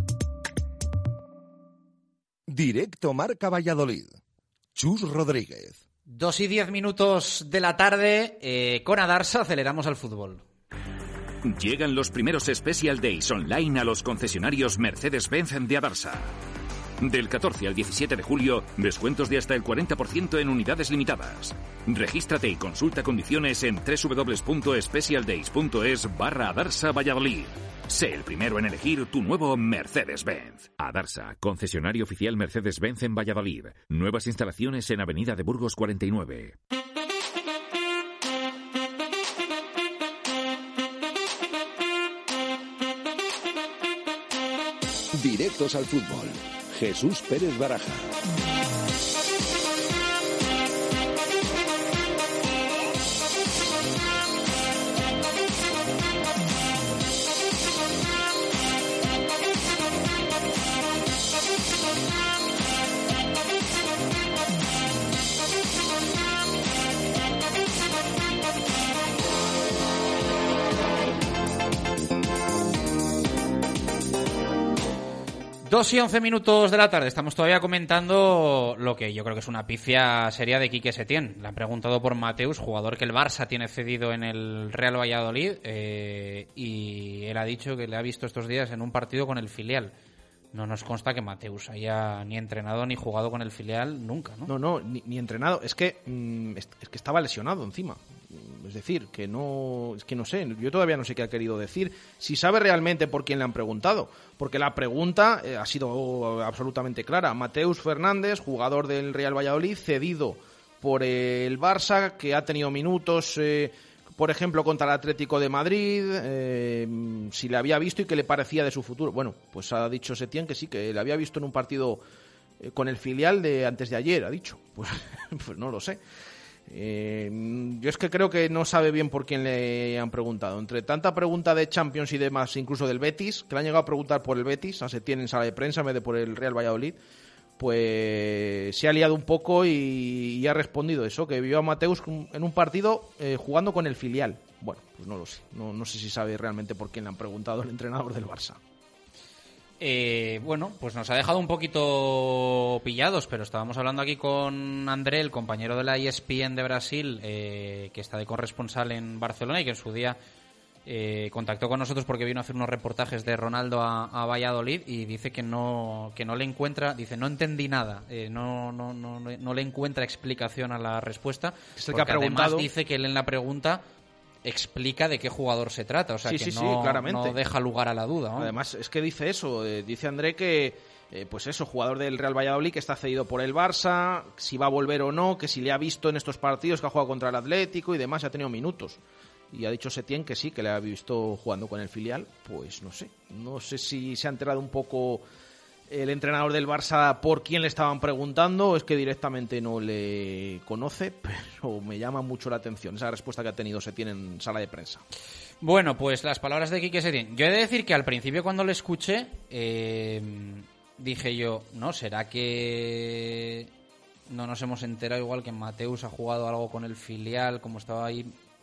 Directo Marca Valladolid. Chus Rodríguez. 2:10 de la tarde, con Adarsa aceleramos al fútbol. Llegan los primeros Special Days online a los concesionarios Mercedes-Benz de Adarsa. Del 14 al 17 de julio, descuentos de hasta el 40% en unidades limitadas. Regístrate y consulta condiciones en www.specialdays.es/Adarsa Valladolid. Sé el primero en elegir tu nuevo Mercedes-Benz. Adarsa, concesionario oficial Mercedes-Benz en Valladolid. Nuevas instalaciones en Avenida de Burgos 49. Directos al fútbol. Jesús Pérez Baraja. Dos y 11 minutos de la tarde. Estamos todavía comentando lo que yo creo que es una pifia seria de Quique Setién. Le han preguntado por Mateus, jugador que el Barça tiene cedido en el Real Valladolid, y él ha dicho que le ha visto estos días en un partido con el filial. No nos consta que Mateus haya ni entrenado ni jugado con el filial nunca, ¿no? No, ni entrenado. Es que estaba lesionado encima. Es decir, que no sé, yo todavía no sé qué ha querido decir, si sabe realmente por quién le han preguntado, porque la pregunta ha sido absolutamente clara. Mateus Fernández, jugador del Real Valladolid, cedido por el Barça, que ha tenido minutos, por ejemplo, contra el Atlético de Madrid, si le había visto y qué le parecía de su futuro. Bueno, pues ha dicho Setién que sí, que le había visto en un partido con el filial de antes de ayer, ha dicho. Pues no lo sé. Yo es que creo que no sabe bien por quién le han preguntado. Entre tanta pregunta de Champions y demás, incluso del Betis, que le han llegado a preguntar por el Betis, a Setién en sala de prensa en vez de por el Real Valladolid, pues se ha liado un poco y ha respondido eso, que vio a Mateus en un partido jugando con el filial. Bueno, pues no lo sé, no sé si sabe realmente por quién le han preguntado el entrenador del Barça. Bueno, pues nos ha dejado un poquito pillados, pero estábamos hablando aquí con André, el compañero de la ESPN de Brasil, que está de corresponsal en Barcelona y que en su día contactó con nosotros porque vino a hacer unos reportajes de Ronaldo a Valladolid, y dice que no le encuentra, dice, no entendí nada, no le encuentra explicación a la respuesta, es el que ha preguntado. Además dice que él en la pregunta explica de qué jugador se trata, o sea, sí, que sí, no, claramente. No deja lugar a la duda, ¿no? Además, es que dice eso, dice André que, pues eso, jugador del Real Valladolid que está cedido por el Barça, si va a volver o no, que si le ha visto en estos partidos que ha jugado contra el Atlético y demás, ha tenido minutos. Y ha dicho Setién que sí, que le ha visto jugando con el filial, pues no sé si se ha enterado un poco el entrenador del Barça por quién le estaban preguntando, o es que directamente no le conoce, pero me llama mucho la atención esa respuesta que ha tenido Setién en sala de prensa. Bueno, pues las palabras de Quique Setién. Yo he de decir que al principio cuando lo escuché, dije yo, ¿no? ¿Será que no nos hemos enterado igual que Mateus ha jugado algo con el filial, como estaba ahí?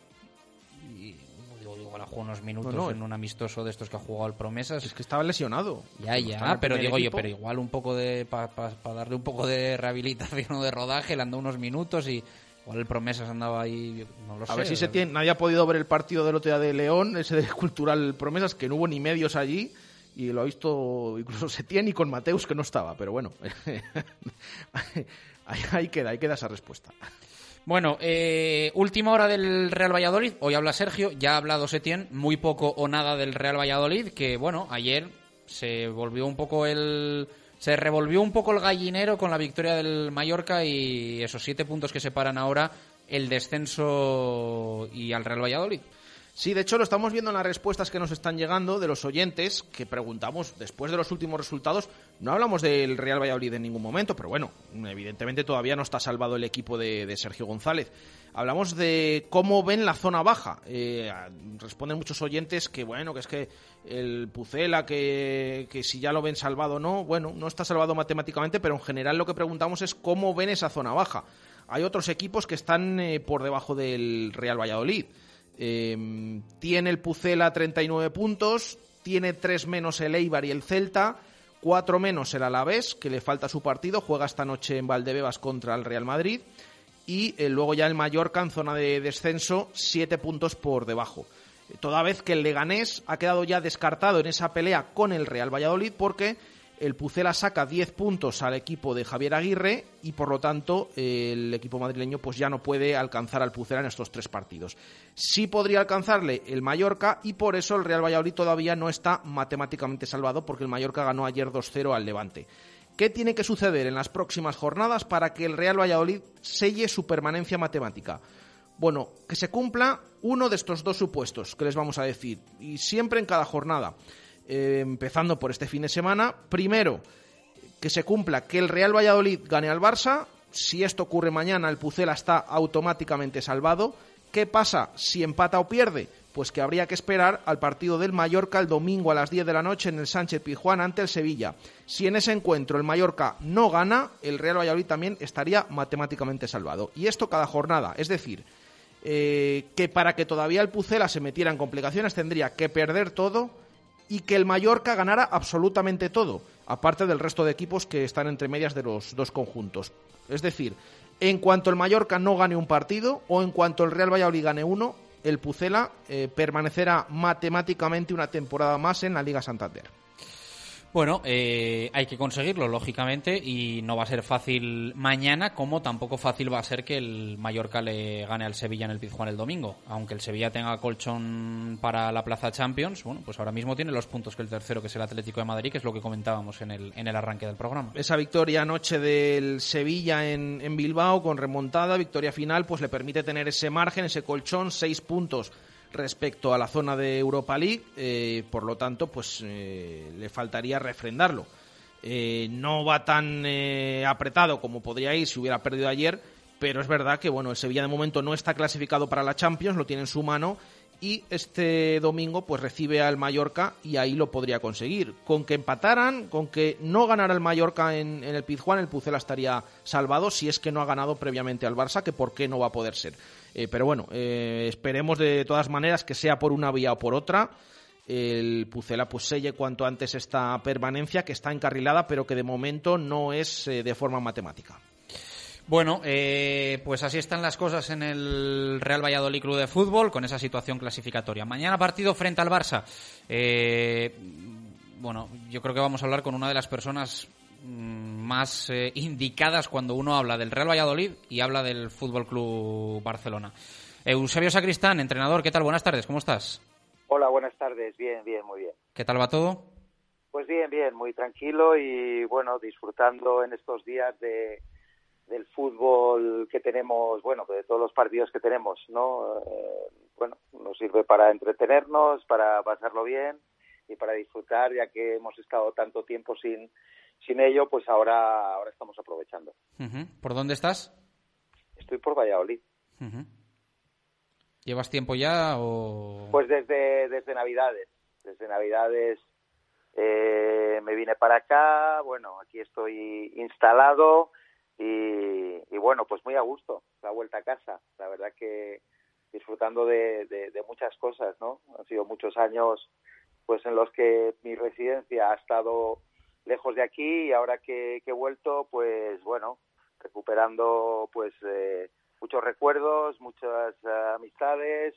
Y igual ha jugado unos minutos en un amistoso de estos que ha jugado el Promesas. Es que estaba lesionado. Ya, pero digo yo, pero igual un poco de para darle un poco de rehabilitación o de rodaje, le han dado unos minutos y igual el Promesas andaba ahí, no lo sé. A ver si Setién, nadie ha podido ver el partido del otro día de León, ese de Cultural Promesas, que no hubo ni medios allí, y lo ha visto incluso Setién y con Mateus, que no estaba, pero bueno, ahí queda esa respuesta. Bueno, última hora del Real Valladolid. Hoy habla Sergio, ya ha hablado Setién, muy poco o nada del Real Valladolid, que bueno, ayer se revolvió un poco el gallinero con la victoria del Mallorca y esos 7 puntos que separan ahora el descenso y al Real Valladolid. Sí, de hecho lo estamos viendo en las respuestas que nos están llegando de los oyentes, que preguntamos después de los últimos resultados. No hablamos del Real Valladolid en ningún momento, pero bueno, evidentemente todavía no está salvado el equipo de Sergio González. Hablamos de cómo ven la zona baja. Responden muchos oyentes que bueno, que es que el Pucela, que si ya lo ven salvado o no. Bueno, no está salvado matemáticamente, pero en general lo que preguntamos es cómo ven esa zona baja. Hay otros equipos que están por debajo del Real Valladolid. Tiene el Pucela 39 puntos, tiene 3 menos el Eibar y el Celta, 4 menos el Alavés, que le falta su partido, juega esta noche en Valdebebas contra el Real Madrid, y luego ya el Mallorca en zona de descenso, 7 puntos por debajo. Toda vez que el Leganés ha quedado ya descartado en esa pelea con el Real Valladolid, porque el Pucela saca 10 puntos al equipo de Javier Aguirre y por lo tanto el equipo madrileño pues ya no puede alcanzar al Pucela en estos 3 partidos. Sí podría alcanzarle el Mallorca y por eso el Real Valladolid todavía no está matemáticamente salvado, porque el Mallorca ganó ayer 2-0 al Levante. ¿Qué tiene que suceder en las próximas jornadas para que el Real Valladolid selle su permanencia matemática? Bueno, que se cumpla uno de estos 2 supuestos que les vamos a decir, y siempre en cada jornada. Empezando por este fin de semana. Primero, que se cumpla que el Real Valladolid gane al Barça. Si esto ocurre mañana, el Pucela está automáticamente salvado. ¿Qué pasa si empata o pierde? Pues que habría que esperar al partido del Mallorca el domingo a las 10 de la noche en el Sánchez-Pizjuán ante el Sevilla. Si en ese encuentro el Mallorca no gana, el Real Valladolid también estaría matemáticamente salvado. Y esto cada jornada, es decir, que para que todavía el Pucela se metiera en complicaciones tendría que perder todo y que el Mallorca ganara absolutamente todo, aparte del resto de equipos que están entre medias de los 2 conjuntos. Es decir, en cuanto el Mallorca no gane un partido o en cuanto el Real Valladolid gane uno, el Pucela permanecerá matemáticamente una temporada más en la Liga Santander. Bueno, hay que conseguirlo, lógicamente, y no va a ser fácil mañana, como tampoco fácil va a ser que el Mallorca le gane al Sevilla en el Pizjuán el domingo. Aunque el Sevilla tenga colchón para la plaza Champions, bueno, pues ahora mismo tiene los puntos que el tercero, que es el Atlético de Madrid, que es lo que comentábamos en el arranque del programa. Esa victoria anoche del Sevilla en Bilbao, con remontada, victoria final, pues le permite tener ese margen, ese colchón, 6 puntos respecto a la zona de Europa League, por lo tanto pues le faltaría refrendarlo. No va tan apretado como podría ir si hubiera perdido ayer, pero es verdad que bueno, el Sevilla de momento no está clasificado para la Champions, lo tiene en su mano, y este domingo pues recibe al Mallorca y ahí lo podría conseguir. Con que empataran, con que no ganara el Mallorca en el Pizjuán, el Pucela estaría salvado, si es que no ha ganado previamente al Barça, que por qué no va a poder ser. Pero bueno, esperemos de todas maneras que sea por una vía o por otra, el Pucela pues selle cuanto antes esta permanencia, que está encarrilada, pero que de momento no es de forma matemática. Bueno, pues así están las cosas en el Real Valladolid Club de Fútbol, con esa situación clasificatoria. Mañana partido frente al Barça. Bueno, yo creo que vamos a hablar con una de las personas más indicadas cuando uno habla del Real Valladolid y habla del Fútbol Club Barcelona. Eusebio Sacristán, entrenador, ¿qué tal? Buenas tardes, ¿cómo estás? Hola, buenas tardes, bien, muy bien. ¿Qué tal va todo? Pues bien, muy tranquilo y bueno, disfrutando en estos días del fútbol que tenemos, bueno, de todos los partidos que tenemos, ¿no? Bueno, nos sirve para entretenernos, para pasarlo bien y para disfrutar, ya que hemos estado tanto tiempo sin ello, pues ahora estamos aprovechando. Uh-huh. ¿Por dónde estás? Estoy por Valladolid. Uh-huh. ¿Llevas tiempo ya o...? Pues desde Navidades. Desde Navidades me vine para acá, bueno, aquí estoy instalado y bueno, pues muy a gusto, la vuelta a casa. La verdad que disfrutando de muchas cosas, ¿no? Han sido muchos años pues en los que mi residencia ha estado lejos de aquí y ahora que he vuelto, pues bueno, recuperando pues muchos recuerdos, muchas amistades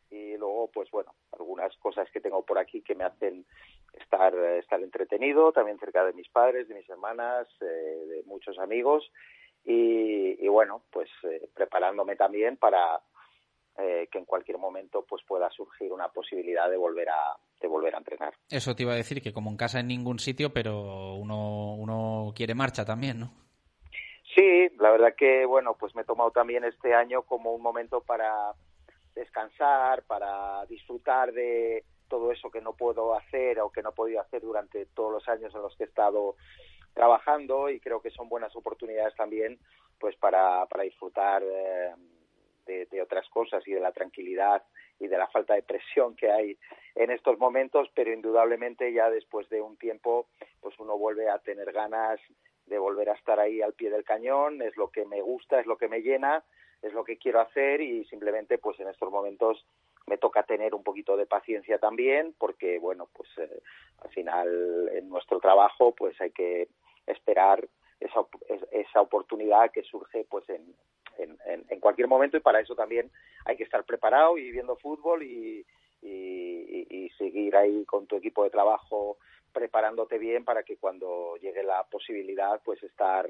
y luego pues bueno, algunas cosas que tengo por aquí que me hacen estar entretenido, también cerca de mis padres, de mis hermanas, de muchos amigos y bueno, pues preparándome también para que en cualquier momento pues pueda surgir una posibilidad de volver a entrenar. Eso te iba a decir, que como en casa en ningún sitio, pero uno quiere marcha también, ¿no? Sí, la verdad que bueno, pues me he tomado también este año como un momento para descansar, para disfrutar de todo eso que no puedo hacer o que no he podido hacer durante todos los años en los que he estado trabajando, y creo que son buenas oportunidades también pues para disfrutar de otras cosas y de la tranquilidad y de la falta de presión que hay en estos momentos, pero indudablemente ya después de un tiempo pues uno vuelve a tener ganas de volver a estar ahí al pie del cañón. Es lo que me gusta, es lo que me llena, es lo que quiero hacer, y simplemente pues en estos momentos me toca tener un poquito de paciencia también, porque bueno, pues al final en nuestro trabajo pues hay que esperar esa oportunidad que surge pues en cualquier momento, y para eso también hay que estar preparado y viendo fútbol y seguir ahí con tu equipo de trabajo preparándote bien para que cuando llegue la posibilidad pues estar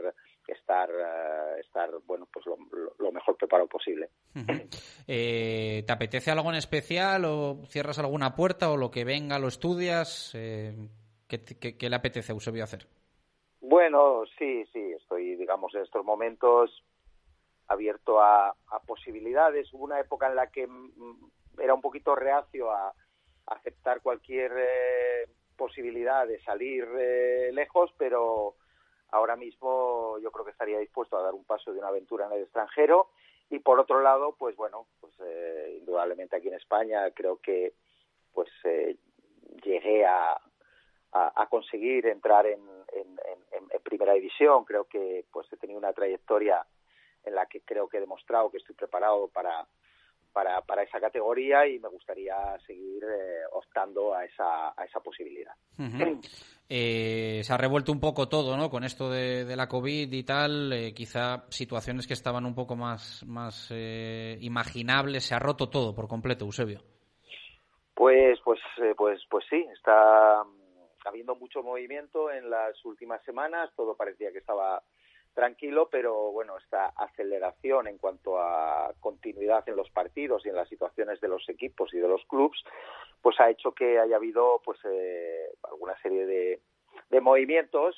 bueno, pues lo mejor preparado posible. Uh-huh. ¿Te apetece algo en especial o cierras alguna puerta o lo que venga lo estudias? ¿Qué le apetece a Eusebio hacer? Bueno, sí, estoy, digamos, en estos momentos abierto a posibilidades. Hubo una época en la que era un poquito reacio a aceptar cualquier posibilidad de salir lejos, pero ahora mismo yo creo que estaría dispuesto a dar un paso de una aventura en el extranjero. Y por otro lado, pues bueno, pues indudablemente aquí en España creo que pues llegué a conseguir entrar en primera división. Creo que pues he tenido una trayectoria en la que creo que he demostrado que estoy preparado para esa categoría, y me gustaría seguir optando a esa posibilidad. Uh-huh. Se ha revuelto un poco todo, ¿no? Con esto de la COVID y tal, quizá situaciones que estaban un poco más imaginables. Se ha roto todo por completo, Eusebio. Pues sí, está habiendo mucho movimiento en las últimas semanas. Todo parecía que estaba tranquilo, pero bueno, esta aceleración en cuanto a continuidad en los partidos y en las situaciones de los equipos y de los clubs, pues ha hecho que haya habido pues alguna serie de movimientos.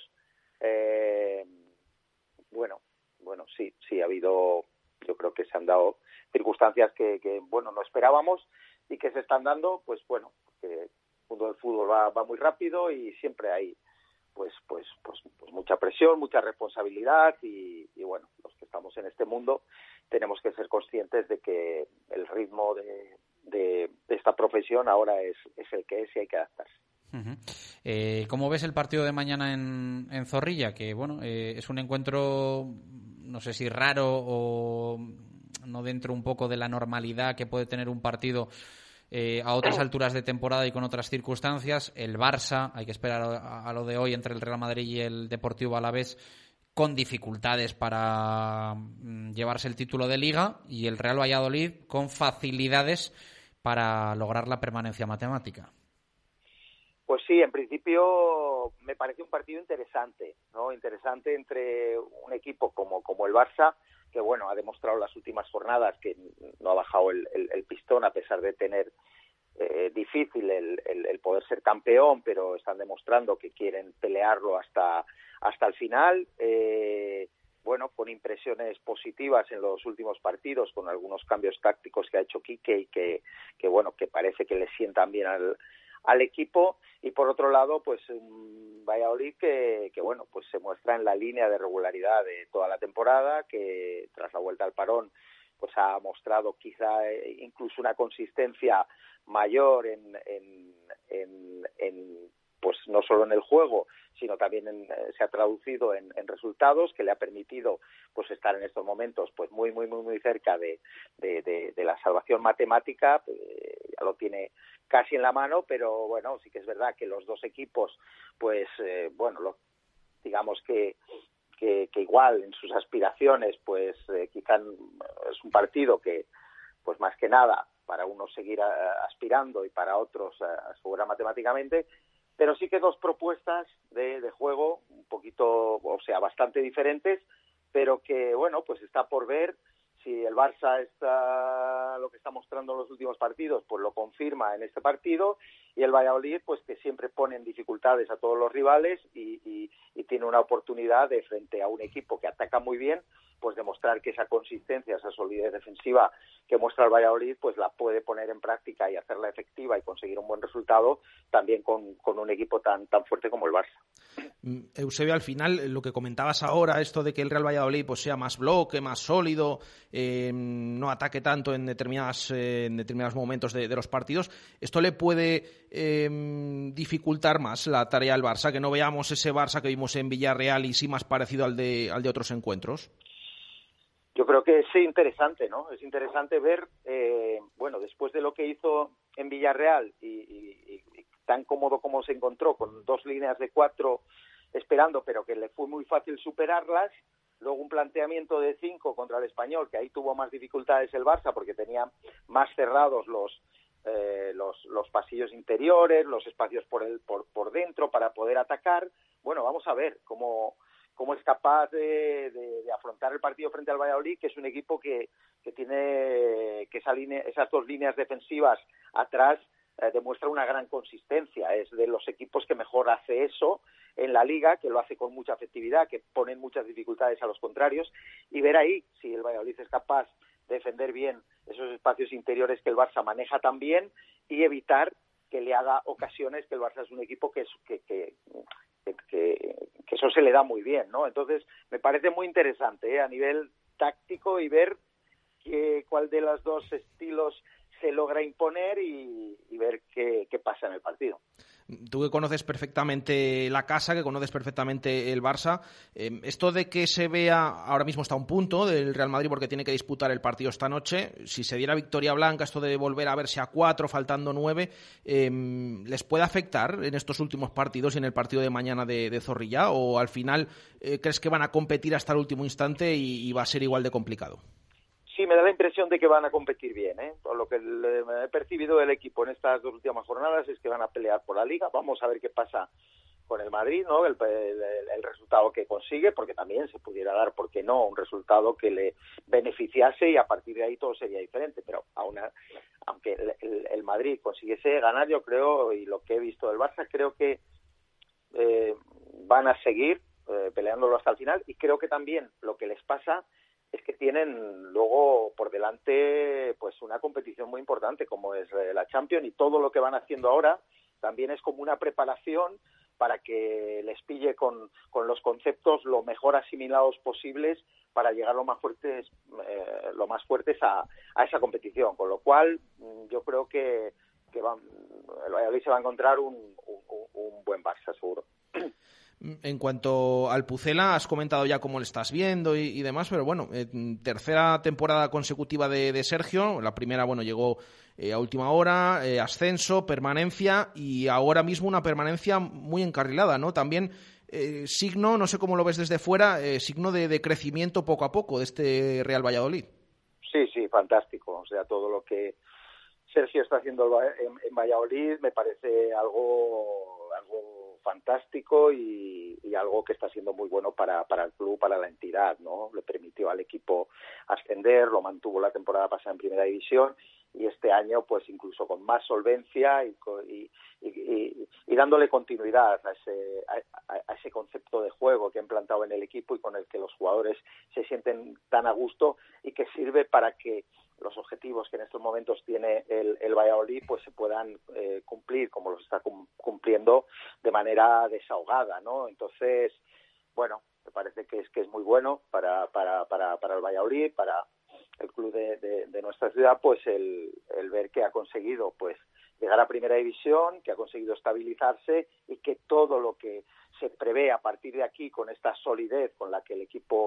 Bueno, sí ha habido, yo creo que se han dado circunstancias que bueno, no esperábamos y que se están dando, pues bueno, porque el mundo del fútbol va muy rápido y siempre hay pues mucha presión, mucha responsabilidad, y bueno, los que estamos en este mundo tenemos que ser conscientes de que el ritmo de esta profesión ahora es el que es, y hay que adaptarse. Uh-huh. ¿Cómo ves el partido de mañana en Zorrilla? Que bueno, es un encuentro, no sé si raro o no dentro un poco de la normalidad que puede tener un partido a otras alturas de temporada y con otras circunstancias. El Barça, hay que esperar a lo de hoy entre el Real Madrid y el Deportivo Alavés, con dificultades para llevarse el título de Liga, y el Real Valladolid con facilidades para lograr la permanencia matemática. Pues sí, en principio me parece un partido interesante, ¿no? Interesante entre un equipo como el Barça, que bueno, ha demostrado en las últimas jornadas que no ha bajado el pistón, a pesar de tener difícil el poder ser campeón, pero están demostrando que quieren pelearlo hasta el final. Bueno, con impresiones positivas en los últimos partidos, con algunos cambios tácticos que ha hecho Quique y que bueno, que parece que le sientan bien al equipo. Y por otro lado, pues un Valladolid que bueno, pues se muestra en la línea de regularidad de toda la temporada, que tras la vuelta al parón pues ha mostrado quizá incluso una consistencia mayor en pues no solo en el juego, sino también se ha traducido en resultados que le ha permitido pues estar en estos momentos pues muy cerca de la salvación matemática. Ya lo tiene casi en la mano, pero bueno, sí que es verdad que los dos equipos pues bueno, digamos que igual en sus aspiraciones pues quizá es un partido que pues más que nada para unos seguir aspirando y para otros asegurar matemáticamente, pero sí que dos propuestas de juego un poquito, o sea, bastante diferentes, pero que, bueno, pues está por ver. Si el Barça está lo que está mostrando en los últimos partidos, pues lo confirma en este partido, y el Valladolid, pues que siempre pone en dificultades a todos los rivales y tiene una oportunidad de, frente a un equipo que ataca muy bien, pues demostrar que esa consistencia, esa solidez defensiva que muestra el Valladolid, pues la puede poner en práctica y hacerla efectiva y conseguir un buen resultado también con un equipo tan fuerte como el Barça. Eusebio, al final, lo que comentabas ahora, esto de que el Real Valladolid pues sea más bloque, más sólido, no ataque tanto en determinados momentos de los partidos, ¿esto le puede dificultar más la tarea al Barça? Que no veamos ese Barça que vimos en Villarreal y sí más parecido al de otros encuentros. Yo creo que es interesante, ¿no? Es interesante ver, bueno, después de lo que hizo en Villarreal y tan cómodo como se encontró, con 2 líneas de 4 esperando, pero que le fue muy fácil superarlas. Luego un planteamiento de 5 contra el Español, que ahí tuvo más dificultades el Barça porque tenía más cerrados los pasillos interiores, los espacios por dentro para poder atacar. Bueno, vamos a ver cómo es capaz de afrontar el partido frente al Valladolid, que es un equipo que tiene que esas 2 líneas defensivas atrás demuestra una gran consistencia. Es de los equipos que mejor hace eso en la Liga, que lo hace con mucha efectividad, que ponen muchas dificultades a los contrarios, y ver ahí si el Valladolid es capaz de defender bien esos espacios interiores que el Barça maneja tan bien y evitar que le haga ocasiones, que el Barça es un equipo que eso se le da muy bien, ¿no? Entonces, me parece muy interesante a nivel táctico y ver cuál de los dos estilos se logra imponer y ver qué pasa en el partido. Tú que conoces perfectamente la casa, que conoces perfectamente el Barça, esto de que se vea, ahora mismo está a un punto del Real Madrid porque tiene que disputar el partido esta noche, si se diera victoria blanca, esto de volver a verse a 4, faltando 9, ¿les puede afectar en estos últimos partidos y en el partido de mañana de Zorrilla? ¿O al final crees que van a competir hasta el último instante y va a ser igual de complicado? Sí, me da la impresión de que van a competir bien, ¿eh? Por lo que he percibido del equipo en estas 2 últimas jornadas es que van a pelear por la Liga. Vamos a ver qué pasa con el Madrid, ¿no? El resultado que consigue, porque también se pudiera dar, ¿por qué no?, un resultado que le beneficiase y a partir de ahí todo sería diferente. Pero aunque el Madrid consiguiese ganar, yo creo, y lo que he visto del Barça, creo que van a seguir peleándolo hasta el final, y creo que también lo que les pasa es que tienen luego por delante pues una competición muy importante como es la Champions, y todo lo que van haciendo ahora también es como una preparación para que les pille con los conceptos lo mejor asimilados posibles para llegar lo más fuertes a esa competición, con lo cual yo creo que el Valladolid se va a encontrar un buen Barça seguro. En cuanto al Pucela, has comentado ya cómo le estás viendo y demás, pero bueno, tercera temporada consecutiva de Sergio. La primera, bueno, llegó a última hora, ascenso, permanencia y ahora mismo una permanencia muy encarrilada, ¿no? También signo, no sé cómo lo ves desde fuera, signo de crecimiento poco a poco de este Real Valladolid. Sí, fantástico. O sea, todo lo que Sergio está haciendo en Valladolid me parece algo fantástico y algo que está siendo muy bueno para el club, para la entidad, ¿no? Le permitió al equipo ascender, lo mantuvo la temporada pasada en Primera División y este año pues incluso con más solvencia y dándole continuidad a ese concepto de juego que ha implantado en el equipo y con el que los jugadores se sienten tan a gusto y que sirve para que los objetivos que en estos momentos tiene el Valladolid pues se puedan cumplir como los está cumpliendo de manera desahogada, ¿no? Entonces, bueno, me parece que es muy bueno para el Valladolid, para el club de nuestra ciudad, pues el ver que ha conseguido pues llegar a Primera División, que ha conseguido estabilizarse y que todo lo que se prevé a partir de aquí con esta solidez con la que el equipo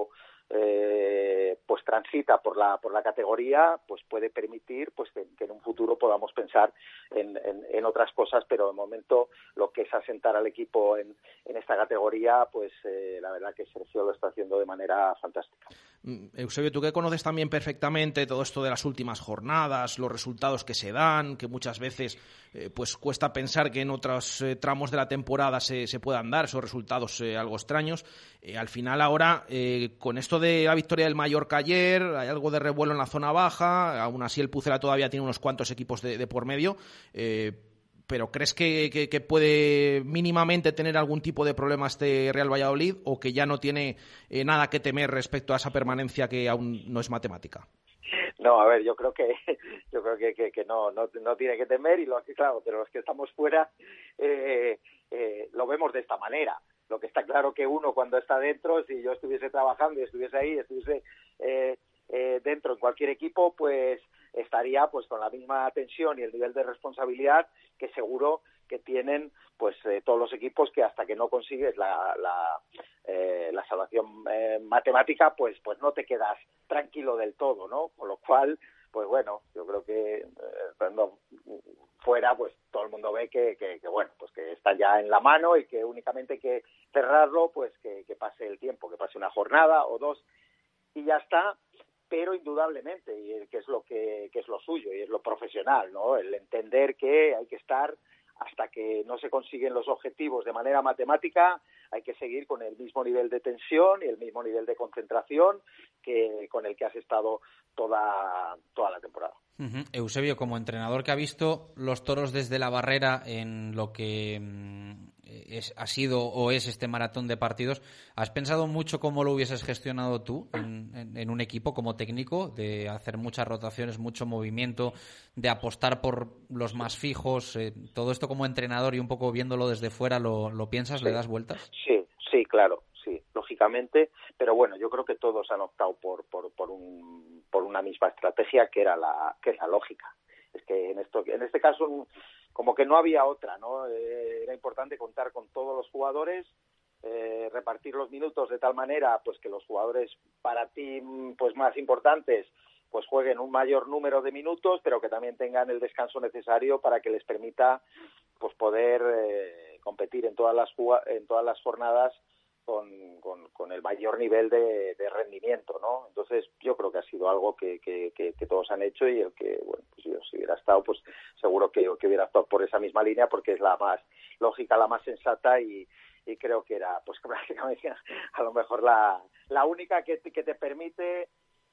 pues transita por la categoría, pues puede permitir pues que en un futuro podamos pensar en otras cosas, pero de momento lo que es asentar al equipo en esta categoría, pues la verdad que Sergio lo está haciendo de manera fantástica. Eusebio, tú que conoces también perfectamente todo esto de las últimas jornadas, los resultados que se dan, que muchas veces pues cuesta pensar que en otros tramos de la temporada se puedan dar esos resultados algo extraños. Al final ahora, con esto de la victoria del Mallorca ayer, hay algo de revuelo en la zona baja, aún así el Pucela todavía tiene unos cuantos equipos de por medio, pero ¿crees que puede mínimamente tener algún tipo de problema este Real Valladolid o que ya no tiene nada que temer respecto a esa permanencia que aún no es matemática? No, a ver, yo creo que no tiene que temer, y claro, pero los que estamos fuera lo vemos de esta manera. Lo que está claro que uno cuando está dentro, si yo estuviese trabajando y estuviese ahí, dentro en cualquier equipo, pues estaría pues con la misma tensión y el nivel de responsabilidad que seguro que tienen pues todos los equipos, que hasta que no consigues la salvación matemática, pues no te quedas tranquilo del todo, ¿no? Con lo cual, pues bueno, yo creo que cuando fuera, pues todo el mundo ve que bueno, pues que está ya en la mano y que únicamente hay que cerrarlo, pues que pase el tiempo, que pase una jornada o dos y ya está. Pero indudablemente, y que es lo suyo y es lo profesional, ¿no? El entender que hay que estar hasta que no se consiguen los objetivos de manera matemática, hay que seguir con el mismo nivel de tensión y el mismo nivel de concentración que con el que has estado toda la temporada. Uh-huh. Eusebio, como entrenador que ha visto los toros desde la barrera en lo que ha sido o es este maratón de partidos, ¿has pensado mucho cómo lo hubieses gestionado tú en un equipo como técnico, de hacer muchas rotaciones, mucho movimiento, de apostar por los más fijos? Todo esto como entrenador y un poco viéndolo desde fuera, ¿lo piensas, le das vueltas? Sí, claro, sí, lógicamente, pero bueno, yo creo que todos han optado por una misma estrategia que es la lógica. Es que en este caso como que no había otra, ¿no? Era importante contar con todos los jugadores, repartir los minutos de tal manera pues que los jugadores para ti pues más importantes pues jueguen un mayor número de minutos, pero que también tengan el descanso necesario para que les permita pues poder competir en todas las jornadas con el mayor nivel de rendimiento, ¿no? Entonces yo creo que ha sido algo que todos han hecho, y el que, bueno, pues yo si hubiera estado, pues seguro que hubiera estado por esa misma línea, porque es la más lógica, la más sensata, y creo que era pues prácticamente a lo mejor la única que te permite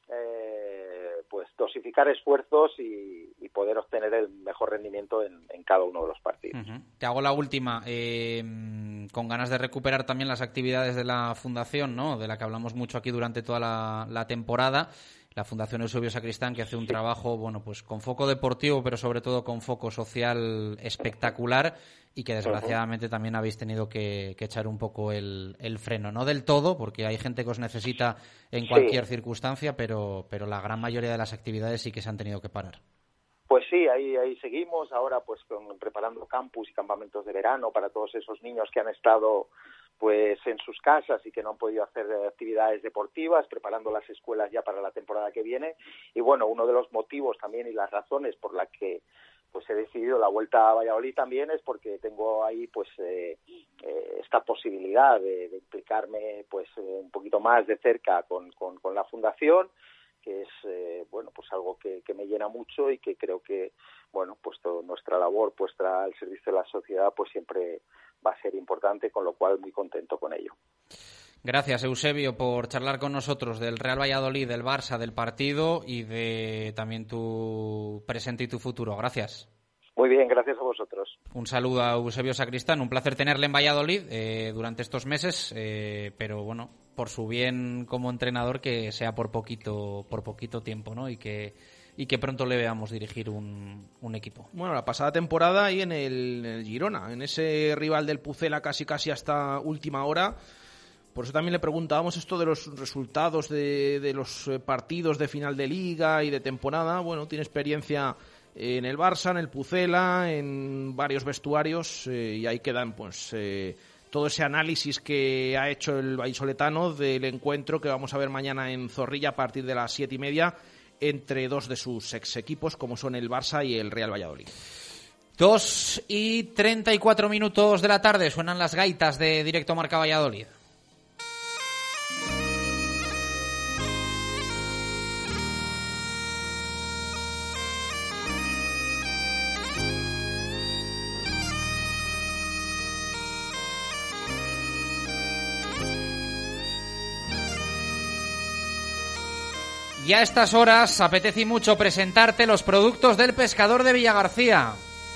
pues dosificar esfuerzos y poder obtener el mejor rendimiento en cada uno de los partidos. Uh-huh. Te hago la última, con ganas de recuperar también las actividades de la Fundación, ¿no?, de la que hablamos mucho aquí durante toda la temporada. La Fundación Eusebio Sacristán, que hace un trabajo, bueno, pues con foco deportivo, pero sobre todo con foco social espectacular, y que desgraciadamente también habéis tenido que echar un poco el freno. No del todo, porque hay gente que os necesita en cualquier circunstancia, pero la gran mayoría de las actividades sí que se han tenido que parar. Pues sí, ahí seguimos ahora pues preparando campus y campamentos de verano para todos esos niños que han estado pues en sus casas y que no han podido hacer actividades deportivas, preparando las escuelas ya para la temporada que viene. Y bueno, uno de los motivos también y las razones por las que pues he decidido la vuelta a Valladolid también es porque tengo ahí pues esta posibilidad de implicarme pues un poquito más de cerca con la Fundación, que es bueno pues algo que me llena mucho, y que creo que bueno pues toda nuestra labor puesta al servicio de la sociedad pues siempre va a ser importante, con lo cual muy contento con ello. Gracias, Eusebio, por charlar con nosotros del Real Valladolid, del Barça, del partido y de también tu presente y tu futuro. Gracias. Muy bien, gracias a vosotros. Un saludo a Eusebio Sacristán, un placer tenerle en Valladolid durante estos meses, pero bueno, por su bien como entrenador, que sea por poquito tiempo, ¿no? Y que pronto le veamos dirigir un equipo. Bueno, la pasada temporada ahí en el Girona, en ese rival del Pucela casi hasta última hora. Por eso también le preguntábamos esto de los resultados de los partidos de final de liga y de temporada. Bueno, tiene experiencia en el Barça, en el Pucela, en varios vestuarios, y ahí quedan pues todo ese análisis que ha hecho el vallisoletano del encuentro que vamos a ver mañana en Zorrilla a partir de las 7:30 entre dos de sus ex equipos, como son el Barça y el Real Valladolid. 2:34 de la tarde, suenan las gaitas de Directo Marca Valladolid. Y a estas horas apetece mucho presentarte los productos del Pescador de Villagarcía.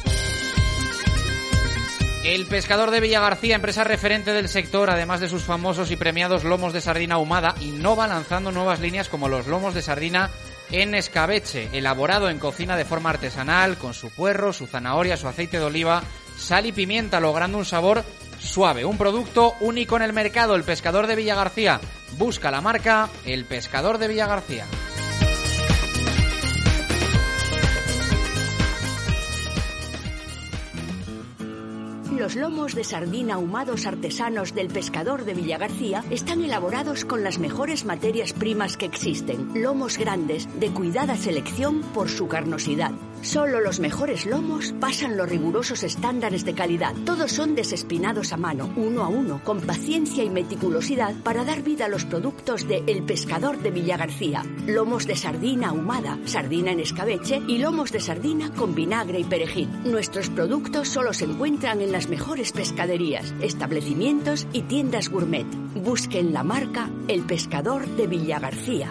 El Pescador de Villagarcía, empresa referente del sector, además de sus famosos y premiados lomos de sardina ahumada, innova lanzando nuevas líneas como los lomos de sardina en escabeche, elaborado en cocina de forma artesanal, con su puerro, su zanahoria, su aceite de oliva, sal y pimienta, logrando un sabor suave. Un producto único en el mercado, el Pescador de Villagarcía. Busca la marca El Pescador de Villagarcía. Los lomos de sardina ahumados artesanos del Pescador de Villagarcía están elaborados con las mejores materias primas que existen. Lomos grandes, de cuidada selección por su carnosidad. Solo los mejores lomos pasan los rigurosos estándares de calidad. Todos son desespinados a mano, uno a uno, con paciencia y meticulosidad para dar vida a los productos de El Pescador de Villagarcía. Lomos de sardina ahumada, sardina en escabeche y lomos de sardina con vinagre y perejil. Nuestros productos solo se encuentran en las mejores pescaderías, establecimientos y tiendas gourmet. Busquen la marca El Pescador de Villagarcía.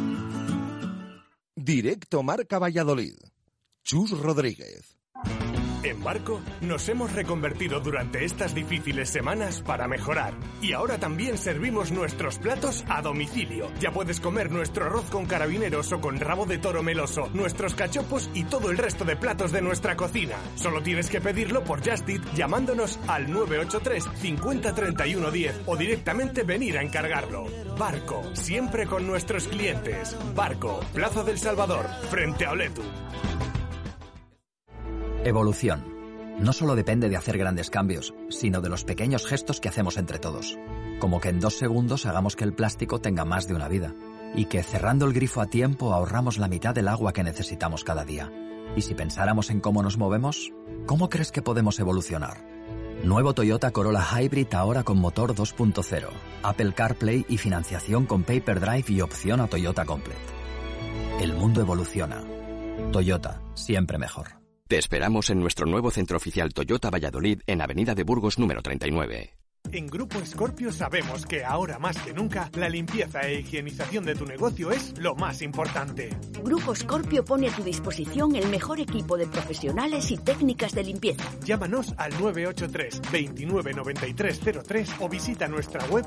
Directo Marca Valladolid. Chus Rodríguez. En Barco nos hemos reconvertido durante estas difíciles semanas para mejorar. Y ahora también servimos nuestros platos a domicilio. Ya puedes comer nuestro arroz con carabineros o con rabo de toro meloso, nuestros cachopos y todo el resto de platos de nuestra cocina. Solo tienes que pedirlo por Just Eat llamándonos al 983 50 31 10 o directamente venir a encargarlo. Barco, siempre con nuestros clientes. Barco, Plaza del Salvador, frente a Oletu. Evolución. No solo depende de hacer grandes cambios, sino de los pequeños gestos que hacemos entre todos. Como que en 2 segundos hagamos que el plástico tenga más de una vida. Y que cerrando el grifo a tiempo ahorramos la mitad del agua que necesitamos cada día. Y si pensáramos en cómo nos movemos, ¿cómo crees que podemos evolucionar? Nuevo Toyota Corolla Hybrid ahora con motor 2.0, Apple CarPlay y financiación con Paper Drive y opción a Toyota Complete. El mundo evoluciona. Toyota, siempre mejor. Te esperamos en nuestro nuevo centro oficial Toyota Valladolid en Avenida de Burgos número 39. En Grupo Scorpio sabemos que ahora más que nunca la limpieza e higienización de tu negocio es lo más importante. Grupo Scorpio pone a tu disposición el mejor equipo de profesionales y técnicas de limpieza. Llámanos al 983 29 93 03 o visita nuestra web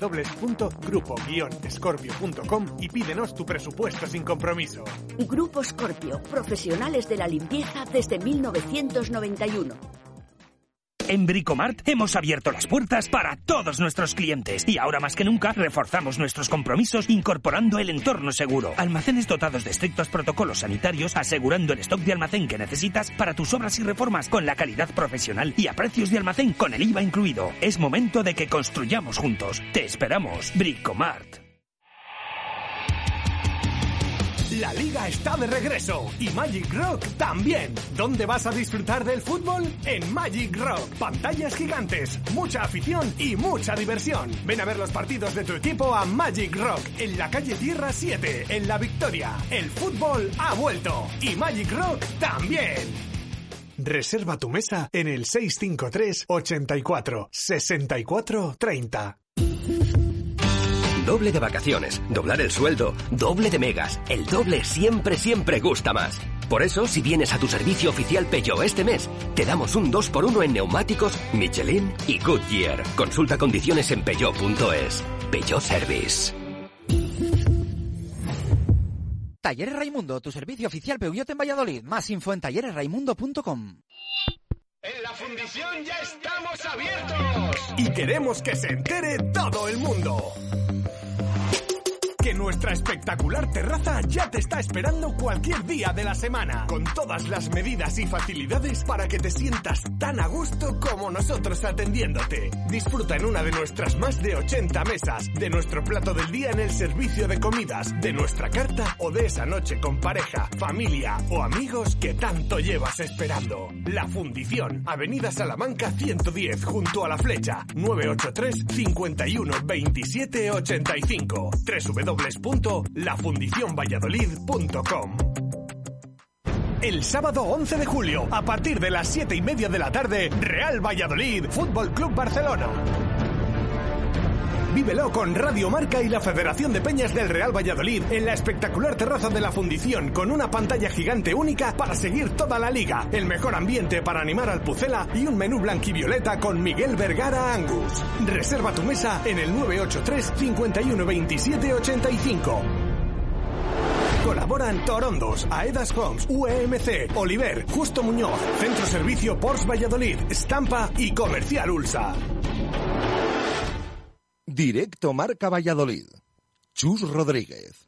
www.grupo-scorpio.com y pídenos tu presupuesto sin compromiso. Grupo Scorpio, profesionales de la limpieza desde 1991. En Bricomart hemos abierto las puertas para todos nuestros clientes y ahora más que nunca reforzamos nuestros compromisos incorporando el entorno seguro. Almacenes dotados de estrictos protocolos sanitarios asegurando el stock de almacén que necesitas para tus obras y reformas con la calidad profesional y a precios de almacén con el IVA incluido. Es momento de que construyamos juntos. Te esperamos. Bricomart. La Liga está de regreso y Magic Rock también. ¿Dónde vas a disfrutar del fútbol? En Magic Rock. Pantallas gigantes, mucha afición y mucha diversión. Ven a ver los partidos de tu equipo a Magic Rock en la calle Tierra 7, en La Victoria. El fútbol ha vuelto y Magic Rock también. Reserva tu mesa en el 653 84 64 30. Doble de vacaciones, doblar el sueldo, doble de megas. El doble siempre, siempre gusta más. Por eso, si vienes a tu servicio oficial Peugeot este mes, te damos un 2x1 en neumáticos, Michelin y Goodyear. Consulta condiciones en peugeot.es. Peugeot Service. Talleres Raimundo, tu servicio oficial Peugeot en Valladolid. Más info en talleresraimundo.com. En la fundición ya estamos abiertos y queremos que se entere todo el mundo. que nuestra espectacular terraza ya te está esperando cualquier día de la semana, con todas las medidas y facilidades para que te sientas tan a gusto como nosotros atendiéndote. Disfruta en una de nuestras más de 80 mesas, de nuestro plato del día en el servicio de comidas, de nuestra carta o de esa noche con pareja, familia o amigos que tanto llevas esperando. La Fundición, Avenida Salamanca 110, junto a La Flecha, 983 51 27 85, www.lafundicionvalladolid.com. El sábado 11 de julio, a partir de las 7:30 de la tarde, Real Valladolid, Fútbol Club Barcelona. Vívelo con Radio Marca y la Federación de Peñas del Real Valladolid en la espectacular terraza de la Fundición, con una pantalla gigante única para seguir toda la liga, el mejor ambiente para animar al Pucela y un menú blanquivioleta con Miguel Vergara Angus. Reserva tu mesa en el 983 51 27 85. Colaboran Torondos, Aedas Homes, UEMC, Oliver, Justo Muñoz, Centro Servicio Porsche Valladolid, Stampa y Comercial Ulsa. Directo Marca Valladolid. Chus Rodríguez.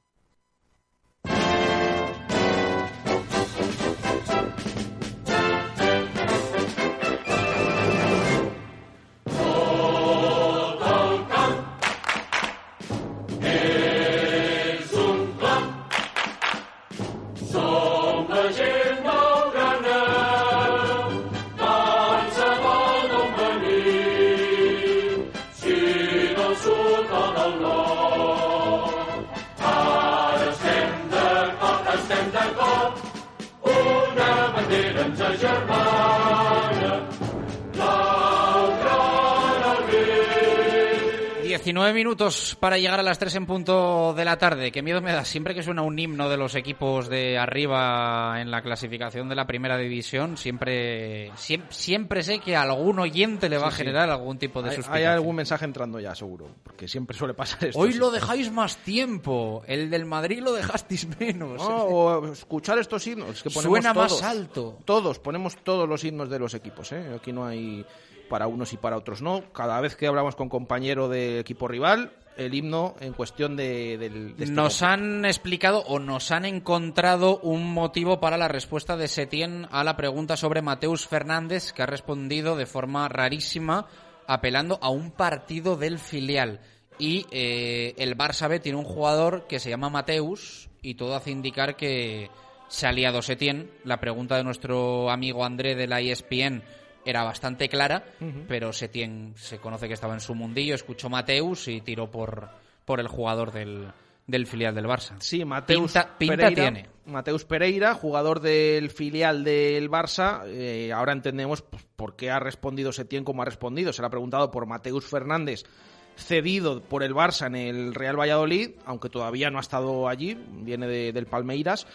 Esperança germana, blaugrana al 19 minutos para llegar a las 3 en punto de la tarde. Qué miedo me da siempre que suena un himno de los equipos de arriba en la clasificación de la primera división. Siempre sé que a algún oyente le va a generar algún tipo de suspicacia. Hay algún mensaje entrando ya, seguro, porque siempre suele pasar esto. Hoy lo dejáis más tiempo, el del Madrid lo dejasteis menos. No, o escuchar estos himnos que ponemos suena todos, más alto. Ponemos todos los himnos de los equipos, ¿eh? Aquí no hay para unos y para otros no. Cada vez que hablamos con compañero de equipo rival, el himno en cuestión de este nos han explicado o nos han encontrado un motivo para la respuesta de Setién a la pregunta sobre Mateus Fernández, que ha respondido de forma rarísima apelando a un partido del filial. Y el Barça B tiene un jugador que se llama Mateus y todo hace indicar que se ha liado Setién. La pregunta de nuestro amigo André de la ESPN era bastante clara, pero Setién se conoce que estaba en su mundillo, escuchó Mateus y tiró por el jugador del filial del Barça. Sí, Mateus Pinta tiene. Mateus Pereira, jugador del filial del Barça. Ahora entendemos por qué ha respondido Setién como ha respondido. Se le ha preguntado por Mateus Fernández, cedido por el Barça en el Real Valladolid, aunque todavía no ha estado allí, viene del Palmeiras.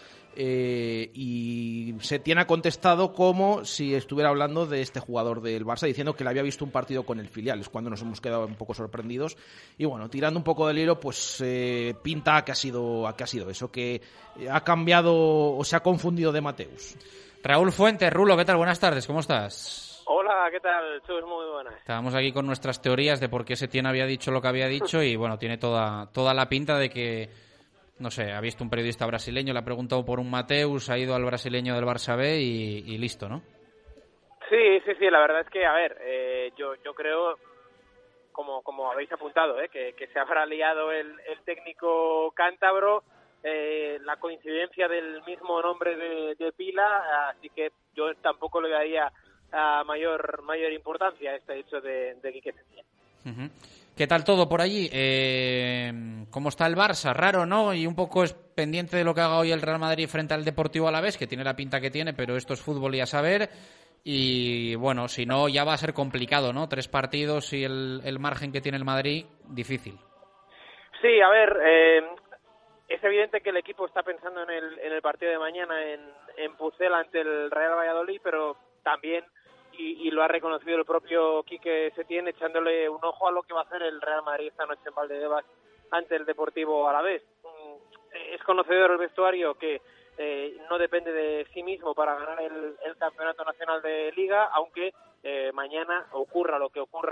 Y Setién ha contestado como si estuviera hablando de este jugador del Barça, diciendo que le había visto un partido con el filial. Es cuando nos hemos quedado un poco sorprendidos. Y bueno, tirando un poco del hilo, pues pinta a que ha sido eso, que ha cambiado o se ha confundido de Mateus. Raúl Fuentes, Rulo, ¿qué tal? Buenas tardes, ¿cómo estás? Hola, ¿qué tal? Chus, muy buenas. Estábamos aquí con nuestras teorías de por qué Setién había dicho lo que había dicho y bueno, tiene toda la pinta de que, no sé, ha visto un periodista brasileño, le ha preguntado por un Mateus, ha ido al brasileño del Barça B y listo, ¿no? Sí, la verdad es que, a ver, yo creo, como habéis apuntado, que se habrá liado el técnico cántabro, la coincidencia del mismo nombre de pila, así que yo tampoco le daría mayor importancia a este hecho de Quique Setién. Uh-huh. ¿Qué tal todo por allí? ¿Cómo está el Barça? Raro, ¿no? Y un poco es pendiente de lo que haga hoy el Real Madrid frente al Deportivo Alavés, que tiene la pinta que tiene, pero esto es fútbol y a saber. Y bueno, si no, ya va a ser complicado, ¿no? 3 partidos y el margen que tiene el Madrid, difícil. Sí, a ver, es evidente que el equipo está pensando en el partido de mañana en Pucela ante el Real Valladolid, pero también, y lo ha reconocido el propio Quique Setién, echándole un ojo a lo que va a hacer el Real Madrid esta noche en Valdebebas ante el Deportivo Alavés. Es conocedor el vestuario que no depende de sí mismo para ganar el Campeonato Nacional de Liga, aunque mañana ocurra lo que ocurra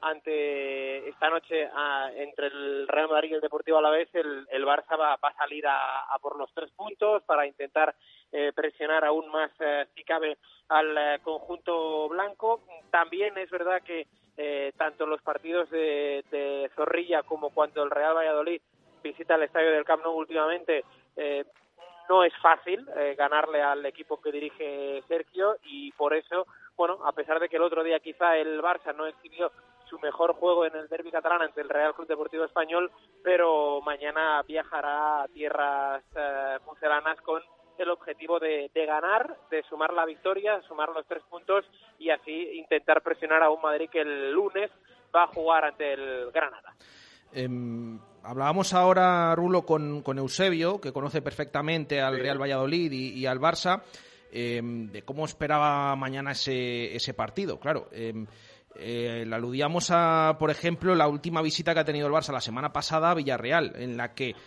ante esta noche entre el Real Madrid y el Deportivo Alavés, el Barça va a salir a por los 3 puntos para intentar presionar aún más, si cabe, al conjunto blanco. También es verdad que tanto los partidos de Zorrilla como cuando el Real Valladolid visita el estadio del Camp Nou últimamente, no es fácil ganarle al equipo que dirige Sergio, y por eso, bueno, a pesar de que el otro día quizá el Barça no exhibió su mejor juego en el derbi catalán ante el Real Club Deportivo Español, pero mañana viajará a tierras pucelanas con el objetivo de ganar, de sumar la victoria, sumar los 3 puntos y así intentar presionar a un Madrid que el lunes va a jugar ante el Granada. Hablábamos ahora, Rulo, con Eusebio, que conoce perfectamente al Real Valladolid y al Barça, de cómo esperaba mañana ese partido. Claro, le aludíamos a, por ejemplo, la última visita que ha tenido el Barça la semana pasada a Villarreal, en la que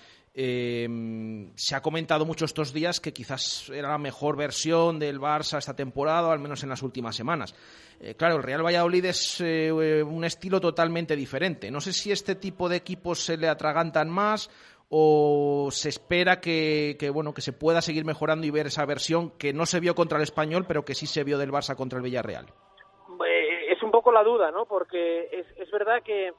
se ha comentado mucho estos días que quizás era la mejor versión del Barça esta temporada, o al menos en las últimas semanas. Claro, el Real Valladolid es un estilo totalmente diferente. No sé si este tipo de equipos se le atragantan más o se espera que se pueda seguir mejorando y ver esa versión que no se vio contra el Español, pero que sí se vio del Barça contra el Villarreal. Es un poco la duda, ¿no? Porque es verdad que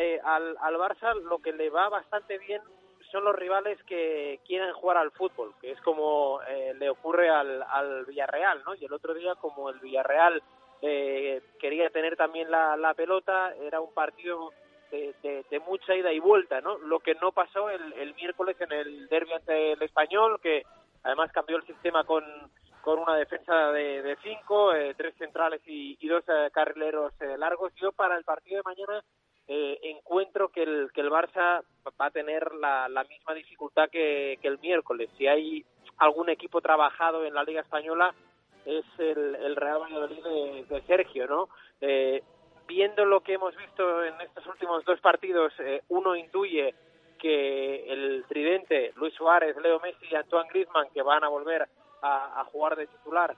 al Barça lo que le va bastante bien son los rivales que quieren jugar al fútbol, que es como le ocurre al Villarreal, ¿no? Y el otro día, como el Villarreal quería tener también la pelota, era un partido de mucha ida y vuelta, ¿no? Lo que no pasó el miércoles en el derbi ante el Español, que además cambió el sistema con una defensa de 5, 3 centrales y 2 carrileros largos. Yo para el partido de mañana encuentro que el Barça va a tener la misma dificultad que el miércoles. Si hay algún equipo trabajado en la Liga Española es el Real Valladolid de Sergio, ¿no? Viendo lo que hemos visto en estos últimos 2 partidos, uno intuye que el tridente, Luis Suárez, Leo Messi y Antoine Griezmann, que van a volver a jugar de titular,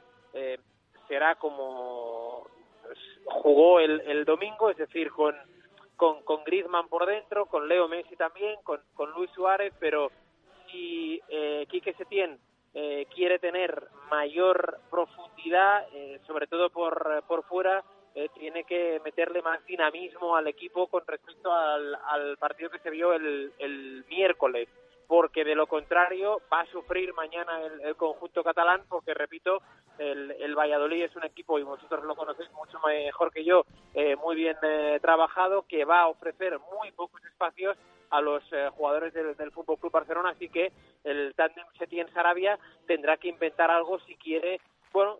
será como jugó el domingo, es decir, con Griezmann por dentro, con Leo Messi también, con Luis Suárez, pero si Quique Setién quiere tener mayor profundidad, sobre todo por fuera, tiene que meterle más dinamismo al equipo con respecto al partido que se vio el miércoles, porque de lo contrario va a sufrir mañana el conjunto catalán, porque repito, el Valladolid es un equipo, y vosotros lo conocéis mucho mejor que yo, muy bien trabajado, que va a ofrecer muy pocos espacios a los jugadores del Fútbol Club Barcelona, así que el tándem Setién-Sarabia tendrá que inventar algo si quiere, bueno,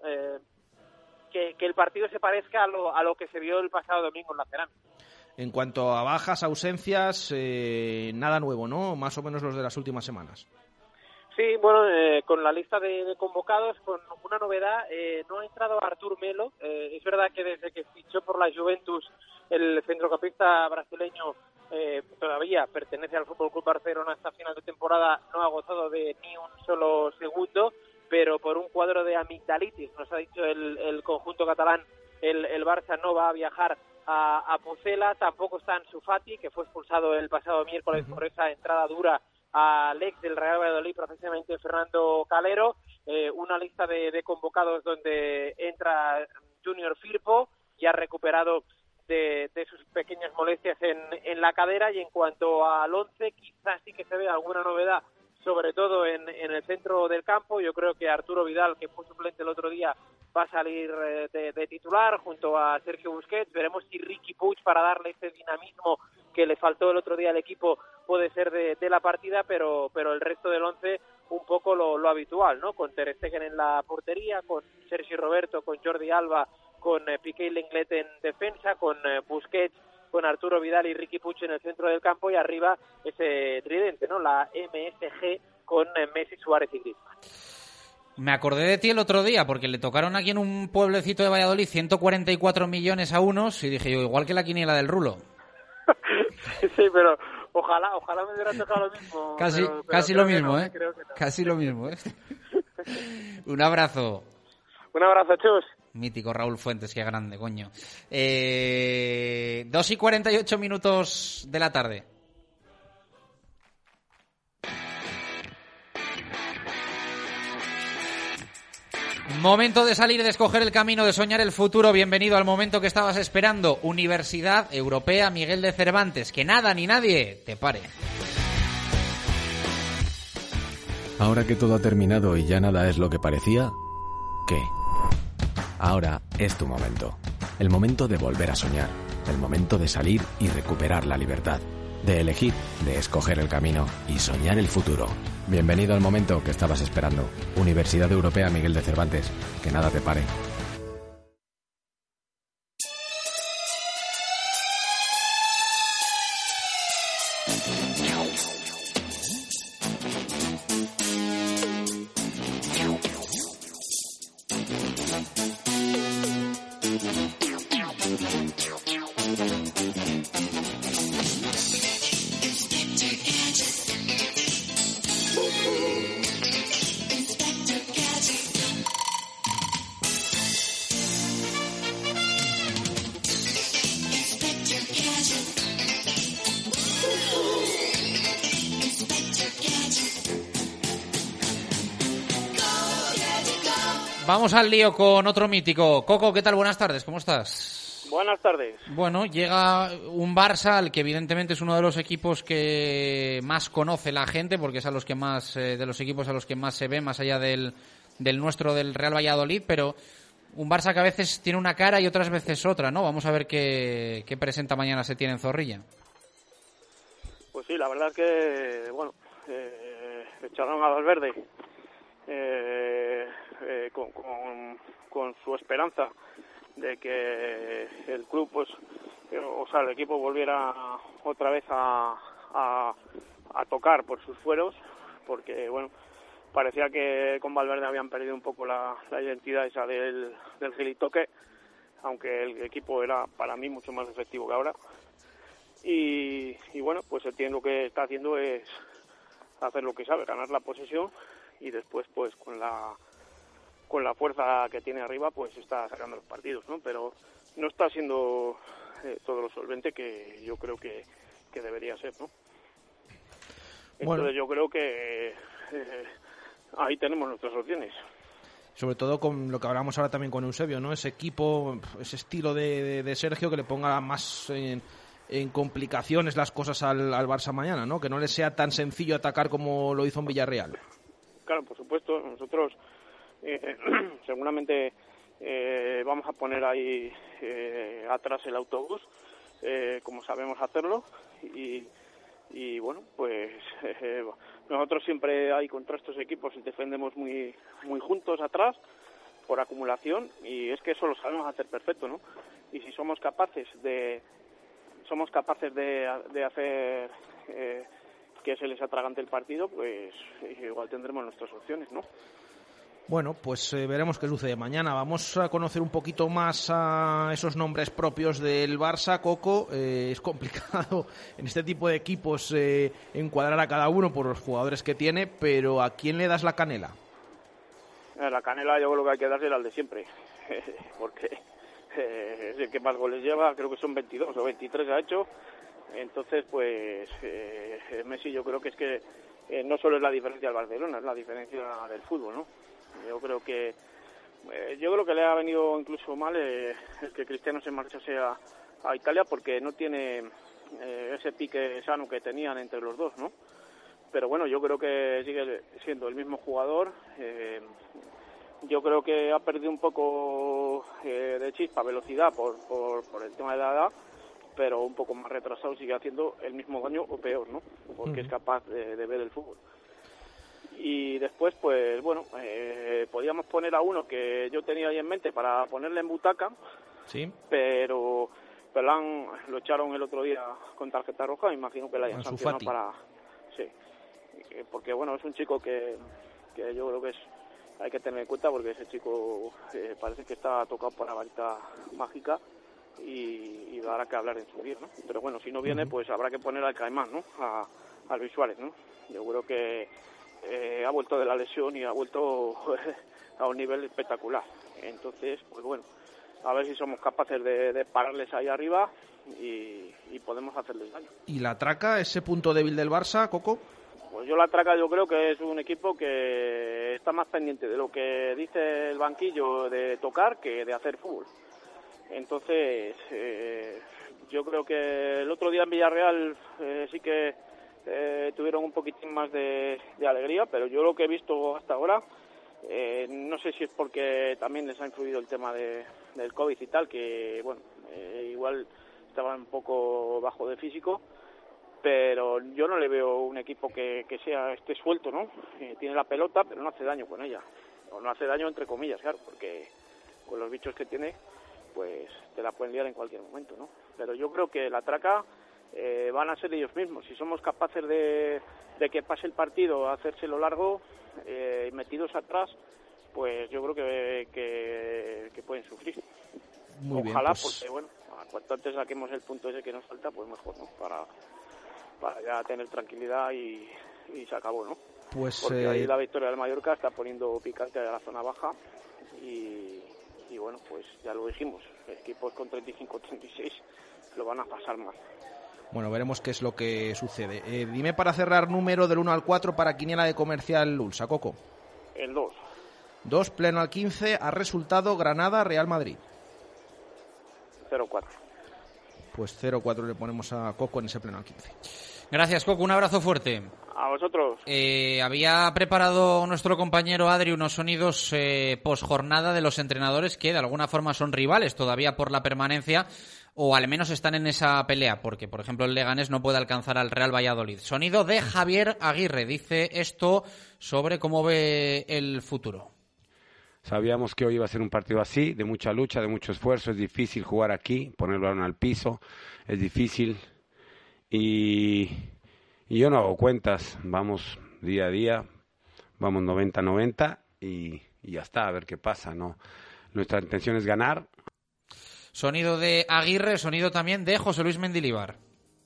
que el partido se parezca a lo que se vio el pasado domingo en la Cerámica. En cuanto a bajas, ausencias, nada nuevo, ¿no? Más o menos los de las últimas semanas. Sí, bueno, con la lista de convocados, con una novedad, no ha entrado Artur Melo. Es verdad que desde que fichó por la Juventus, el centrocampista brasileño todavía pertenece al Fútbol Club Barcelona hasta final de temporada, no ha gozado de ni un solo segundo, pero por un cuadro de amigdalitis, nos ha dicho el conjunto catalán, el Barça no va a viajar a Pucela. Tampoco está Ansu Fati, que fue expulsado el pasado miércoles por esa entrada dura al ex del Real Valladolid, precisamente Fernando Calero. Una lista de convocados donde entra Junior Firpo, ya recuperado de sus pequeñas molestias en la cadera. Y en cuanto al 11, quizás sí que se ve alguna novedad, sobre todo en el centro del campo. Yo creo que Arturo Vidal, que fue suplente el otro día, va a salir de titular junto a Sergio Busquets. Veremos si Riqui Puig, para darle ese dinamismo que le faltó el otro día al equipo, puede ser de la partida, pero el resto del 11 un poco lo habitual, ¿no? Con Ter Stegen en la portería, con Sergi Roberto, con Jordi Alba, con Piqué y Lenglet en defensa, con Busquets, con Arturo Vidal y Riqui Puig en el centro del campo, y arriba ese tridente, ¿no? La MSG con Messi, Suárez y Griezmann. Me acordé de ti el otro día, porque le tocaron aquí en un pueblecito de Valladolid 144 millones a unos, y dije yo, igual que la quiniela del Rulo. Sí, pero ojalá me hubiera tocado lo mismo. Casi lo mismo, no, ¿eh? Casi lo mismo, ¿eh? Un abrazo. Un abrazo, Chus. mítico Raúl Fuentes, qué grande, coño. 2:48 minutos de la tarde. Momento de salir, de escoger el camino, de soñar el futuro. Bienvenido al momento que estabas esperando. Universidad Europea Miguel de Cervantes. Que nada ni nadie te pare. Ahora que todo ha terminado y ya nada es lo que parecía, ¿qué? Ahora es tu momento. El momento de volver a soñar. El momento de salir y recuperar la libertad. De elegir, de escoger el camino y soñar el futuro. Bienvenido al momento que estabas esperando. Universidad Europea Miguel de Cervantes. Que nada te pare. Vamos al lío con otro mítico. Coco, ¿qué tal? Buenas tardes, ¿cómo estás? Buenas tardes. Bueno, llega un Barça al que evidentemente es uno de los equipos que más conoce la gente, porque es a los que más de los equipos a los que más se ve, más allá del nuestro, del Real Valladolid, pero un Barça que a veces tiene una cara y otras veces otra, ¿no? Vamos a ver qué presenta mañana se tiene en Zorrilla. Pues sí, la verdad es que, bueno, echaron a Valverde con su esperanza de que el club, pues, el equipo volviera otra vez a tocar por sus fueros, porque, bueno, parecía que con Valverde habían perdido un poco la identidad esa del gilitoque, aunque el equipo era para mí mucho más efectivo que ahora. Y bueno, pues el tío lo que está haciendo es hacer lo que sabe, ganar la posesión, y después, pues, con la fuerza que tiene arriba, pues está sacando los partidos, ¿no? Pero no está siendo todo lo solvente que yo creo que debería ser, ¿no? Bueno. Entonces yo creo que ahí tenemos nuestras opciones. Sobre todo con lo que hablamos ahora también con Eusebio, ¿no? Ese equipo, ese estilo de Sergio que le ponga más en complicaciones las cosas al Barça mañana, ¿no? Que no le sea tan sencillo atacar como lo hizo en Villarreal. Claro, por supuesto. Nosotros seguramente vamos a poner ahí atrás el autobús, como sabemos hacerlo, y bueno, pues nosotros siempre hay contra estos equipos y defendemos muy juntos atrás por acumulación, y es que eso lo sabemos hacer perfecto, ¿no? Y si somos capaces de hacer que se les atragante el partido, pues igual tendremos nuestras opciones, ¿no? Bueno, pues veremos qué sucede mañana. Vamos a conocer un poquito más a esos nombres propios del Barça. Coco, es complicado en este tipo de equipos encuadrar a cada uno por los jugadores que tiene, pero ¿a quién le das la canela? La canela yo creo que hay que darle al de siempre, porque es el que más goles lleva, creo que son 22 o 23 ha hecho. Entonces, pues Messi yo creo que es que no solo es la diferencia del Barcelona, es la diferencia del fútbol, ¿no? Yo creo que le ha venido incluso mal el que Cristiano se marchase a Italia, porque no tiene ese pique sano que tenían entre los dos, ¿no? Pero bueno, yo creo que sigue siendo el mismo jugador. Yo creo que ha perdido un poco de chispa, velocidad por el tema de la edad, pero un poco más retrasado, sigue haciendo el mismo daño o peor, ¿no? Porque es capaz de ver el fútbol. Y después, pues bueno, podíamos poner a uno que yo tenía ahí en mente para ponerle en butaca, sí, pero lo echaron el otro día con tarjeta roja, imagino que la hayan sancionado para... Sí, porque bueno, es un chico que yo creo que hay que tener en cuenta, porque ese chico parece que está tocado por la varita mágica y dará que hablar en su día, ¿no? Pero bueno, si no viene, pues habrá que poner al Caimán, ¿no? A Luis Suárez, ¿no? Yo creo que ha vuelto de la lesión y ha vuelto a un nivel espectacular. Entonces, pues bueno, a ver si somos capaces de pararles ahí arriba y podemos hacerles daño. ¿Y la Traca, ese punto débil del Barça, Coco? Pues yo la Traca yo creo que es un equipo que está más pendiente de lo que dice el banquillo de tocar que de hacer fútbol. Entonces, yo creo que el otro día en Villarreal sí que tuvieron un poquitín más de alegría, pero yo lo que he visto hasta ahora, no sé si es porque también les ha influido el tema del COVID y tal, que bueno, igual estaban un poco bajo de físico, pero yo no le veo un equipo que esté suelto, ¿no? Tiene la pelota, pero no hace daño con ella, o no hace daño entre comillas, claro, porque con los bichos que tiene, pues te la pueden liar en cualquier momento, ¿no? Pero yo creo que la Traca van a ser ellos mismos. Si somos capaces de que pase el partido, hacérselo largo, metidos atrás, pues yo creo que pueden sufrir. Muy Ojalá, bien, pues... porque bueno, cuanto antes saquemos el punto ese que nos falta, pues mejor, ¿no? Para ya tener tranquilidad y se acabó, ¿no? Pues porque ahí la victoria del Mallorca está poniendo picante a la zona baja y bueno, pues ya lo dijimos, equipos con 35-36 lo van a pasar mal. Bueno, veremos qué es lo que sucede. Dime para cerrar número del 1 al 4 para quiniela de Comercial Ulsa, Coco. El 2. 2 pleno al 15, a resultado Granada-Real Madrid. 0-4. Pues 0-4 le ponemos a Coco en ese pleno al 15. Gracias, Coco, un abrazo fuerte. A vosotros. Había preparado nuestro compañero Adri unos sonidos posjornada de los entrenadores que de alguna forma son rivales todavía por la permanencia, o al menos están en esa pelea, porque por ejemplo el Leganés no puede alcanzar al Real Valladolid. Sonido de Javier Aguirre, dice esto sobre cómo ve el futuro. Sabíamos que hoy iba a ser un partido así, de mucha lucha, de mucho esfuerzo. Es difícil jugar aquí, poner el balón al piso, es difícil. Y yo no hago cuentas, vamos día a día, vamos 90-90 y ya está, a ver qué pasa, ¿no? Nuestra intención es ganar. Sonido de Aguirre, sonido también de José Luis Mendilibar.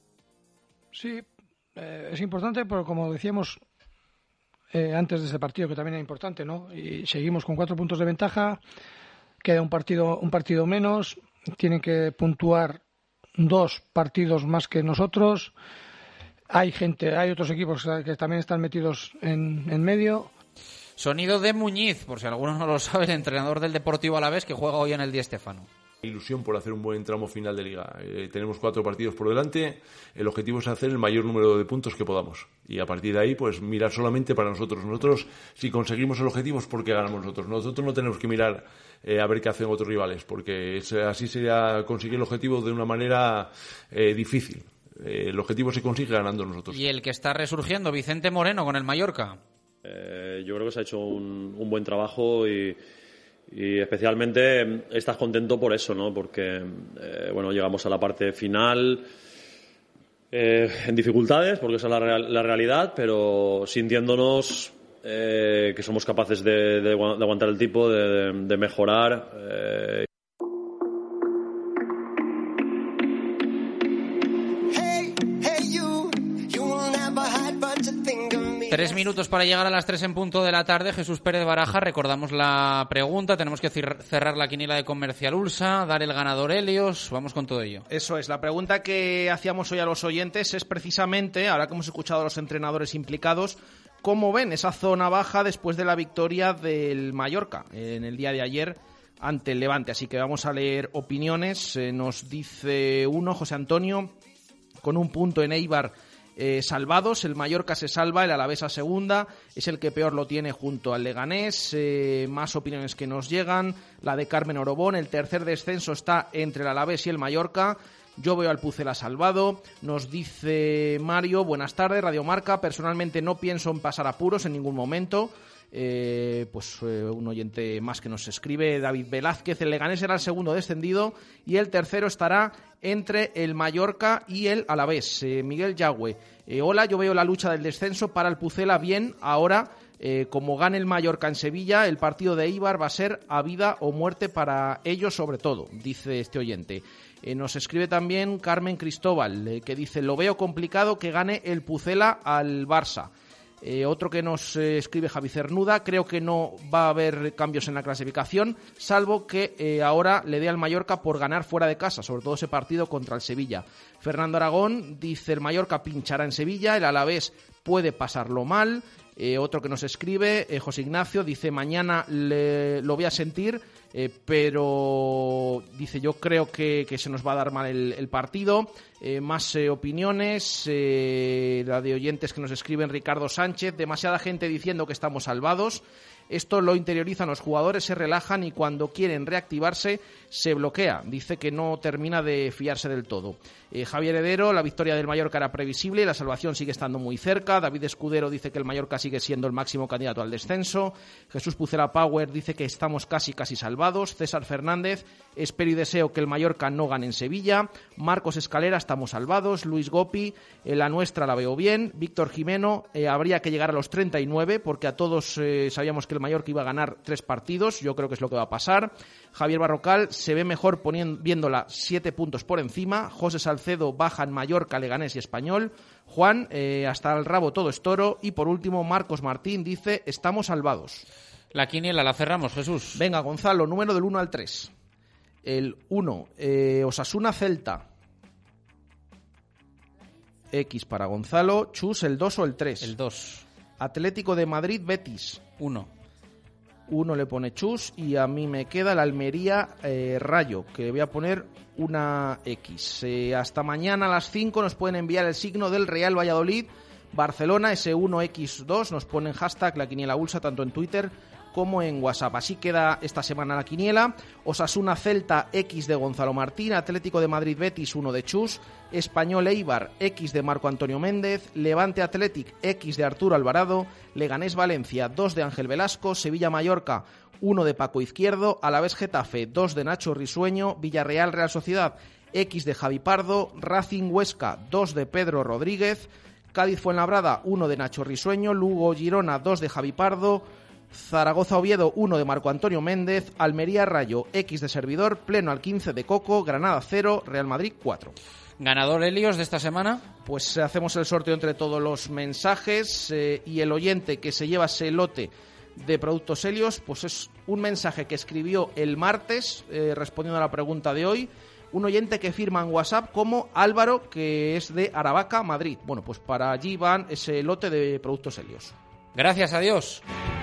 Sí, es importante, pero como decíamos antes de ese partido, que también era importante, ¿no? Y seguimos con 4 puntos de ventaja, queda un partido menos, tienen que puntuar 2 partidos más que nosotros. Hay otros equipos que también están metidos en medio. Sonido de Muñiz, por si alguno no lo sabe, el entrenador del Deportivo Alavés que juega hoy en el Di Stéfano. Ilusión por hacer un buen tramo final de liga. Tenemos 4 partidos por delante. El objetivo es hacer el mayor número de puntos que podamos. Y a partir de ahí, pues mirar solamente para nosotros. Nosotros, si conseguimos el objetivo, es porque ganamos nosotros. Nosotros no tenemos que mirar a ver qué hacen otros rivales, porque así sería conseguir el objetivo de una manera difícil. El objetivo se consigue ganando nosotros. Y el que está resurgiendo, Vicente Moreno, con el Mallorca. Yo creo que se ha hecho un buen trabajo y especialmente estás contento por eso, ¿no? Porque bueno, llegamos a la parte final en dificultades, porque esa es la realidad, pero sintiéndonos que somos capaces de aguantar el tipo, de mejorar. 3 minutos para llegar a las 3 en punto de la tarde. Jesús Pérez Baraja, recordamos la pregunta. Tenemos que cerrar la quiniela de Comercial Ulsa, dar el ganador Helios. Vamos con todo ello. Eso es. La pregunta que hacíamos hoy a los oyentes es precisamente, ahora que hemos escuchado a los entrenadores implicados, ¿cómo ven esa zona baja después de la victoria del Mallorca en el día de ayer ante el Levante? Así que vamos a leer opiniones. Nos dice uno, José Antonio, con un punto en Eibar salvados, el Mallorca se salva, el Alavés a segunda, es el que peor lo tiene junto al Leganés. Más opiniones que nos llegan, la de Carmen Orobón, el tercer descenso está entre el Alavés y el Mallorca, yo veo al Pucela salvado. Nos dice Mario, buenas tardes, Radio Marca, personalmente no pienso en pasar apuros en ningún momento. Un oyente más que nos escribe, David Velázquez, el Leganés será el segundo descendido y el tercero estará entre el Mallorca y el Alavés. Miguel Yagüe, hola, yo veo la lucha del descenso para el Pucela bien. Ahora, como gane el Mallorca en Sevilla, el partido de Eibar va a ser a vida o muerte para ellos sobre todo, dice este oyente. Nos escribe también Carmen Cristóbal, que dice, lo veo complicado que gane el Pucela al Barça. Otro que nos escribe Javi Cernuda: creo que no va a haber cambios en la clasificación, salvo que ahora le dé al Mallorca por ganar fuera de casa, sobre todo ese partido contra el Sevilla. Fernando Aragón dice: el Mallorca pinchará en Sevilla, el Alavés puede pasarlo mal. Otro que nos escribe, José Ignacio, dice: mañana lo voy a sentir, pero dice: yo creo que se nos va a dar mal el partido. Más opiniones, la de oyentes que nos escriben. Ricardo Sánchez: demasiada gente diciendo que estamos salvados. Esto lo interiorizan los jugadores, se relajan y cuando quieren reactivarse se bloquea. Dice que no termina de fiarse del todo. Javier Heredero: la victoria del Mallorca era previsible y la salvación sigue estando muy cerca. David Escudero dice que el Mallorca sigue siendo el máximo candidato al descenso. Jesús Pucela Power dice que estamos casi salvados. César Fernández: espero y deseo que el Mallorca no gane en Sevilla. Marcos Escalera: estamos salvados. Luis Gopi: la nuestra la veo bien. Víctor Jimeno: habría que llegar a los 39 porque a todos sabíamos que el Mallorca iba a ganar 3 partidos. Yo creo que es lo que va a pasar. Javier Barrocal: se ve mejor viéndola 7 puntos por encima. José Salcedo: bajan Mallorca, Leganés y Español. Juan: hasta el rabo todo es toro. Y por último, Marcos Martín dice: estamos salvados. La quiniela la cerramos, Jesús. Venga, Gonzalo, número del 1 al 3. El 1, Osasuna Celta. X para Gonzalo. Chus, ¿el 2 o el 3? El 2. Atlético de Madrid Betis. 1. 1 le pone Chus y a mí me queda el Almería Rayo, que le voy a poner una X. Hasta mañana a las 5 nos pueden enviar el signo del Real Valladolid Barcelona, S1X2, nos ponen hashtag La Quiniela Ulsa tanto en Twitter como en WhatsApp. Así queda esta semana la quiniela. Osasuna Celta, X de Gonzalo Martín. Atlético de Madrid Betis, 1 de Chus. Español Eibar, X de Marco Antonio Méndez. Levante Athletic, X de Arturo Alvarado. Leganés Valencia, 2 de Ángel Velasco. Sevilla Mallorca, 1 de Paco Izquierdo. Alavés Getafe, 2 de Nacho Risueño. Villarreal Real Sociedad, X de Javi Pardo. Racing Huesca, 2 de Pedro Rodríguez. Cádiz Fuenlabrada, 1 de Nacho Risueño. Lugo Girona, 2 de Javi Pardo. Zaragoza Oviedo, 1 de Marco Antonio Méndez. Almería Rayo, X de Servidor. Pleno al 15 de Coco. Granada 0, Real Madrid 4. ¿Ganador, Helios, de esta semana? Pues hacemos el sorteo entre todos los mensajes y el oyente que se lleva ese lote de productos Helios, pues es un mensaje que escribió el martes respondiendo a la pregunta de hoy. Un oyente que firma en WhatsApp como Álvaro, que es de Aravaca, Madrid. Bueno, pues para allí van ese lote de productos Helios. Gracias, adiós.